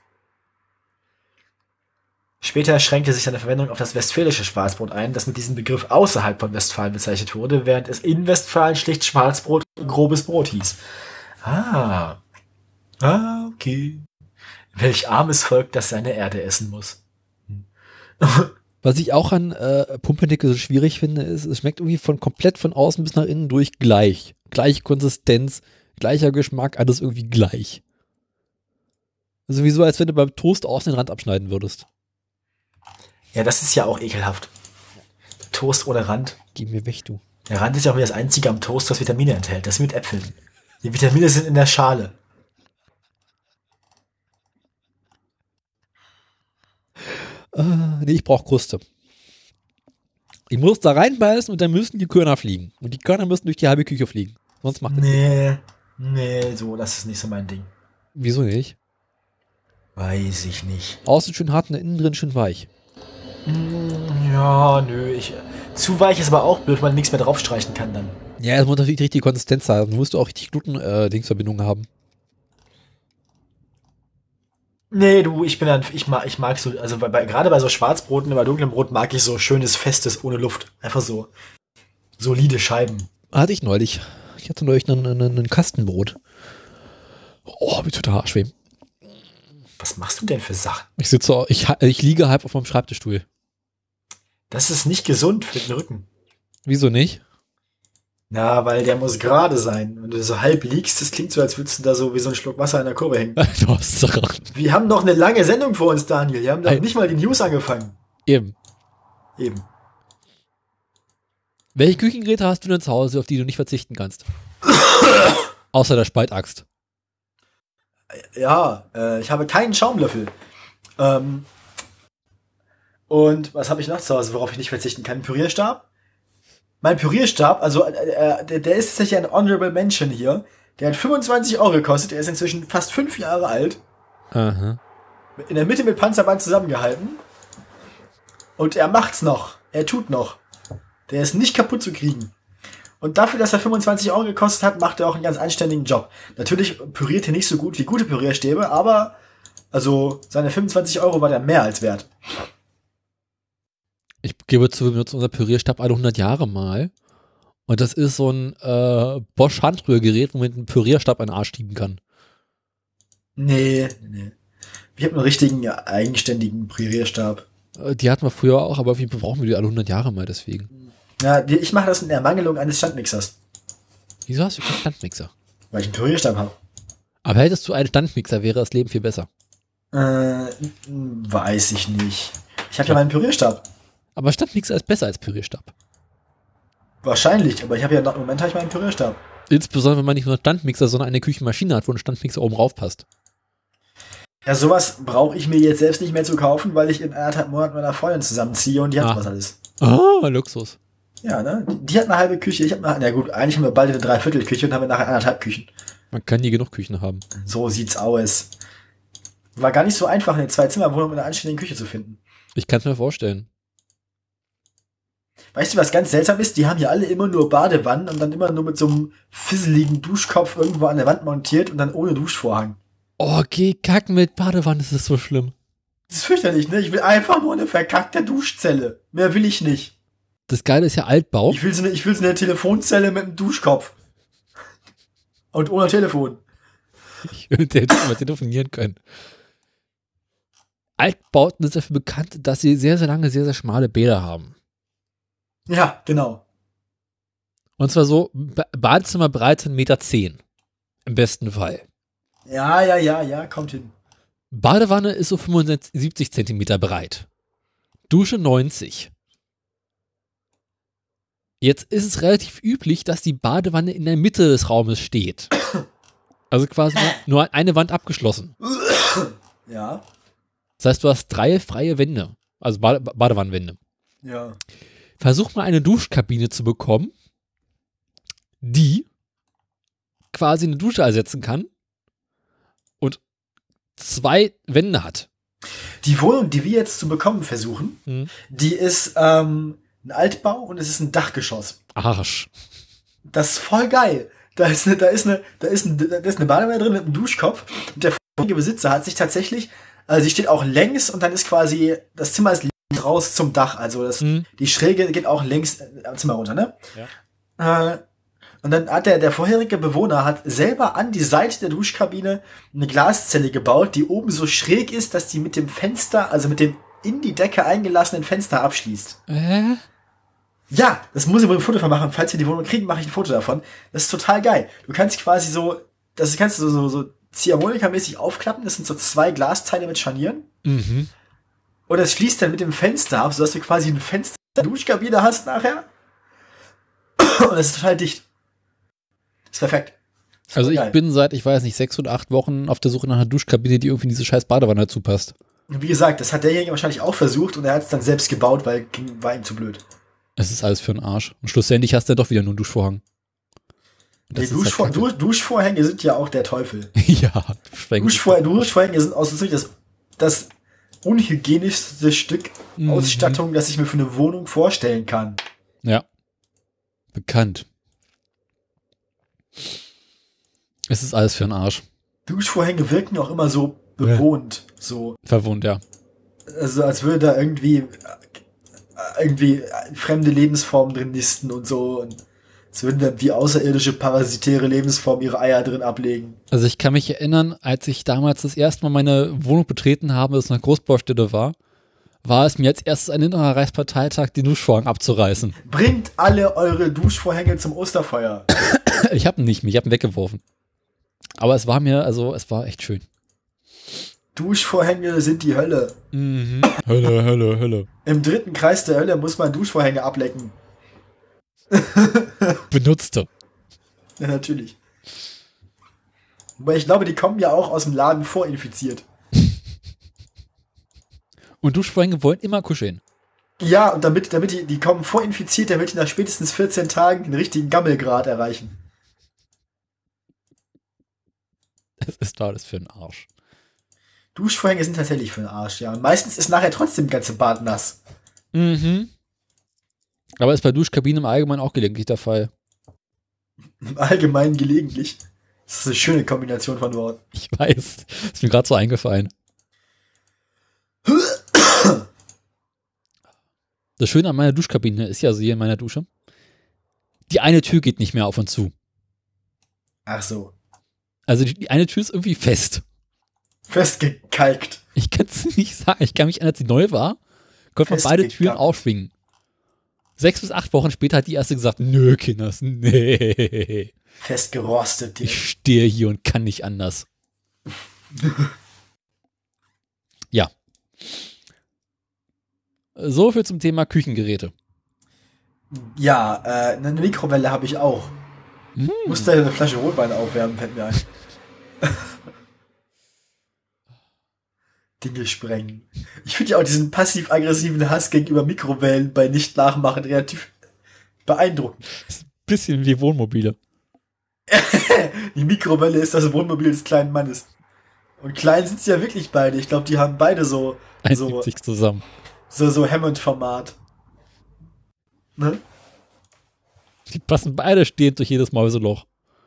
Später schränkte sich seine Verwendung auf das westfälische Schwarzbrot ein, das mit diesem Begriff außerhalb von Westfalen bezeichnet wurde, während es in Westfalen schlicht Schwarzbrot und grobes Brot hieß. Okay. Welch armes Volk, das seine Erde essen muss. Was ich auch an Pumpernickel so schwierig finde, ist, es schmeckt irgendwie komplett von außen bis nach innen durch gleich. Gleiche Konsistenz, gleicher Geschmack, alles irgendwie gleich. Also wie so, als wenn du beim Toast außen den Rand abschneiden würdest. Ja, das ist ja auch ekelhaft. Toast ohne Rand. Geh mir weg, du. Der Rand ist ja auch wieder das Einzige am Toast, das Vitamine enthält. Das ist mit Äpfeln. Die Vitamine sind in der Schale. Nee, ich brauche Kruste. Ich muss da reinbeißen und dann müssen die Körner fliegen. Und die Körner müssen durch die halbe Küche fliegen. Sonst macht das nicht. Nee, so, das ist nicht so mein Ding. Wieso nicht? Weiß ich nicht. Außen schön hart und innen drin schön weich. Ja, nö, zu weich ist aber auch blöd, weil man nichts mehr draufstreichen kann dann. Ja, es muss natürlich die richtige Konsistenz haben. Du musst auch richtig Gluten-Dingsverbindungen haben. Nee, du, ich mag so, also gerade bei so Schwarzbroten, bei dunklem Brot mag ich so schönes, festes, ohne Luft. Einfach so solide Scheiben. Hatte ich neulich. Ich hatte neulich ein Kastenbrot. Oh, wie total Haarschweben. Was machst du denn für Sachen? Ich liege halb auf meinem Schreibtischstuhl. Das ist nicht gesund für den Rücken. Wieso nicht? Na, weil der muss gerade sein. Wenn du so halb liegst, das klingt so, als würdest du da so wie so ein Schluck Wasser in der Kurve hängen. Du hast doch recht. Wir haben noch eine lange Sendung vor uns, Daniel. Wir haben doch nicht mal die News angefangen. Eben. Welche Küchengeräte hast du denn zu Hause, auf die du nicht verzichten kannst? Außer der Spaltaxt. Ja, ich habe keinen Schaumlöffel. Und was habe ich noch zu Hause, worauf ich nicht verzichten kann? Pürierstab. Mein Pürierstab, also der ist tatsächlich ein Honorable Mention hier. Der hat 25 € gekostet. Der ist inzwischen fast 5 Jahre alt. Aha. In der Mitte mit Panzerband zusammengehalten. Und er macht's noch. Er tut noch. Der ist nicht kaputt zu kriegen. Und dafür, dass er 25 € gekostet hat, macht er auch einen ganz anständigen Job. Natürlich püriert er nicht so gut wie gute Pürierstäbe, aber also seine 25 € war der mehr als wert. Ich gebe zu, wir benutzen unser Pürierstab alle 100 Jahre mal. Und das ist so ein Bosch-Handrührgerät, womit ein Pürierstab einen Arsch schieben kann. Nee. Ich habe einen richtigen, eigenständigen Pürierstab. Die hatten wir früher auch, aber auf jeden Fall brauchen wir die alle 100 Jahre mal deswegen. Ja, ich mache das in Ermangelung eines Standmixers. Wieso hast du keinen Standmixer? Weil ich einen Pürierstab habe. Aber hättest du einen Standmixer, wäre das Leben viel besser. Weiß ich nicht. Ich habe ja meinen Pürierstab. Aber Standmixer ist besser als Pürierstab. Wahrscheinlich, aber im Moment habe ich meinen Pürierstab. Insbesondere, wenn man nicht nur einen Standmixer, sondern eine Küchenmaschine hat, wo ein Standmixer oben rauf passt. Ja, sowas brauche ich mir jetzt selbst nicht mehr zu kaufen, weil ich in 1,5 Monaten mit meiner Freundin zusammenziehe und die hat sowas alles. Ah, Luxus. Ja, ne? Die hat eine halbe Küche, ich habe na gut, eigentlich haben wir bald eine Dreiviertelküche und haben wir nachher 1,5 Küchen. Man kann nie genug Küchen haben. So sieht's aus. War gar nicht so einfach, eine 2-Zimmer-Wohnung mit einer anständigen Küche zu finden. Ich kann es mir vorstellen. Weißt du, was ganz seltsam ist? Die haben hier alle immer nur Badewannen und dann immer nur mit so einem fisseligen Duschkopf irgendwo an der Wand montiert und dann ohne Duschvorhang. Oh, geh kacken mit Badewanne, das ist so schlimm. Das ist fürchterlich, ne? Ich will einfach nur eine verkackte Duschzelle. Mehr will ich nicht. Das Geile ist ja Altbau. Ich will so eine Telefonzelle mit einem Duschkopf. Und ohne Telefon. Ich würde jetzt mal telefonieren können. Altbauten sind dafür bekannt, dass sie sehr, sehr lange, sehr, sehr schmale Bäder haben. Ja, genau. Und zwar so, Badezimmerbreite 1,10 Meter. Im besten Fall. Ja, kommt hin. Badewanne ist so 75 Zentimeter breit. Dusche 90. Jetzt ist es relativ üblich, dass die Badewanne in der Mitte des Raumes steht. Also quasi nur eine Wand abgeschlossen. Ja. Das heißt, du hast 3 freie Wände. Also Badewannenwände. Ja. Versuch mal eine Duschkabine zu bekommen, die quasi eine Dusche ersetzen kann und 2 Wände hat. Die Wohnung, die wir jetzt zu bekommen versuchen, die ist ein Altbau und es ist ein Dachgeschoss. Arsch. Das ist voll geil. Da ist eine Badewanne drin mit einem Duschkopf und der vorige Besitzer hat sich tatsächlich, also sie steht auch längs und dann ist quasi, das Zimmer ist raus zum Dach, also die Schräge geht auch längs am Zimmer runter, ne? Ja. Und dann hat der vorherige Bewohner hat selber an die Seite der Duschkabine eine Glaszelle gebaut, die oben so schräg ist, dass die mit dem Fenster, also mit dem in die Decke eingelassenen Fenster abschließt. Ja, das muss ich wohl ein Foto von machen. Falls wir die Wohnung kriegen, mache ich ein Foto davon. Das ist total geil. Du kannst quasi so Ziehharmonika-mäßig aufklappen. Das sind so 2 Glasteile mit Scharnieren. Mhm. Und das schließt dann mit dem Fenster ab, sodass du quasi ein Fenster in der Duschkabine hast nachher. Und das ist total dicht. Das ist perfekt. Das ist also geil. Ich bin seit, ich weiß nicht, 6 oder 8 Wochen auf der Suche nach einer Duschkabine, die irgendwie in diese scheiß Badewanne dazu passt. Wie gesagt, das hat derjenige wahrscheinlich auch versucht und er hat es dann selbst gebaut, weil war ihm zu blöd. Es ist alles für den Arsch. Und schlussendlich hast du ja doch wieder nur einen Duschvorhang. Die Duschvorhänge sind ja auch der Teufel. Ja, Duschvorhänge sind ausdrücklich das unhygienischste Stück Ausstattung, das ich mir für eine Wohnung vorstellen kann. Ja. Bekannt. Es ist alles für den Arsch. Duschvorhänge wirken auch immer so bewohnt. So. Verwohnt, ja. Also als würde da irgendwie fremde Lebensformen drin nisten und so. Und als würden da wie außerirdische parasitäre Lebensformen ihre Eier drin ablegen. Also ich kann mich erinnern, als ich damals das erste Mal meine Wohnung betreten habe, das eine Großbaustelle war es mir als erstes ein innerer Reichsparteitag, den Duschvorhang abzureißen. Bringt alle eure Duschvorhänge zum Osterfeuer. Ich habe ihn nicht mehr, ich habe ihn weggeworfen. Aber es war echt schön. Duschvorhänge sind die Hölle. Mhm. Hölle. Im 3. Kreis der Hölle muss man Duschvorhänge ablecken. Benutzte. Ja, natürlich. Weil ich glaube, die kommen ja auch aus dem Laden vorinfiziert. Und Duschvorhänge wollen immer kuscheln. Ja, und damit die kommen vorinfiziert, damit die nach spätestens 14 Tagen den richtigen Gammelgrad erreichen. Das ist doch alles für den Arsch. Duschvorhänge sind tatsächlich für den Arsch, ja. Und meistens ist nachher trotzdem das ganze Bad nass. Mhm. Aber ist bei Duschkabinen im Allgemeinen auch gelegentlich der Fall. Im Allgemeinen gelegentlich. Das ist eine schöne Kombination von Worten. Ich weiß. Ist mir gerade so eingefallen. Das Schöne an meiner Duschkabine ist ja so hier in meiner Dusche. Die eine Tür geht nicht mehr auf und zu. Ach so. Also die eine Tür ist irgendwie fest. Festgekalkt. Ich kann es nicht sagen. Ich kann mich erinnern, als sie neu war, konnte man beide Türen aufschwingen. 6 bis 8 Wochen später hat die erste gesagt, nö, Kinders, nee. Festgerostet. Ich stehe hier und kann nicht anders. Ja. So viel zum Thema Küchengeräte. Ja, eine Mikrowelle habe ich auch. Muss da eine Flasche Rotwein aufwärmen, fällt mir ein. Dinge sprengen. Ich finde ja auch diesen passiv-aggressiven Hass gegenüber Mikrowellen bei Nicht-Nachmachen relativ beeindruckend. Ist ein bisschen wie Wohnmobile. Die Mikrowelle ist das Wohnmobil des kleinen Mannes. Und klein sind sie ja wirklich beide. Ich glaube, die haben beide so 1,70 zusammen. So Hammond-Format. Ne? Die passen beide stehend durch jedes Mäuseloch.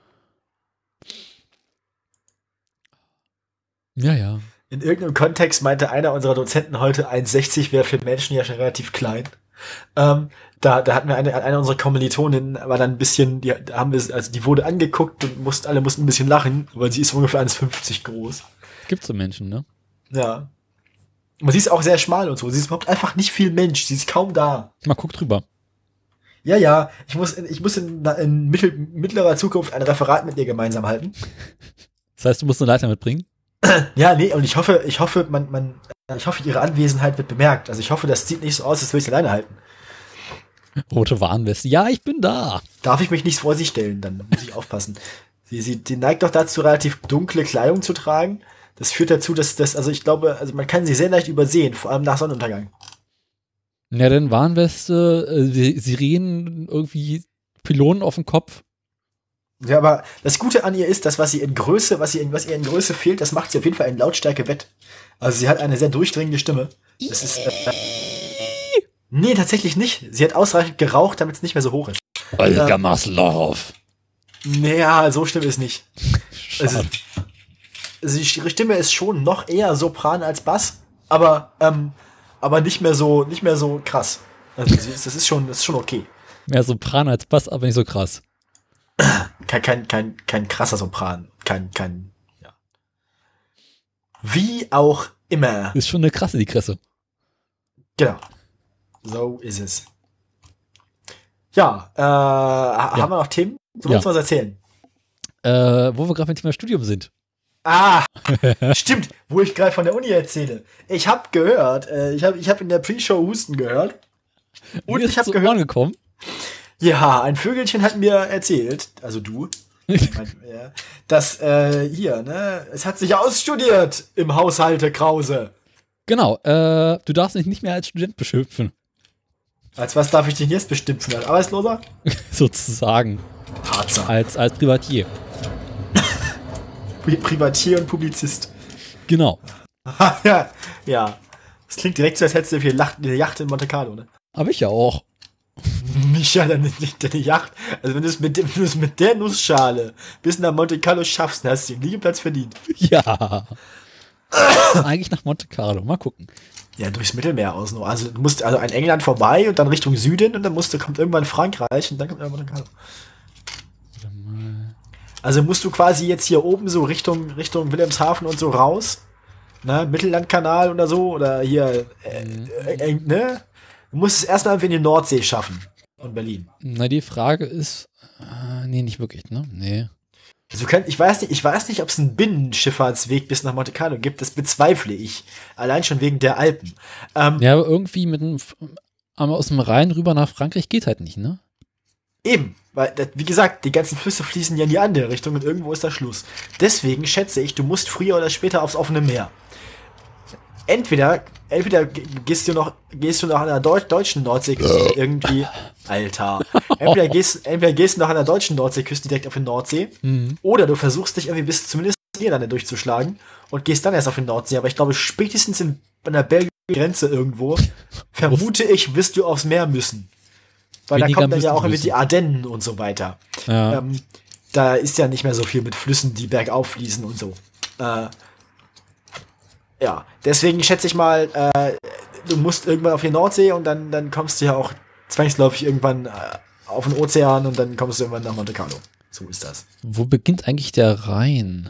Ja, ja. In irgendeinem Kontext meinte einer unserer Dozenten heute, 1,60 wäre für Menschen ja schon relativ klein. Da hatten wir eine unserer Kommilitoninnen, war dann ein bisschen, die wurde angeguckt und alle mussten ein bisschen lachen, weil sie ist ungefähr 1,50 groß. Gibt so Menschen, ne? Ja. Aber sie ist auch sehr schmal und so. Sie ist überhaupt einfach nicht viel Mensch. Sie ist kaum da. Mal guck drüber. Ja. Ich muss in mittlerer Zukunft ein Referat mit ihr gemeinsam halten. Das heißt, du musst eine Leiter mitbringen? Ja, nee, und ich hoffe, ihre Anwesenheit wird bemerkt. Also ich hoffe, das sieht nicht so aus, als würde ich sie alleine halten. Rote Warnweste. Ja, ich bin da. Darf ich mich nicht vor sie stellen, dann muss ich aufpassen. Sie neigt doch dazu, relativ dunkle Kleidung zu tragen. Das führt dazu, also ich glaube, also man kann sie sehr leicht übersehen, vor allem nach Sonnenuntergang. Ja, dann Warnweste, Sirenen, irgendwie Pylonen auf dem Kopf. Ja, aber das Gute an ihr ist, dass was ihr in Größe fehlt, das macht sie auf jeden Fall in Lautstärke wett. Also sie hat eine sehr durchdringende Stimme. Das ist nee, tatsächlich nicht. Sie hat ausreichend geraucht, damit es nicht mehr so hoch ist. Olga Maslov. Naja, so schlimm ist nicht. Schade. Also ihre Stimme ist schon noch eher Sopran als Bass, aber nicht mehr so krass. Also das ist schon okay. Mehr Sopran als Bass, aber nicht so krass. Kein krasser Sopran. Ja. Wie auch immer. Ist schon eine krasse, die Kresse. Genau. So ist es. Ja, haben wir noch Themen? Sollen wir uns was erzählen? Wo wir gerade beim Thema Studium sind. Ah, stimmt, wo ich gerade von der Uni erzähle. Ich habe gehört, ich hab in der Pre-Show Husten gehört. Und ich habe gehört, gekommen. Ja, ein Vögelchen hat mir erzählt, also du, dass es hat sich ausstudiert im Haushalte Krause. Genau, du darfst dich nicht mehr als Student beschimpfen. Als was darf ich dich jetzt beschimpfen? Als Arbeitsloser? Sozusagen. Tatsache. Als Privatier. Privatier und Publizist. Genau. Ja. Das klingt direkt so, als hättest du eine Yacht in Monte Carlo, ne? Aber ich ja auch. Micha, dann nicht deine Yacht. Also wenn du es mit der Nussschale bis nach Monte Carlo schaffst, dann hast du den Liegeplatz verdient. Ja. Eigentlich nach Monte Carlo. Mal gucken. Ja, durchs Mittelmeer aus nur. Also du musst also an England vorbei und dann Richtung Süden und dann kommt irgendwann Frankreich und dann kommt irgendwann Monte Carlo. Also musst du quasi jetzt hier oben so Richtung Wilhelmshaven und so raus. Ne? Mittellandkanal oder so. Oder hier, ne? Du musst es erstmal in die Nordsee schaffen. Und Berlin. Na, die Frage ist, nee, nicht wirklich, ne? Nee. Also ich weiß nicht, ob es einen Binnenschifffahrtsweg bis nach Monte Carlo gibt. Das bezweifle ich. Allein schon wegen der Alpen. Ja, aber irgendwie aus dem Rhein rüber nach Frankreich geht halt nicht, ne? Eben, weil, wie gesagt, die ganzen Flüsse fließen ja in die andere Richtung und irgendwo ist da Schluss. Deswegen schätze ich, du musst früher oder später aufs offene Meer. Entweder gehst du noch an der deutschen Nordseeküste irgendwie, Alter. Entweder gehst du noch an der deutschen Nordseeküste direkt auf die Nordsee, oder du versuchst dich irgendwie bis zumindest Niederlande durchzuschlagen und gehst dann erst auf die Nordsee. Aber ich glaube, spätestens an der belgischen Grenze irgendwo, vermute ich, wirst du aufs Meer müssen. Weil da kommen dann ja auch irgendwie die Ardennen und so weiter. Ja. Da ist ja nicht mehr so viel mit Flüssen, die bergauf fließen und so. Ja, deswegen schätze ich mal, du musst irgendwann auf die Nordsee und dann kommst du ja auch zwangsläufig irgendwann auf den Ozean und dann kommst du irgendwann nach Monte Carlo. So ist das. Wo beginnt eigentlich der Rhein?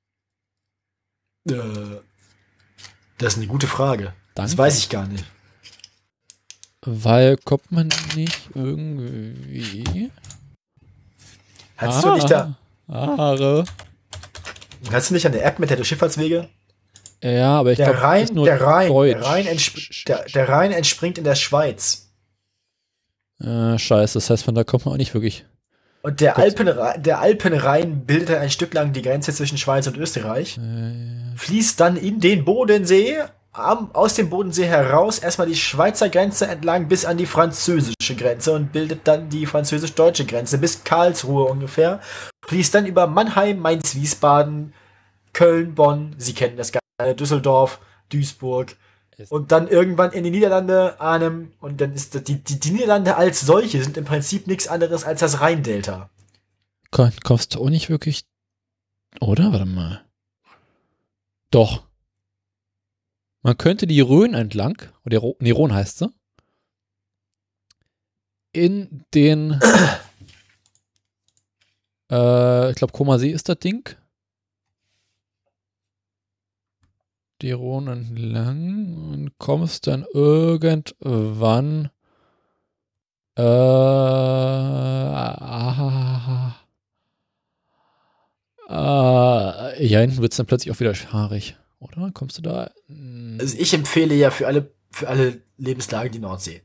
Das ist eine gute Frage. Danke. Das weiß ich gar nicht. Weil kommt man nicht irgendwie. Hast du nicht Haare. Hast du nicht eine App mit der Schifffahrtswege? Ja, aber ich glaube, der Rhein entspringt in der Schweiz. Scheiße, das heißt, von da kommt man auch nicht wirklich. Und der Alpenrhein bildet ein Stück lang die Grenze zwischen Schweiz und Österreich, fließt dann in den Bodensee, aus dem Bodensee heraus erstmal die Schweizer Grenze entlang bis an die französische Grenze und bildet dann die französisch-deutsche Grenze bis Karlsruhe ungefähr, fließt dann über Mannheim, Mainz, Wiesbaden, Köln, Bonn, Sie kennen das Ganze, Düsseldorf, Duisburg und dann irgendwann in die Niederlande, Arnhem, und dann ist die Niederlande als solche sind im Prinzip nichts anderes als das Rheindelta. Kommst du auch nicht wirklich, oder? Warte mal. Doch. Man könnte die Rhön entlang, oder Rhön heißt sie, in den, ich glaube, Comer-See ist das Ding. Die Rhön entlang und kommst dann irgendwann hier hinten wird es dann plötzlich auch wieder haarig, oder? Kommst du da? Also ich empfehle ja für alle Lebenslagen die Nordsee.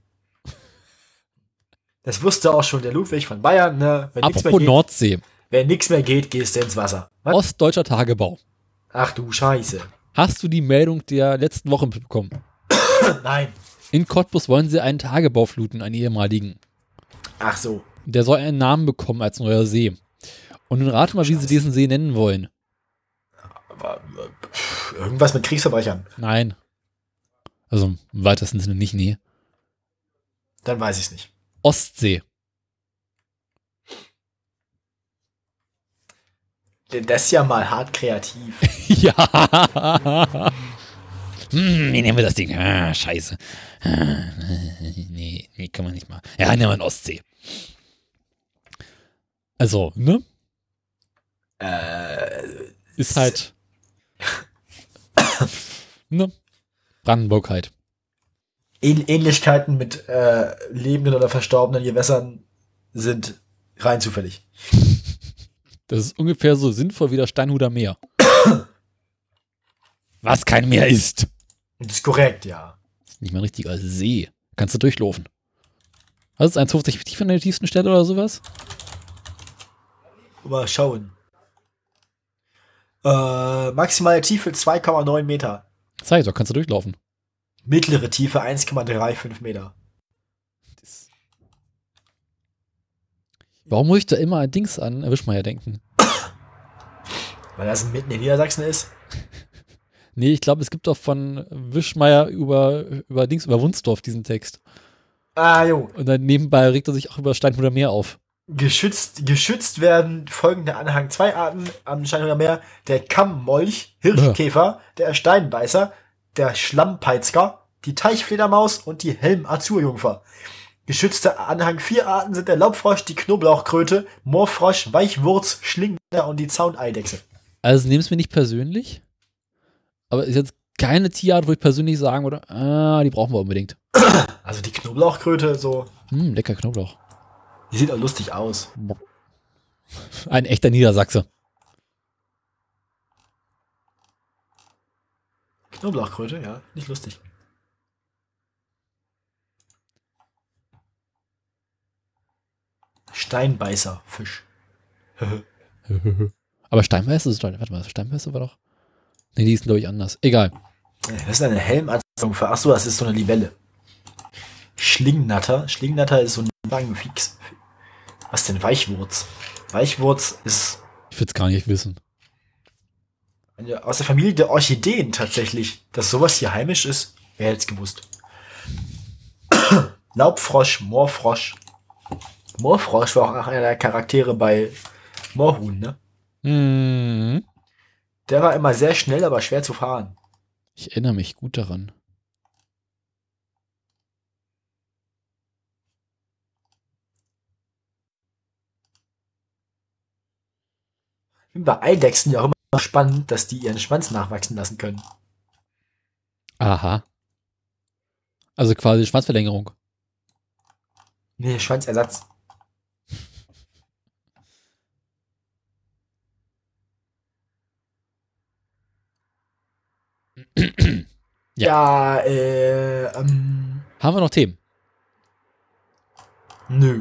Das wusste auch schon der Ludwig von Bayern, ne? Apropos Nordsee. Wenn nichts mehr geht, gehst du ins Wasser. Was? Ostdeutscher Tagebau. Ach du Scheiße. Hast du die Meldung der letzten Woche mitbekommen? Nein. In Cottbus wollen sie einen Tagebau fluten, einen ehemaligen. Ach so. Der soll einen Namen bekommen als neuer See. Und nun rate mal, wie sie diesen See nennen wollen. Aber, irgendwas mit Kriegsverbrechern. Nein. Also im weitesten Sinne nicht, nee. Dann weiß ich es nicht. Ostsee. Das ist ja mal hart kreativ. Ja. Wie nehmen wir das Ding? Scheiße. Nee, kann man nicht mal. Ja, nehmen wir Ostsee. Also, ne? Ist halt ne? Brandenburg halt. Ähnlichkeiten mit lebenden oder verstorbenen Gewässern sind rein zufällig. Das ist ungefähr so sinnvoll wie das Steinhuder Meer. Was kein Meer ist. Das ist korrekt, ja. Das ist nicht mal ein richtiger See. Kannst du durchlaufen. Was ist 1,50 tief an der tiefsten Stelle oder sowas? Mal schauen. Maximale Tiefe 2,9 Meter. Zeig doch, kannst du durchlaufen. Mittlere Tiefe 1,35 Meter. Warum muss ich da immer an Dings an Wischmeier denken? Weil das mitten in Niedersachsen ist? Nee, ich glaube, es gibt doch von Wischmeier über Wunsdorf diesen Text. Ah, jo. Und dann nebenbei regt er sich auch über Steinhuder Meer auf. Geschützt werden folgende Anhang 2 Arten am Steinhuder Meer: der Kammmolch, Hirschkäfer, der Steinbeißer, der Schlammpeitzger, die Teichfledermaus und die Helm-Azurjungfer. Geschützte Anhang 4 Arten sind der Laubfrosch, die Knoblauchkröte, Moorfrosch, Weichwurz, Schlingender und die Zauneidechse. Also nehmen es mir nicht persönlich, aber ist jetzt keine Tierart, wo ich persönlich sagen würde, die brauchen wir unbedingt. Also die Knoblauchkröte, so. Lecker Knoblauch. Die sieht auch lustig aus. Ein echter Niedersachse. Knoblauchkröte, ja, nicht lustig. Steinbeißer, Fisch. Aber Steinbeißer ist doch, warte mal, Steinbeißer war doch. Nee, die ist, glaube ich, anders. Egal. Das ist eine Helmanzeigung für, achso, das ist so eine Libelle. Schlingnatter. Schlingnatter ist so ein Langfix. Was denn Weichwurz? Weichwurz ist Ich will es gar nicht wissen. aus der Familie der Orchideen tatsächlich. Dass sowas hier heimisch ist, wer hätte es gewusst. Laubfrosch, Moorfrosch. Moorfrosch war auch einer der Charaktere bei Moorhuhn, ne? Mhm. Der war immer sehr schnell, aber schwer zu fahren. Ich erinnere mich gut daran. Ich finde bei Eidechsen ja auch immer spannend, dass die ihren Schwanz nachwachsen lassen können. Aha. Also quasi Schwanzverlängerung. Nee, Schwanzersatz. Ja. Haben wir noch Themen? Nö.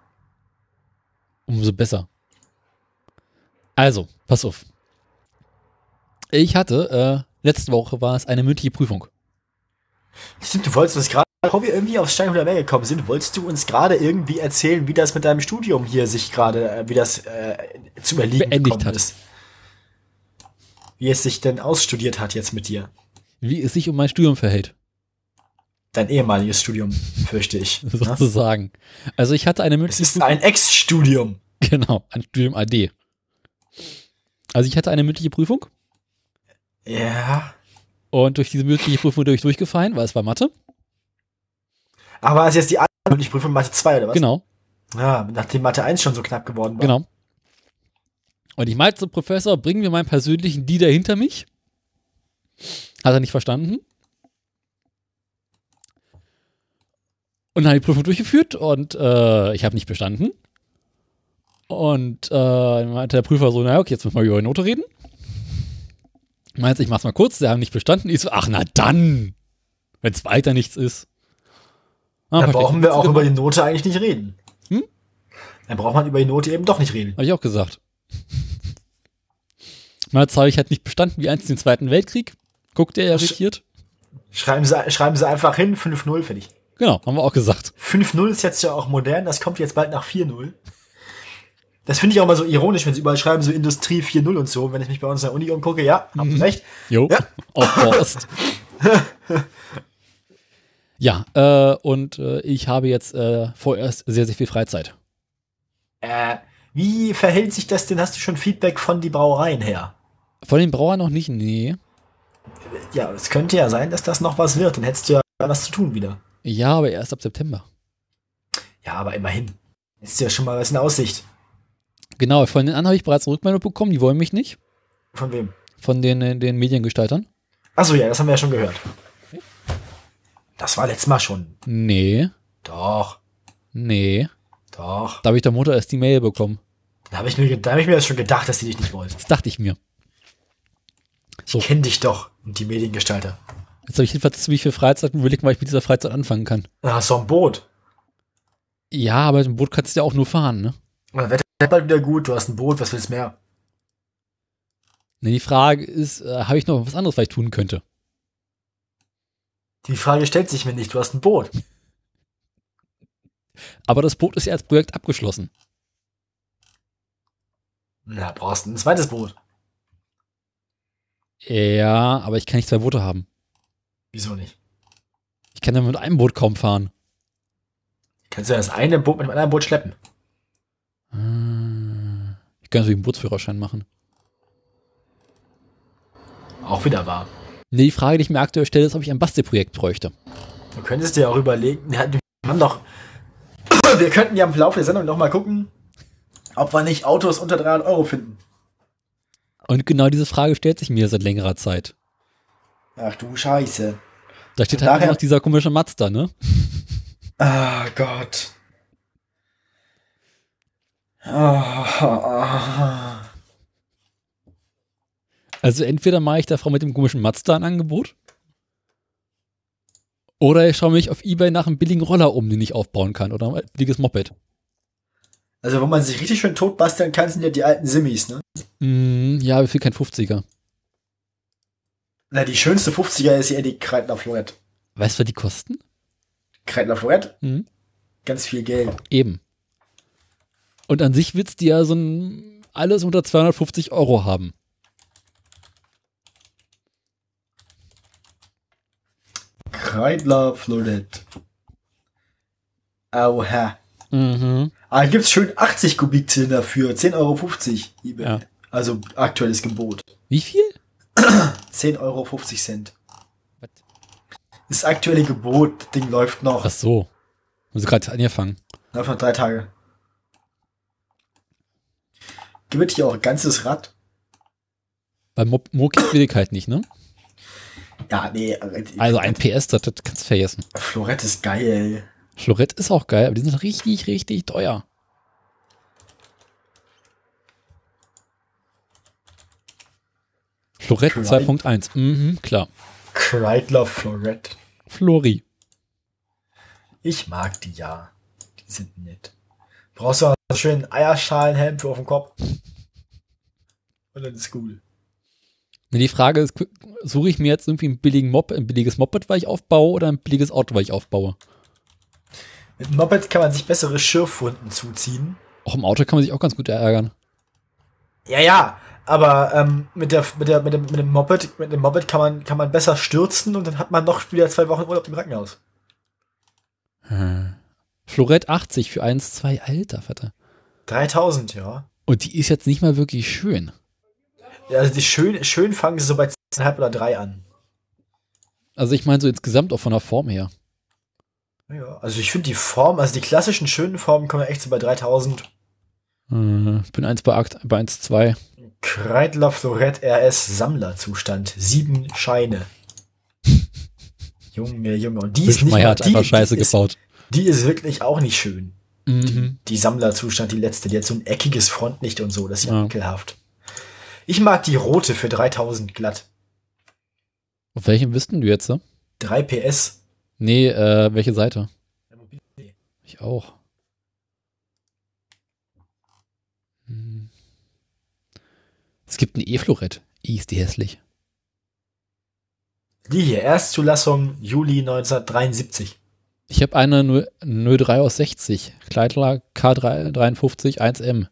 Umso besser. Also, pass auf. Ich hatte, letzte Woche war es eine mündliche Prüfung. Stimmt, du wolltest uns gerade, bevor wir irgendwie aufs Steinhuder Meer gekommen sind, wolltest du uns gerade irgendwie erzählen, wie das mit deinem Studium hier sich gerade, wie das zum Erliegen beendigt gekommen hat. ist. Wie es sich denn ausstudiert hat jetzt mit dir. Wie es sich um mein Studium verhält. Dein ehemaliges Studium, fürchte ich. Ne? Sozusagen. Also ich hatte eine Es mündliche ist ein Ex-Studium. Genau, ein Studium AD. Also ich hatte eine mündliche Prüfung Ja. und durch diese mündliche Prüfung bin ich durchgefallen, weil es war Mathe. Aber es ist jetzt die andere Prüfung Mathe 2, oder was? Genau, Ja, nachdem Mathe 1 schon so knapp geworden war. genau. Und ich meinte zum Professor, bringen wir meinen persönlichen Dieter hinter mich. Hat er nicht verstanden. Und dann habe ich die Prüfung durchgeführt und ich habe nicht bestanden. Und dann meinte der Prüfer so, naja, okay, jetzt müssen wir über die Note reden. Meinte, ich mach's mal kurz, der haben nicht bestanden. Ich so, ach na dann, wenn es weiter nichts ist. Da brauchen wir auch über die Note eigentlich nicht reden. Hm? Dann braucht man über die Note eben doch nicht reden. Habe ich auch gesagt. Mal habe ich halt nicht bestanden wie einst den Zweiten Weltkrieg. Guckt der irritiert. Schreiben Sie einfach hin, 5-0, fertig. Genau, haben wir auch gesagt. 5-0 ist jetzt ja auch modern, das kommt jetzt bald nach 4-0. Das finde ich auch mal so ironisch, wenn sie überall schreiben, so Industrie 4.0 und so. Wenn ich mich bei uns in der Uni umgucke, ja, haben Sie recht. Jo, Ja. auf Forst. Ja, und ich habe jetzt vorerst sehr, sehr viel Freizeit. Wie verhält sich das denn? Hast du schon Feedback von die Brauereien her? Von den Brauern noch nicht, nee. Ja, es könnte ja sein, dass das noch was wird. Dann hättest du ja was zu tun wieder. Ja, aber erst ab September. Ja, aber immerhin. Ist ja schon mal was in Aussicht. Genau, von den anderen habe ich bereits eine Rückmeldung bekommen, die wollen mich nicht. Von wem? Von den Mediengestaltern. Achso, ja, das haben wir ja schon gehört. Das war letztes Mal schon. Nee, Doch, da habe ich der Mutter erst die Mail bekommen. Da hab ich mir das schon gedacht, dass die dich nicht wollen. Das dachte ich mir. So. Ich kenn dich doch und die Mediengestalter. Jetzt habe ich jedenfalls ziemlich viel Freizeit und überlegt, was ich mit dieser Freizeit anfangen kann. Da hast du ein Boot. Ja, aber mit dem Boot kannst du ja auch nur fahren, ne? Und das Wetter ist bald wieder gut, du hast ein Boot, was willst du mehr? Ne, die Frage ist, habe ich noch was anderes, was ich tun könnte? Die Frage stellt sich mir nicht, du hast ein Boot. Aber das Boot ist ja als Projekt abgeschlossen. Na, brauchst du ein zweites Boot. Ja, aber ich kann nicht 2 Boote haben. Wieso nicht? Ich kann ja mit einem Boot kaum fahren. Kannst du das eine Boot mit dem anderen Boot schleppen? Ich kann natürlich einen Bootsführerschein machen. Auch wieder wahr. Ne, die Frage, die ich mir aktuell stelle, ist, ob ich ein Bastelprojekt bräuchte. Du könntest dir auch überlegen, wir könnten ja im Laufe der Sendung noch mal gucken, ob wir nicht Autos unter 300 Euro finden. Und genau diese Frage stellt sich mir seit längerer Zeit. Ach du Scheiße. Da steht Und halt daher- immer noch dieser komische Mazda, ne? Ah Gott. Also entweder mache ich der Frau mit dem komischen Mazda ein Angebot, oder ich schaue mich auf eBay nach einem billigen Roller um, den ich aufbauen kann, oder ein billiges Moped. Also, wo man sich richtig schön tot basteln kann, sind ja die alten Simmis, ne? Ja, wir viel kein 50er. Na, die schönste 50er ist ja die Kreidler Florett. Weißt du, was die kosten? Kreidler Florett? Mhm. Ganz viel Geld. Eben. Und an sich willst du ja so ein alles unter 250 € haben. Kreidler Florett. Oha. Mhm. Ah, hier gibt's schön 80 Kubikzylinder für 10,50 € eBay. Ja. Also aktuelles Gebot. Wie viel? 10,50 €. Was? Das aktuelle Gebot, das Ding läuft noch. Ach so. Haben sie gerade angefangen. Läuft noch 3 Tage. Gibt hier auch ein ganzes Rad? Bei Mo will ich halt nicht, ne? Ja, nee. Also ein PS, das kannst du vergessen. Florett ist geil. Florett ist auch geil, aber die sind richtig, richtig teuer. Florett Kleid. 2.1. Mhm, klar. Kreidler Florett. Flori. Ich mag die ja. Die sind nett. Brauchst du auch einen schönen Eierschalenhelm für auf dem Kopf? Und dann ist cool. Die Frage ist, suche ich mir jetzt irgendwie ein billiges Moped, weil ich aufbaue, oder ein billiges Auto, weil ich aufbaue? Mit dem Moped kann man sich bessere Schürfwunden zuziehen. Auch im Auto kann man sich auch ganz gut ärgern. Ja, aber mit dem Moped kann man besser stürzen und dann hat man noch wieder 2 Wochen Urlaub im Krankenhaus. Florett 80 für 1,2, alter Vater. 3.000, ja. Und die ist jetzt nicht mal wirklich schön. Ja, also die schön fangen sie so bei 2,5 oder 3 an. Also ich meine so insgesamt auch von der Form her. Ja, also ich finde die Form, also die klassischen schönen Formen kommen ja echt so bei 3.000. Ich bin 1 bei 1,2. Kreidler Florett RS Sammlerzustand. 7 Scheine. Junge. Und die ist nicht Wischmeier mal, hat einfach Scheiße die ist, gebaut. die ist wirklich auch nicht schön. Mhm. Die Sammlerzustand, die letzte. Die hat so ein eckiges Frontlicht und so. Das ist ja Ja. ekelhaft. Ich mag die rote für 3.000 glatt. Auf welchem bist denn du jetzt? 3 PS. Nee, welche Seite? Ich auch. Es gibt ein E-Florett. Ist die hässlich. Die hier, Erstzulassung Juli 1973. Ich habe eine 03 aus 60. Kleidler K53 1M.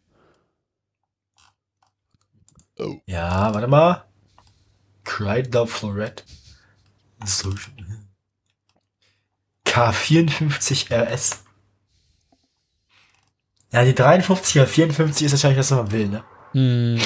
Ja, warte mal. Kreidler Florett. So schön. K54 RS. Ja, die 53er, 54 ist wahrscheinlich, was man will, ne? Hm.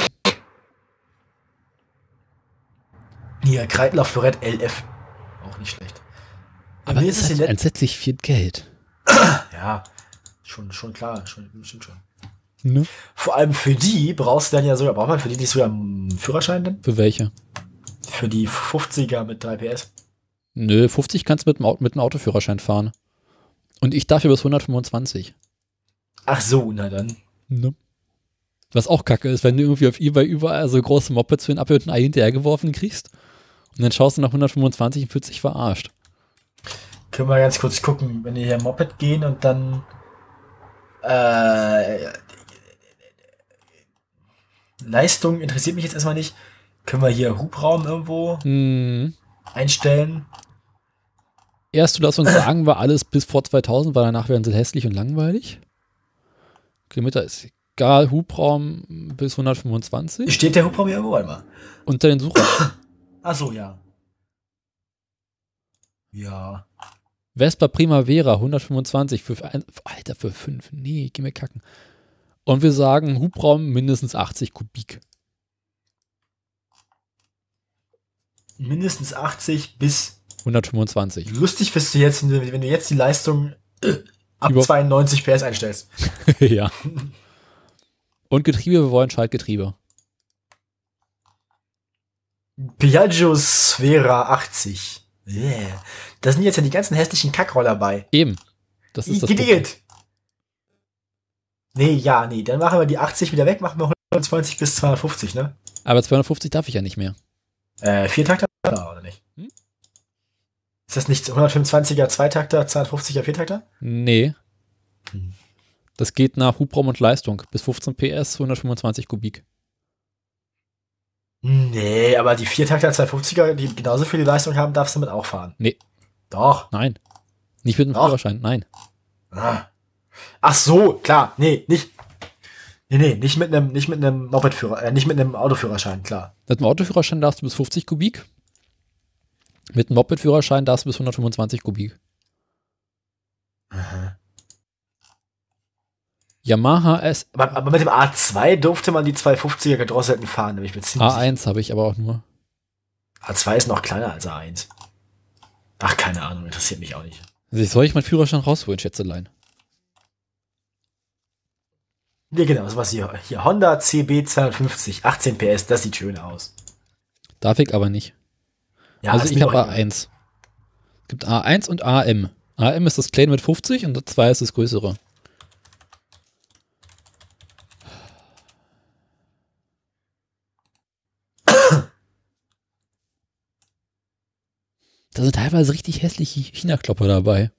Hier, Kreidler Florett LF. Auch nicht schlecht. Aber mir es ist halt entsetzlich viel Geld. Ja, schon klar, stimmt schon. Ne? Vor allem für die braucht man für die nicht sogar einen Führerschein denn? Für welche? Für die 50er mit 3 PS. Nö, 50 kannst du mit einem Autoführerschein fahren. Und ich dafür bis 125. Ach so, na dann. Ne? Was auch kacke ist, wenn du irgendwie auf eBay überall so große Mopeds für ein Apfel und ein Ei hinterhergeworfen kriegst und dann schaust du nach 125 und fühlst dich verarscht. Können wir ganz kurz gucken, wenn wir hier Moped gehen und dann Leistung interessiert mich jetzt erstmal nicht. Können wir hier Hubraum irgendwo einstellen? Erstzulassung sagen wir alles bis vor 2000, weil danach werden sie hässlich und langweilig. Kilometer ist egal, Hubraum bis 125. Steht der Hubraum hier irgendwo? Warte mal. Unter den Sucher. Ach so, ja. Ja. Vespa Primavera 125 Alter, für 5. Nee, geh mir kacken. Und wir sagen Hubraum mindestens 80 Kubik. Mindestens 80 bis 125. lustig wirst du jetzt, wenn du jetzt die Leistung ab Über 92 PS einstellst. Ja. Und Getriebe, wir wollen Schaltgetriebe. Piaggio Sfera 80. Yeah. Da sind jetzt ja die ganzen hässlichen Kackroller bei. Eben. Das ist das Igitt. Nee, dann machen wir die 80 wieder weg, machen wir 120 bis 250, ne? Aber 250 darf ich ja nicht mehr. 4-Takter oder nicht? Ist das nicht 125er Zweitakter, 250er Viertakter? Nee. Das geht nach Hubraum und Leistung. Bis 15 PS, 125 Kubik. Nee, aber die Viertakter 250er, die genauso viel Leistung haben, darfst du damit auch fahren. Nee. Doch. Nein. Nicht mit dem Doch. Führerschein, nein. Ah. Ach so, klar. Nee, nicht mit einem Mopedführer, nicht mit einem Autoführerschein, klar. Mit dem Autoführerschein darfst du bis 50 Kubik. Mit dem Moped-Führerschein darfst du bis 125 Kubik. Aha. Yamaha S. Aber mit dem A2 durfte man die 250er gedrosselten fahren, nämlich mit A1 habe ich aber auch nur. A2 ist noch kleiner als A1. Ach, keine Ahnung, interessiert mich auch nicht. Also soll ich meinen Führerschein rausholen, Schätzelein? Ja, genau, das war's hier. Hier, Honda CB 250, 18 PS, das sieht schön aus. Darf ich aber nicht. Ja, also ist ich mir habe doch egal. A1. Es gibt A1 und AM. AM ist das kleine mit 50 und A2 ist das größere. Da sind teilweise richtig hässliche China-Klopper dabei.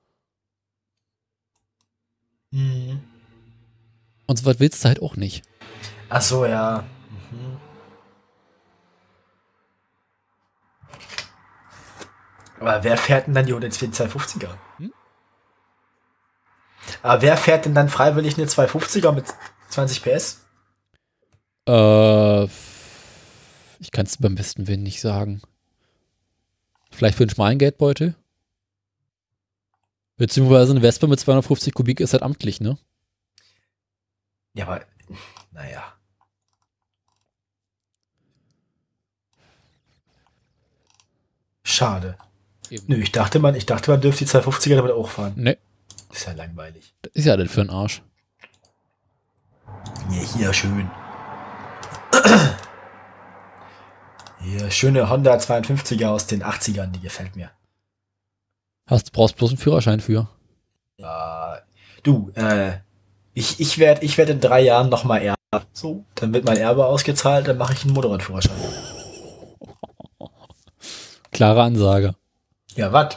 Mhm. Und so was willst du halt auch nicht. Ach so, ja. Mhm. Aber wer fährt denn dann die 250er? Hm? Aber wer fährt denn dann freiwillig eine 250er mit 20 PS? Ich kann es beim besten Willen nicht sagen. Vielleicht für einen schmalen Geldbeutel? Beziehungsweise eine Vespa mit 250 Kubik ist halt amtlich, ne? Ja, aber, naja. Schade. Eben. Nö, ich dachte, man dürfte die 250er damit auch fahren. Ne, Das ist ja langweilig. das ist ja das für ein Arsch. Ja, hier schön. Hier, schöne Honda 52er aus den 80ern, die gefällt mir. Brauchst bloß einen Führerschein für. Ja, du, ich werd in 3 Jahren nochmal Erbe. So, dann wird mein Erbe ausgezahlt, dann mache ich einen Motorradführerschein. Klare Ansage. Ja, was?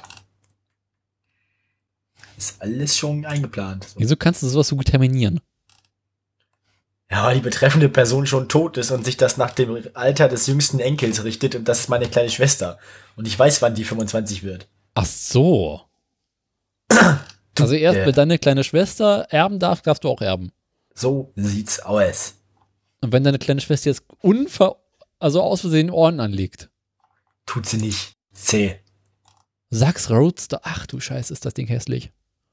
Ist alles schon eingeplant. So. Wieso kannst du sowas so gut terminieren? Ja, weil die betreffende Person schon tot ist und sich das nach dem Alter des jüngsten Enkels richtet und das ist meine kleine Schwester. Und ich weiß, wann die 25 wird. Ach so. Also erst, wenn deine kleine Schwester erben darf, darfst du auch erben. So sieht's aus. Und wenn deine kleine Schwester jetzt aus Versehen Ohren anlegt. Tut sie nicht. C. Sag's Roadster. Ach du Scheiße, ist das Ding hässlich.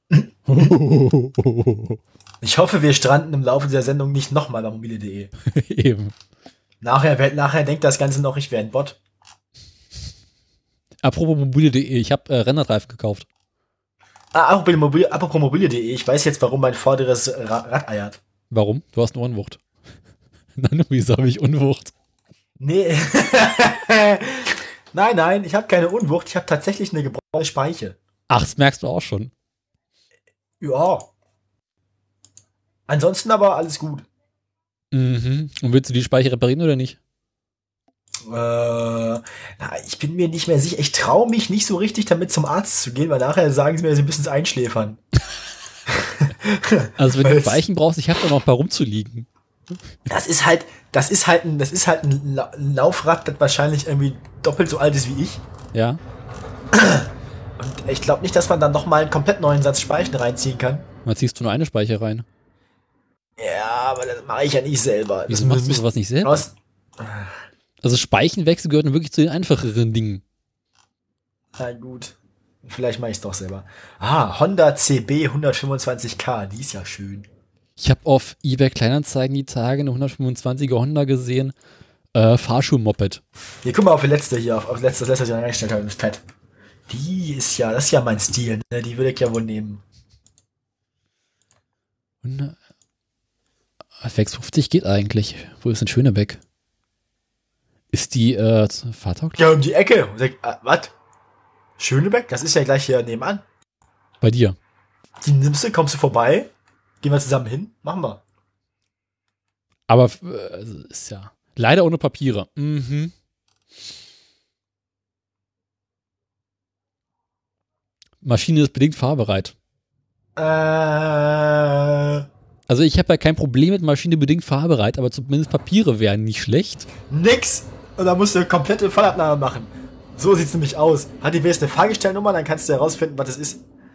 Ich hoffe, wir stranden im Laufe dieser Sendung nicht nochmal bei mobile.de. Eben. Nachher denkt das Ganze noch, ich wäre ein Bot. Apropos mobile.de, ich habe Rennradreifen gekauft. Apropos mobile.de, ich weiß jetzt, warum mein vorderes Rad eiert. Warum? Du hast eine Unwucht. Nein, wieso habe ich Unwucht? Nee. Nein, ich habe keine Unwucht, ich habe tatsächlich eine gebrochene Speiche. Ach, das merkst du auch schon. Ja. Ansonsten aber alles gut. Mhm. Und willst du die Speicher reparieren oder nicht? Ich bin mir nicht mehr sicher. Ich traue mich nicht so richtig damit zum Arzt zu gehen, weil nachher sagen sie mir, sie müssen es einschläfern. Also wenn du Speichen brauchst, ich habe da noch ein paar rumzuliegen. Das ist halt ein Laufrad, das wahrscheinlich irgendwie doppelt so alt ist wie ich. Ja. Und ich glaube nicht, dass man dann nochmal einen komplett neuen Satz Speichen reinziehen kann. Dann ziehst du nur eine Speicher rein. Ja, aber das mache ich ja nicht selber. Wieso machst du sowas nicht selber? Also Speichenwechsel gehört wirklich zu den einfacheren Dingen. Na gut. Vielleicht mache ich es doch selber. Honda CB 125K, die ist ja schön. Ich habe auf eBay Kleinanzeigen die Tage eine 125er Honda gesehen. Fahrschulmoped. Hier, guck mal auf die letzte hier, auf das letzte, was ich reingestellt habe, das Pad. Das ist ja mein Stil, ne? Die würde ich ja wohl nehmen. 650 geht eigentlich. Wo ist denn Schönebeck? Ist die fahrtauglich? Ja, um die Ecke. Was? Schönebeck? Das ist ja gleich hier nebenan. Bei dir. Die nimmst du, kommst du vorbei, gehen wir zusammen hin, machen wir. Aber ist ja leider ohne Papiere. Mhm. Maschine ist bedingt fahrbereit. Also ich habe ja kein Problem mit maschinenbedingt fahrbereit, aber zumindest Papiere wären nicht schlecht. Nix. Und dann musst du eine komplette Fallabnahme machen. So sieht's nämlich aus. Hat die WS eine Fahrgestellnummer, dann kannst du herausfinden, was das ist.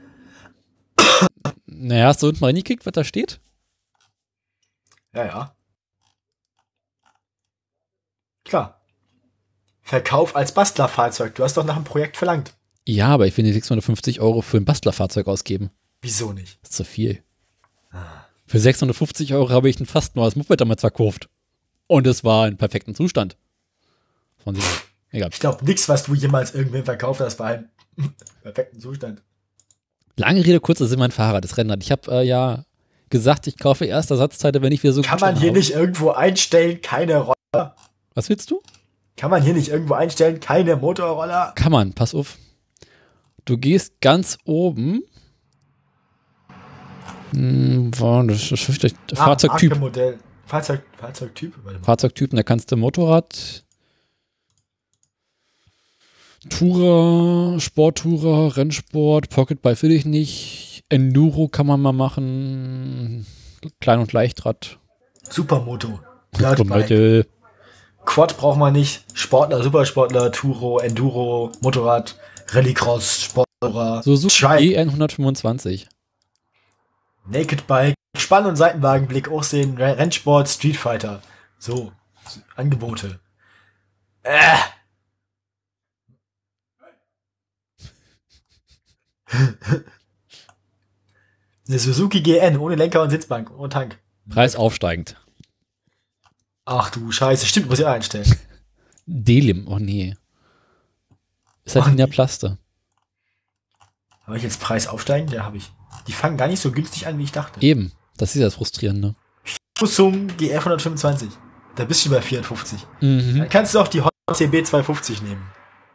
Naja, hast du unten mal reingekickt, was da steht? Ja. Klar. Verkauf als Bastlerfahrzeug. Du hast doch nach einem Projekt verlangt. Ja, aber ich will nicht 650 € für ein Bastlerfahrzeug ausgeben. Wieso nicht? Das ist zu viel. Für 650 € habe ich ein fast neues Moped damals verkauft. Und es war in perfektem Zustand. Egal. Ich glaube, nichts, was du jemals irgendwem verkauft hast, war im perfekten Zustand. Lange Rede, kurzer Sinn, mein Fahrrad, das Rennrad. Ich habe gesagt, ich kaufe erst Ersatzteile, wenn ich wieder so Kann man hier nicht irgendwo einstellen, keine Roller? Was willst du? Kann man hier nicht irgendwo einstellen, keine Motorroller? Kann man, pass auf. Du gehst ganz oben. Das ist Fahrzeugtyp. Marke-Modell. Fahrzeugtyp? Warte mal. Fahrzeugtypen, da kannst du Motorrad, Tourer, Sporttourer, Rennsport, Pocketbike will ich nicht. Enduro kann man mal machen. Klein- und Leichtrad. Supermoto. Leute. Quad braucht man nicht. Sportler, Supersportler, Turo, Enduro, Motorrad, Rallycross, Sportler. Suzuki EN 125. Naked Bike, Spann- und Seitenwagenblick, auch sehen, Rennsport, Street Fighter. So, Angebote. Eine Suzuki GN, ohne Lenker und Sitzbank, ohne Tank. Preis aufsteigend. Ach du Scheiße, stimmt, muss ich auch einstellen. Delim, oh nee. Ist halt in der Plaste. Habe ich jetzt Preis aufsteigend? Ja, habe ich. Die fangen gar nicht so günstig an, wie ich dachte. Eben, das ist ja das Frustrierende. Samsung GR 125. Da bist du bei 54. Mhm. Dann kannst du auch die Honda CB 250 nehmen.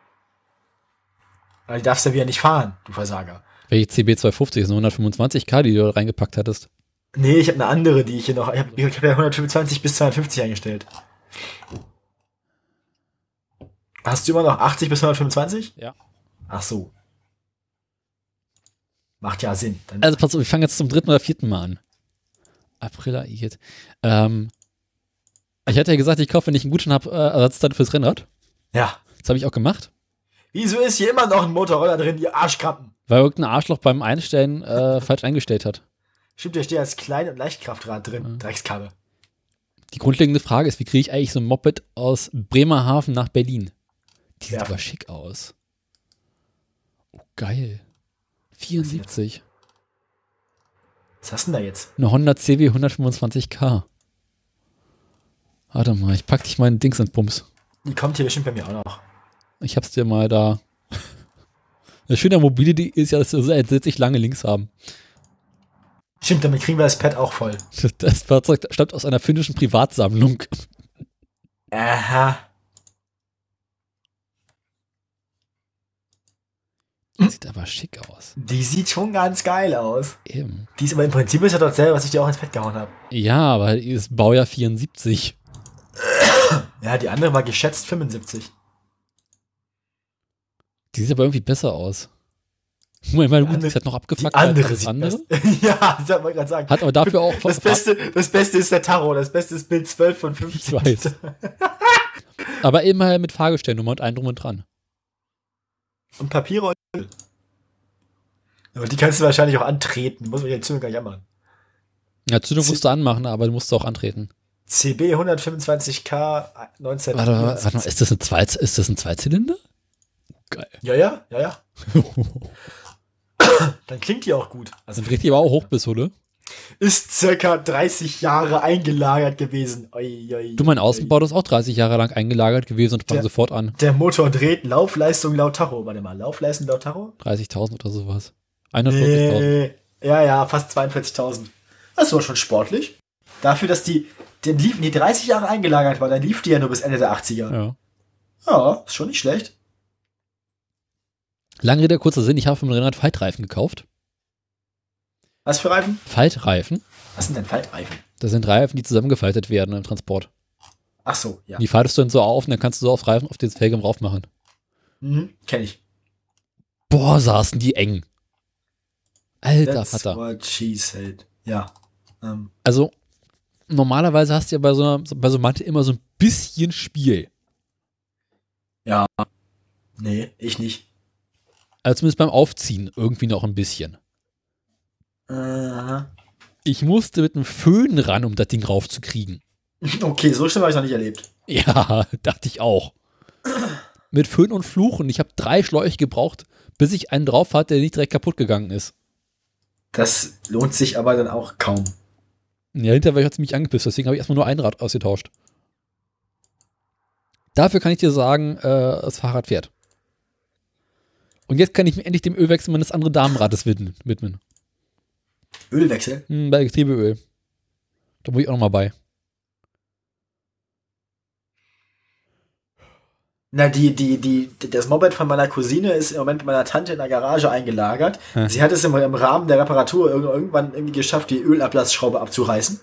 Aber die darfst du ja wieder nicht fahren, du Versager. Welche CB 250 ist eine 125K, die du da reingepackt hattest? Nee, ich habe eine andere, die ich hier noch. Ich hab ja 125 bis 250 eingestellt. Hast du immer noch 80 bis 125? Ja. Ach so. Macht ja Sinn. Dann Also pass auf, wir fangen jetzt zum 3. oder 4. Mal an. April, jetzt. Ich hatte ja gesagt, ich kaufe, wenn ich einen Gutschein habe, Ersatzteile fürs Rennrad. ja. Das habe ich auch gemacht. Wieso ist hier immer noch ein Motorroller drin, die Arschkrabben? Weil irgendein Arschloch beim Einstellen falsch eingestellt hat. Stimmt, da steht als Klein- und Leichtkraftrad drin. Dreckskabel. Die grundlegende Frage ist, wie kriege ich eigentlich so ein Moped aus Bremerhaven nach Berlin? Die sieht Ja. aber schick aus. Oh, geil. 74. Was hast du denn da jetzt? Eine Honda CW 125K. Warte mal, ich pack dich mal in Dings ins Bums. Die kommt hier bestimmt bei mir auch noch. Ich hab's dir mal da. Das Schöne an Mobility ist ja, dass wir so entsetzlich lange Links haben. Stimmt, damit kriegen wir das Pad auch voll. Das Fahrzeug stammt aus einer finnischen Privatsammlung. Aha. Sieht aber schick aus. Die sieht schon ganz geil aus. Eben. Die ist aber im Prinzip ist ja doch selber, was ich dir auch ins Pad gehauen habe. Ja, aber die ist Baujahr 74. Ja, die andere war geschätzt 75. Die sieht aber irgendwie besser aus. Meine gut, die ist halt noch abgefuckt. Die andere als sieht andere. ja, das wollte ich gerade sagen. Hat aber dafür auch das Beste ist der Tarot. Das Beste ist Bild 12 von 50. Ich weiß. Aber immer mit Fahrgestellnummer und allem drum und dran. Und Papiere und Öl. Aber die kannst du wahrscheinlich auch antreten. Muss man die Zündung gar nicht anmachen. Ja, Zündung musst du anmachen, aber du musst auch antreten. CB 125K 19. Warte mal, ist das ein Zweizylinder? Geil. Ja. Dann klingt die auch gut. Also Dann kriegt die aber auch Hochbiss, oder? ist circa 30 Jahre eingelagert gewesen. Oi. Du, mein Außenbau ist auch 30 Jahre lang eingelagert gewesen und fang sofort an. Der Motor dreht, Laufleistung laut Tacho. Warte mal, Laufleistung laut Tacho? 30.000 oder sowas. 41.000. Ja, fast 42.000. Das war schon sportlich. Dafür, dass die 30 Jahre eingelagert war, dann lief die ja nur bis Ende der 80er. Ja. Ja, ist schon nicht schlecht. Lange Rede, kurzer Sinn, ich habe für mein Rennrad Faltreifen gekauft. Was für Reifen? Faltreifen? Was sind denn Faltreifen? Das sind Reifen, die zusammengefaltet werden im Transport. Ach so, ja. Die faltest du dann so auf und dann kannst du so auf Reifen auf den Felgen drauf machen. Kenn ich. Boah, saßen die eng. Alter That's Vater. what she said. Ja. Also, normalerweise hast du ja bei so Mathe immer so ein bisschen Spiel. Ja. Nee, ich nicht. Also zumindest beim Aufziehen irgendwie noch ein bisschen. Ich musste mit einem Föhn ran, um das Ding raufzukriegen. Okay, so schnell habe ich noch nicht erlebt. Ja, dachte ich auch. Mit Föhn und Fluchen. Ich habe 3 Schläuche gebraucht, bis ich einen drauf hatte, der nicht direkt kaputt gegangen ist. Das lohnt sich aber dann auch kaum. Ja, hinterher war ich ziemlich angepisst, deswegen habe ich erstmal nur ein Rad ausgetauscht. Dafür kann ich dir sagen, das Fahrrad fährt. Und jetzt kann ich mir endlich dem Ölwechsel meines anderen Damenrades widmen. Ölwechsel? Bei Getriebeöl. Da muss ich auch noch mal bei. Na, das Moped von meiner Cousine ist im Moment bei meiner Tante in der Garage eingelagert. Hm. Sie hat es im Rahmen der Reparatur irgendwann irgendwie geschafft, die Ölablassschraube abzureißen.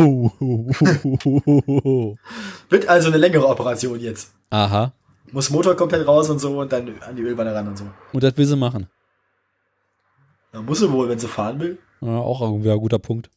Wird also eine längere Operation jetzt. Aha. Muss Motor komplett raus und so und dann an die Ölwanne ran und so. Und das will sie machen. Ja, muss sie wohl, wenn sie fahren will. Ja, auch irgendwie ein guter Punkt.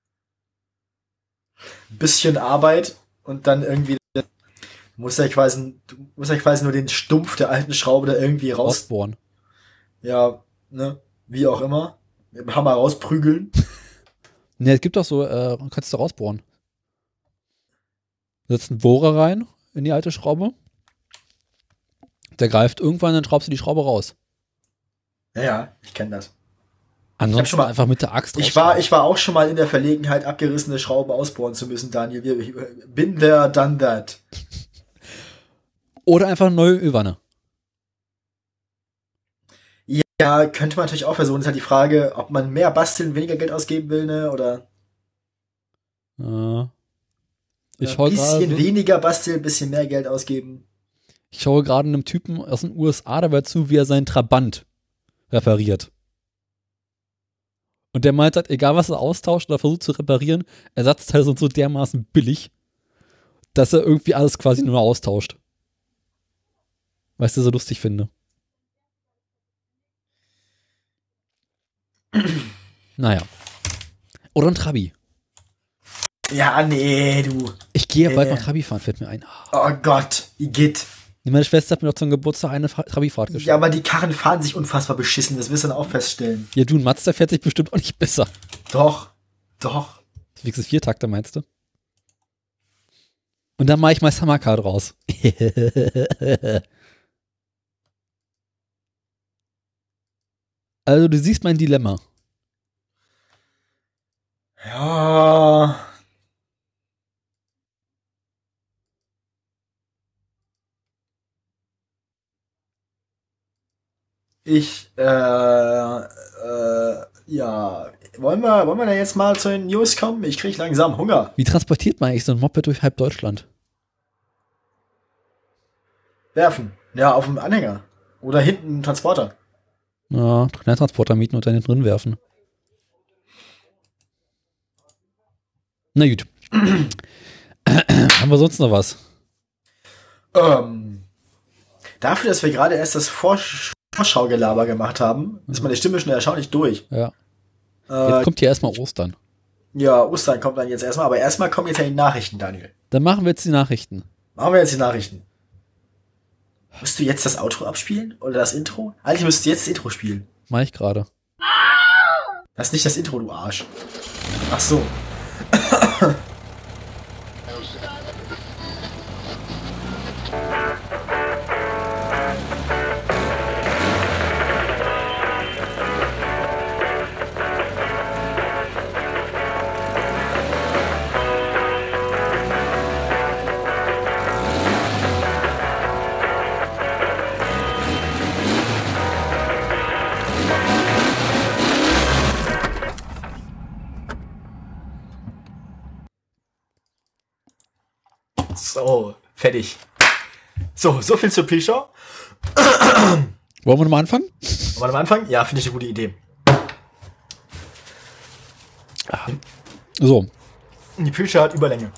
Ein bisschen Arbeit und dann irgendwie du musst ja quasi nur den Stumpf der alten Schraube da irgendwie raus. Ausbohren. Ja, ne, wie auch immer. Mit dem Hammer rausprügeln. Ne, es gibt doch so, kannst du rausbohren. Du setzt einen Bohrer rein in die alte Schraube. Der greift irgendwann, dann schraubst du die Schraube raus. Ja, ich kenne das. Ansonsten schon mal- einfach mit der Axt Ich war auch schon mal in der Verlegenheit, abgerissene Schrauben ausbohren zu müssen, Daniel. Bin there, done that. Oder einfach eine neue Ölwanne. Ja, könnte man natürlich auch versuchen. Ist halt die Frage, ob man mehr basteln, weniger Geld ausgeben will, ne? Oder Ich ein schaue bisschen gerade weniger basteln, ein bisschen mehr Geld ausgeben. einem Typen aus den USA dabei zu, wie er seinen Trabant repariert. Und der meint halt, egal was er austauscht oder versucht zu reparieren, Ersatzteile sind so dermaßen billig, dass er irgendwie alles quasi nur austauscht. Was ich so lustig finde. Naja. Oder ein Trabi. Ja, nee, du. Ich gehe ja bald mal Trabi fahren, fällt mir ein. Oh Gott, Igitt. Meine Schwester hat mir noch zum Geburtstag eine Trabi-Fahrt geschenkt. Ja, aber die Karren fahren sich unfassbar beschissen, das wirst du dann auch feststellen. Ja, du, ein Mazda fährt sich bestimmt auch nicht besser. Doch. Wenigstens 4-Takter, meinst du? Und dann mache ich mal Summercar draus. Also, du siehst mein Dilemma. Ja. Ja. Wollen wir da jetzt mal zu den News kommen? Ich krieg langsam Hunger. Wie transportiert man eigentlich so ein Moped durch halb Deutschland? Werfen. Ja, auf dem Anhänger. Oder hinten einen Transporter. Ja, Kleintransporter mieten und dann hinten drin werfen. Na gut. Haben wir sonst noch was? Dafür, dass wir gerade erst das Vorschaugelaber gemacht haben, ist meine Stimme schon erstaunlich durch. Ja. Jetzt kommt hier erstmal Ostern. Ja, Ostern kommt dann jetzt erstmal, aber erstmal kommen jetzt ja die Nachrichten, Daniel. Dann machen wir jetzt die Nachrichten. Machen wir jetzt die Nachrichten. Musst du jetzt das Outro abspielen? Oder das Intro? Eigentlich müsstest du jetzt das Intro spielen. Mach ich gerade. Das ist nicht das Intro, du Arsch. Ach so. So, fertig. So viel zur Pre-Show. Wollen wir nochmal anfangen? Wollen wir am Anfang? Ja, finde ich eine gute Idee. So. Die Pre-Show hat Überlänge.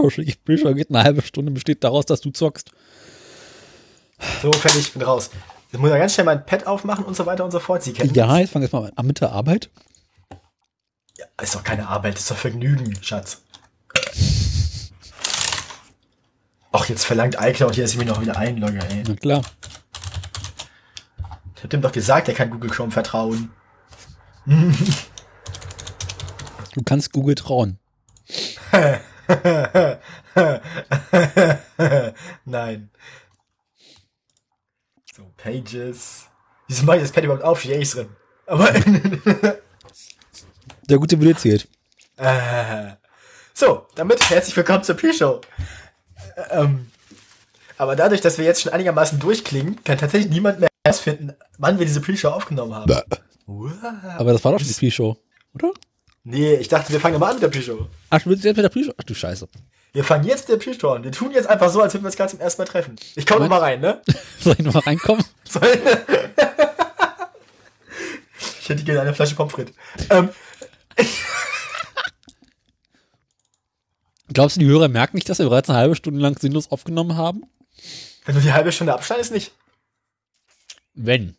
Pre-Show geht eine halbe Stunde, besteht daraus, dass du zockst. So, fertig, bin raus. Dann muss er ganz schnell mein Pad aufmachen und so weiter und so fort. Sie kennen Ja, das. jetzt fangen wir mal an mit der Arbeit. Ja, ist doch keine Arbeit, ist doch Vergnügen, Schatz. Ach, jetzt verlangt iCloud hier, dass ich mich noch wieder einlogge, ey. Na klar. Ich hab dem doch gesagt, er kann Google Chrome vertrauen. Du kannst Google trauen. Nein. So, Pages. Wieso mache ich das Pad überhaupt auf? Steht eh nichts drin. Aber. Der gute Wille zählt. So, damit herzlich willkommen zur Pre-Show. Aber dadurch, dass wir jetzt schon einigermaßen durchklingen, kann tatsächlich niemand mehr herausfinden, wann wir diese Pre-Show aufgenommen haben. Aber das war doch schon die Pre-Show, oder? Nee, ich dachte, wir fangen mal an mit der Pre-Show. Ach, du willst jetzt mit der Pre-Show? Ach du Scheiße. Wir fangen jetzt mit der Pre-Show an. Wir tun jetzt einfach so, als würden wir uns gerade zum ersten Mal treffen. Ich komme noch mal rein, ne? Soll ich nochmal reinkommen? Ich hätte gerne eine Flasche Pommes frites. Glaubst du, die Hörer merken nicht, dass wir bereits eine halbe Stunde lang sinnlos aufgenommen haben? Wenn du die halbe Stunde abschneidest, nicht. Wenn.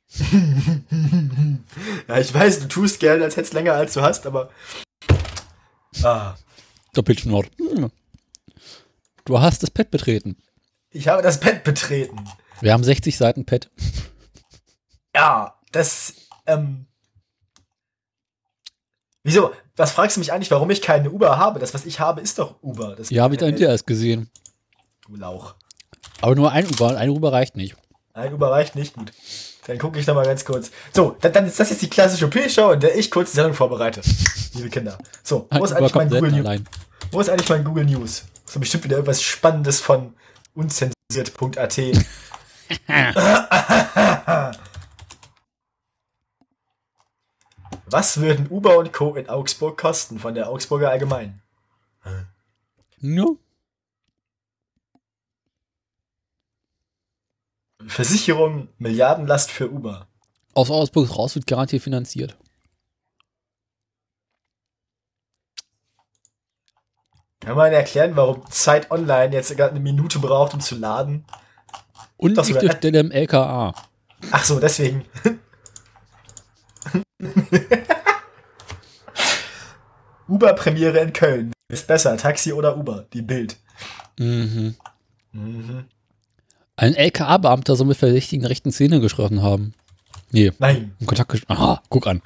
Ja, ich weiß, du tust gerne, als hättest länger als du hast, aber. Doppelschnort. Du hast das Pad betreten. Ich habe das Pad betreten. Wir haben 60 Seiten Pad. Ja, das, Wieso? Was fragst du mich eigentlich, warum ich keine Uber habe? Das, was ich habe, ist doch Uber. Das Ja, habe ich da hinterher erst gesehen. Du Lauch. Aber nur ein Uber. Ein Uber reicht nicht. Ein Uber reicht nicht gut. Dann gucke ich noch mal ganz kurz. So, dann ist das jetzt die klassische Pre-Show, in der ich kurz die Sendung vorbereite. Liebe Kinder. So, wo ist eigentlich mein Google News? Wo ist eigentlich mein Google News? So bestimmt wieder irgendwas Spannendes von unzensiert.at. Was würden Uber und Co. in Augsburg kosten von der Augsburger Allgemeinen? Ja. Versicherung, Milliardenlast für Uber. Aus Augsburg raus wird garantiert finanziert. Kann man erklären, warum Zeit Online jetzt gerade eine Minute braucht, um zu laden? Und Doch, nicht durch Stelle im LKA. Ach so, deswegen. Uber-Premiere in Köln. Ist besser, Taxi oder Uber? Die Bild. Mhm. Ein LKA-Beamter soll mit verdächtigen rechten Szene gesprochen haben. Nee. Nein. Im Kontakt Aha, guck an.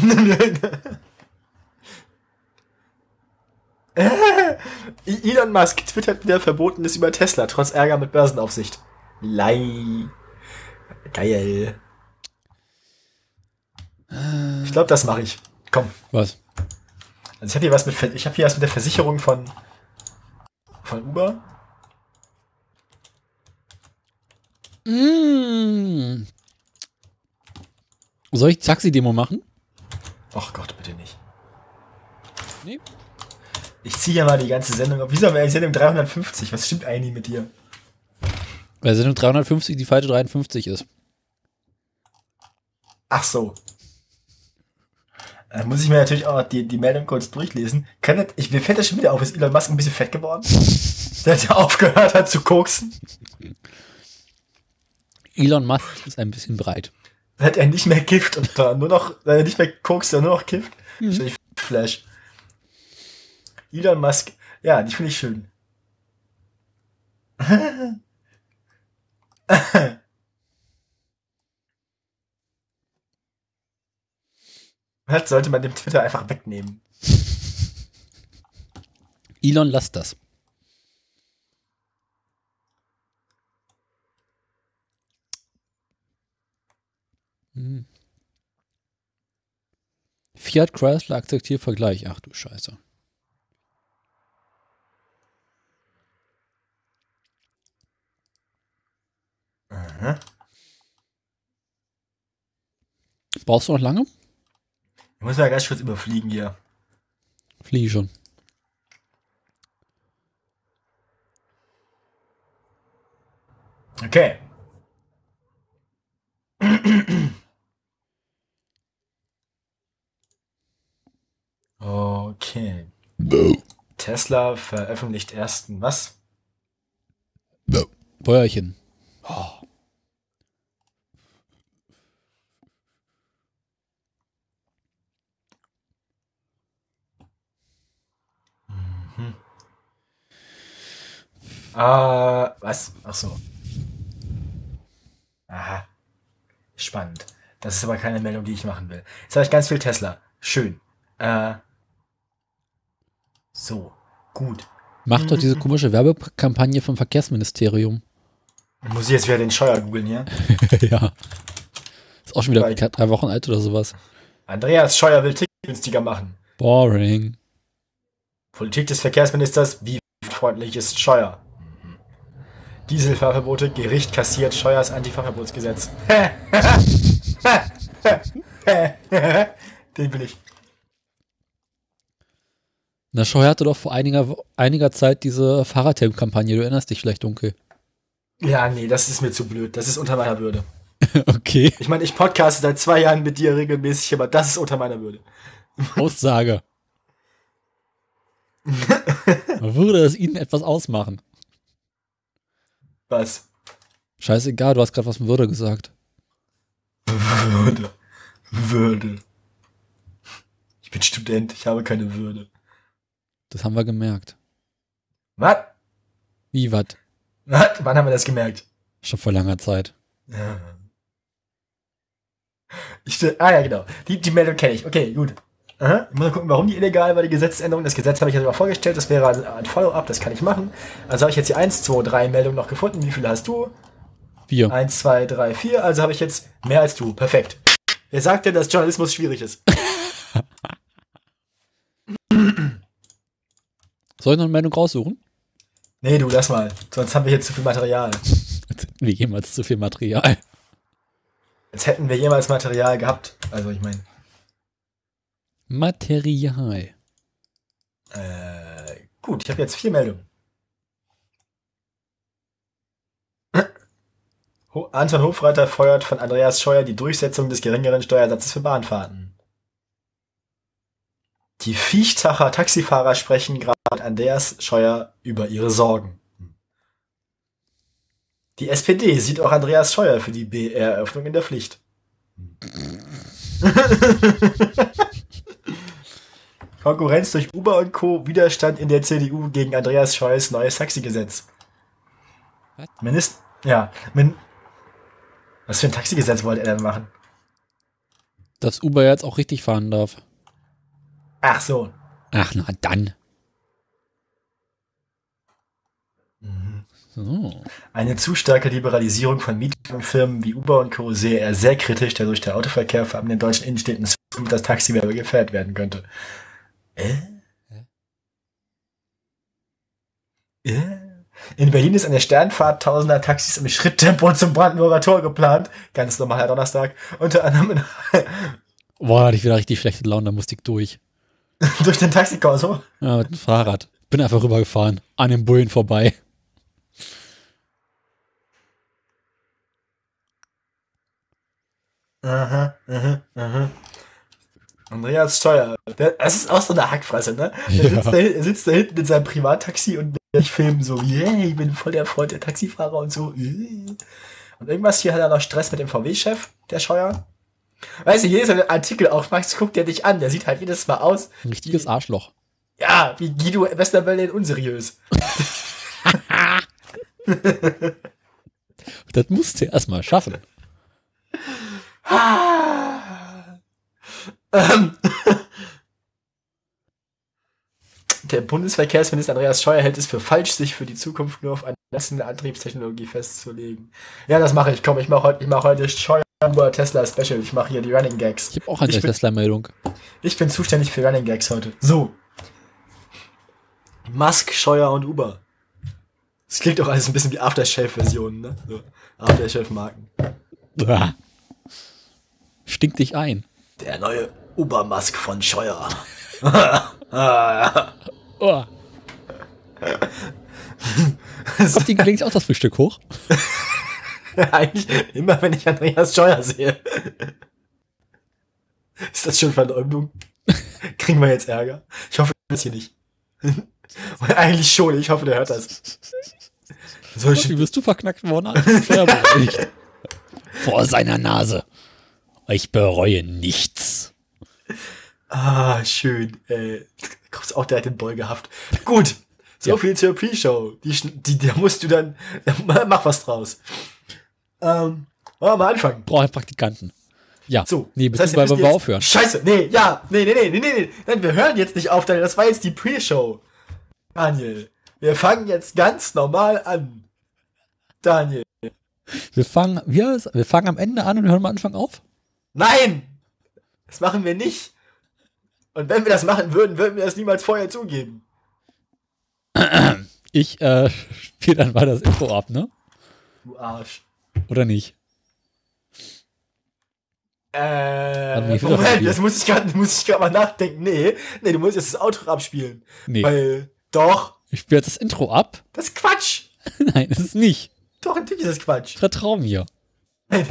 Elon Musk twittert wieder Verbotenes über Tesla, trotz Ärger mit Börsenaufsicht. Geil. Ich glaube, das mache ich. Komm. Was? Also ich habe hier was mit der Versicherung von Uber. Soll ich Taxi-Demo machen? Ach Gott, bitte nicht. Nee. Ich ziehe ja mal die ganze Sendung auf. Wieso haben wir eigentlich Sendung 350? Was stimmt eigentlich mit dir? Weil Sendung 350 die falsche 53 ist. Ach so. Dann muss ich mir natürlich auch die Meldung kurz durchlesen. Mir fällt das schon wieder auf, ist Elon Musk ein bisschen fett geworden? Der hat ja aufgehört hat zu koksen. Elon Musk ist ein bisschen breit. Hat er nicht mehr Gift und nur noch, wenn er nicht mehr kokst, nur noch Gift. Flash. Elon Musk, ja, die finde ich schön. Das sollte man dem Twitter einfach wegnehmen. Elon, lass das. Fiat Chrysler akzeptiert Vergleich. Ach du Scheiße. Mhm. Brauchst du noch lange? Ich muss mal ganz kurz überfliegen hier. Fliege schon. Okay. Okay. Tesla veröffentlicht ersten was? Bäuerchen. Oh. Was? Ach so. Aha. Spannend. Das ist aber keine Meldung, die ich machen will. Jetzt habe ich ganz viel Tesla. Schön. So. Gut. Macht doch diese komische Werbekampagne vom Verkehrsministerium. Muss ich jetzt wieder den Scheuer googeln hier? Ja. Ist auch schon wieder 3 Wochen alt oder sowas. Andreas Scheuer will Ticket günstiger machen. Boring. Politik des Verkehrsministers, wie freundlich ist Scheuer? Dieselfahrverbote, Gericht kassiert Scheuers Antifahrverbotsgesetz. Den will ich. Na, Scheuer hatte doch vor einiger Zeit diese Fahrradhelm-Kampagne. Du erinnerst dich vielleicht dunkel. Ja, nee, das ist mir zu blöd. Das ist unter meiner Würde. Okay. Ich meine, ich podcaste seit 2 Jahren mit dir regelmäßig, aber das ist unter meiner Würde. Aussage. Würde es Ihnen etwas ausmachen? Was? Scheißegal, du hast gerade was von Würde gesagt. Würde. Ich bin Student, ich habe keine Würde. Das haben wir gemerkt. Was? Wie, was? Wann haben wir das gemerkt? Schon vor langer Zeit. Ja. Ja, genau. Die Meldung kenne ich. Okay, gut. Aha. Ich muss mal gucken, warum die illegal war, die Gesetzesänderung. Das Gesetz habe ich ja sogar vorgestellt. Das wäre also ein Follow-up, das kann ich machen. Also habe ich jetzt die 1, 2, 3 Meldungen noch gefunden. Wie viele hast du? 4. 1, 2, 3, 4. Also habe ich jetzt mehr als du. Perfekt. Wer sagt denn, dass Journalismus schwierig ist? Soll ich noch eine Meldung raussuchen? Nee, du, lass mal. Sonst haben wir hier zu viel Material. Jetzt hätten wir jemals zu viel Material. Jetzt hätten wir jemals Material gehabt. Also, ich meine. Material. Gut, ich habe jetzt 4 Meldungen. Anton Hofreiter feuert von Andreas Scheuer die Durchsetzung des geringeren Steuersatzes für Bahnfahrten. Die Viechtacher Taxifahrer sprechen gerade mit Andreas Scheuer über ihre Sorgen. Die SPD sieht auch Andreas Scheuer für die BR-Eröffnung in der Pflicht. Konkurrenz durch Uber und Co. Widerstand in der CDU gegen Andreas Scheuers neues Taxigesetz. Was für ein Taxigesetz wollte er denn machen? Dass Uber jetzt auch richtig fahren darf. Ach so. Ach, na dann. So. Eine zu starke Liberalisierung von Mietwagenfirmen wie Uber und Co. sehe er sehr kritisch, da durch den Autoverkehr vor allem in den deutschen Innenstädten das Taxiwerbe gefährdet werden könnte. In Berlin ist eine Sternfahrt tausender Taxis im Schritttempo zum Brandenburger Tor geplant. Ganz normaler Donnerstag. Unter anderem Boah, hatte ich wieder richtig schlechte Laune, da musste ich durch. durch den Taxikorso. Ja, mit dem Fahrrad. Bin einfach rübergefahren. An den Bullen vorbei. Andreas Scheuer. Das ist auch so eine Hackfresse, ne? Er sitzt da hinten in seinem Privattaxi und ich filme so, ich bin voll der Freund der Taxifahrer und so. Und irgendwas hier hat er noch Stress mit dem VW-Chef, der Scheuer. Weißt du, hier ist ein Artikel aufmachst, guckt der dich an, der sieht halt jedes Mal aus. Ein richtiges Arschloch. Ja, wie Guido Westerwelle in unseriös. Das musst du erstmal schaffen. Der Bundesverkehrsminister Andreas Scheuer hält es für falsch, sich für die Zukunft nur auf eine einzelne Antriebstechnologie festzulegen. Ja, das mache ich. Komm, ich mache heute Scheuer über Tesla Special. Ich mache hier die Running Gags. Ich habe auch eine Tesla-Meldung. Ich bin zuständig für Running Gags heute. So. Musk, Scheuer und Uber. Das klingt doch alles ein bisschen wie Aftershave-Versionen, ne? So, Aftershave-Marken. Stinkt dich ein. Der neue Uber-Musk von Scheuer. Oh. Auf die klingt auch das Frühstück hoch. Eigentlich immer, wenn ich Andreas Scheuer sehe. Ist das schon Verleumdung? Kriegen wir jetzt Ärger? Ich hoffe, das hier nicht. Eigentlich schon, ich hoffe, der hört das. Wie bist du verknackt worden? Vor seiner Nase. Ich bereue nichts. Ah, schön. Kommst auch direkt in Beugehaft. Gut. So viel zur Pre-Show. Da musst du dann, mach was draus. Wollen wir mal anfangen? Brauche einen Praktikanten. Ja. So. Nee, das heißt, beziehungsweise wir aufhören. Scheiße. Nee, ja. Nee. Nein, wir hören jetzt nicht auf, Daniel. Das war jetzt die Pre-Show. Daniel. Wir fangen jetzt ganz normal an. Daniel. Wir fangen am Ende an und hören am Anfang auf? Nein! Das machen wir nicht. Und wenn wir das machen würden, würden wir das niemals vorher zugeben. Ich spiele dann mal das Intro ab, ne? Du Arsch. Oder nicht? Moment, das muss ich gerade mal nachdenken. Nee, du musst jetzt das Outro abspielen. Nee. Weil, doch, Ich spiele jetzt das Intro ab? das ist Quatsch. Nein, das ist nicht. Doch, natürlich ist das Quatsch. Vertrau mir. Nein,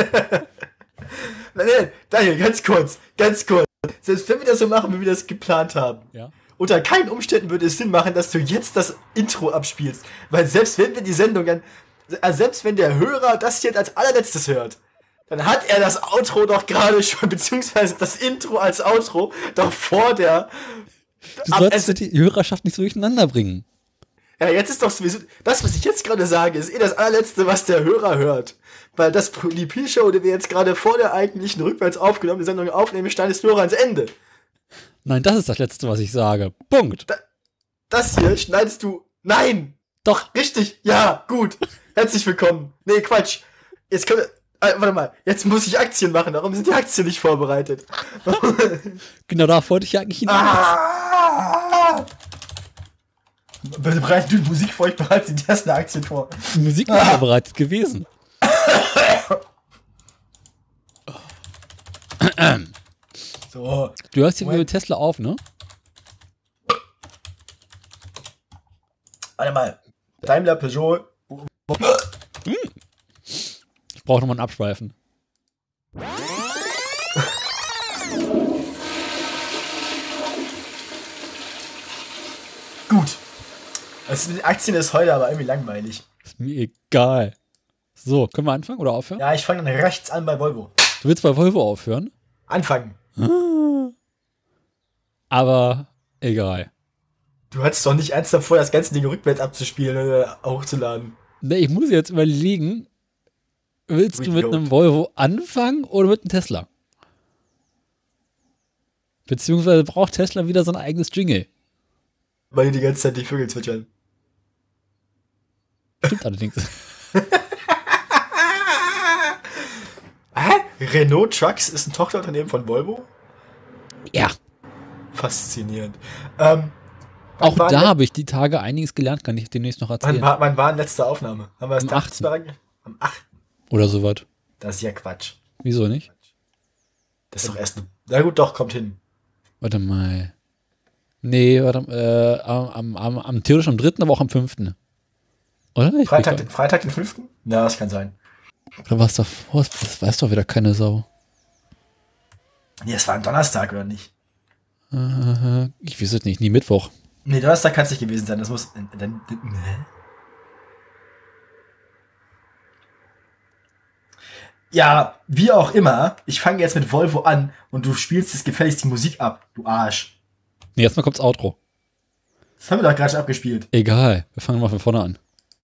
Daniel, ganz kurz. Selbst wenn wir das so machen, wie wir das geplant haben, Ja. unter keinen Umständen würde es Sinn machen, dass du jetzt das Intro abspielst. Weil selbst wenn wir die Sendung dann, selbst wenn der Hörer das jetzt als allerletztes hört, dann hat er das Outro doch gerade schon, beziehungsweise das Intro als Outro doch vor der... Du sollst die Hörerschaft nicht so durcheinander bringen. Ja, jetzt ist doch sowieso, das, was ich jetzt gerade sage, ist das allerletzte, was der Hörer hört. Weil die Pre-Show, die wir jetzt gerade vor der eigentlichen rückwärts aufgenommenen Sendung aufnehmen, stand ist nur ans Ende. Nein, das ist das Letzte, was ich sage. Punkt. Das hier schneidest du... Nein! Doch. Richtig, ja, gut. Herzlich willkommen. Nee, Quatsch. Jetzt können wir... warte mal, jetzt muss ich Aktien machen. Warum sind die Aktien nicht vorbereitet? Genau, da wollte ich ja eigentlich hinaus. Bereiten du Musik vor, ich bereite die ersten Aktien vor. Die Musik war vorbereitet gewesen. So. Du hörst hier mit Tesla auf, ne? Warte mal. Daimler, Peugeot. Ich brauche nochmal ein Abschweifen. Gut. Also mit den Aktien ist heute aber irgendwie langweilig. Ist mir egal. So, können wir anfangen oder aufhören? Ja, ich fange dann rechts an bei Volvo. Du willst bei Volvo aufhören? Anfangen. Aber egal. Du hattest doch nicht ernsthaft vor, das ganze Ding rückwärts abzuspielen oder hochzuladen. Ne, ich muss jetzt überlegen, willst du mit einem Volvo anfangen oder mit einem Tesla? Beziehungsweise braucht Tesla wieder sein eigenes Jingle. Weil die ganze Zeit die Vögel zwitschern. Stimmt allerdings. Hä? Renault Trucks ist ein Tochterunternehmen von Volvo? Ja. Faszinierend. Auch da habe ich die Tage einiges gelernt, kann ich demnächst noch erzählen. Wann war letzte Aufnahme? Haben wir das Am 8. Am 8. Oder sowas. Das ist ja Quatsch. Wieso nicht? Das ist doch erst... Na gut, doch, kommt hin. Warte mal. Nee, warte, am theoretisch am 3., aber auch am 5. Oder? Freitag den 5.? Ja, das kann sein. Oder was davor? Das weiß doch wieder keine Sau. Nee, es war ein Donnerstag, oder nicht? Ich weiß es nicht, nie Mittwoch. Nee, Donnerstag kann es nicht gewesen sein. Das muss... Ja, wie auch immer. Ich fange jetzt mit Volvo an und du spielst jetzt gefälligst die Musik ab, du Arsch. Nee, erstmal kommt's Outro. Das haben wir doch gerade schon abgespielt. Egal, wir fangen mal von vorne an.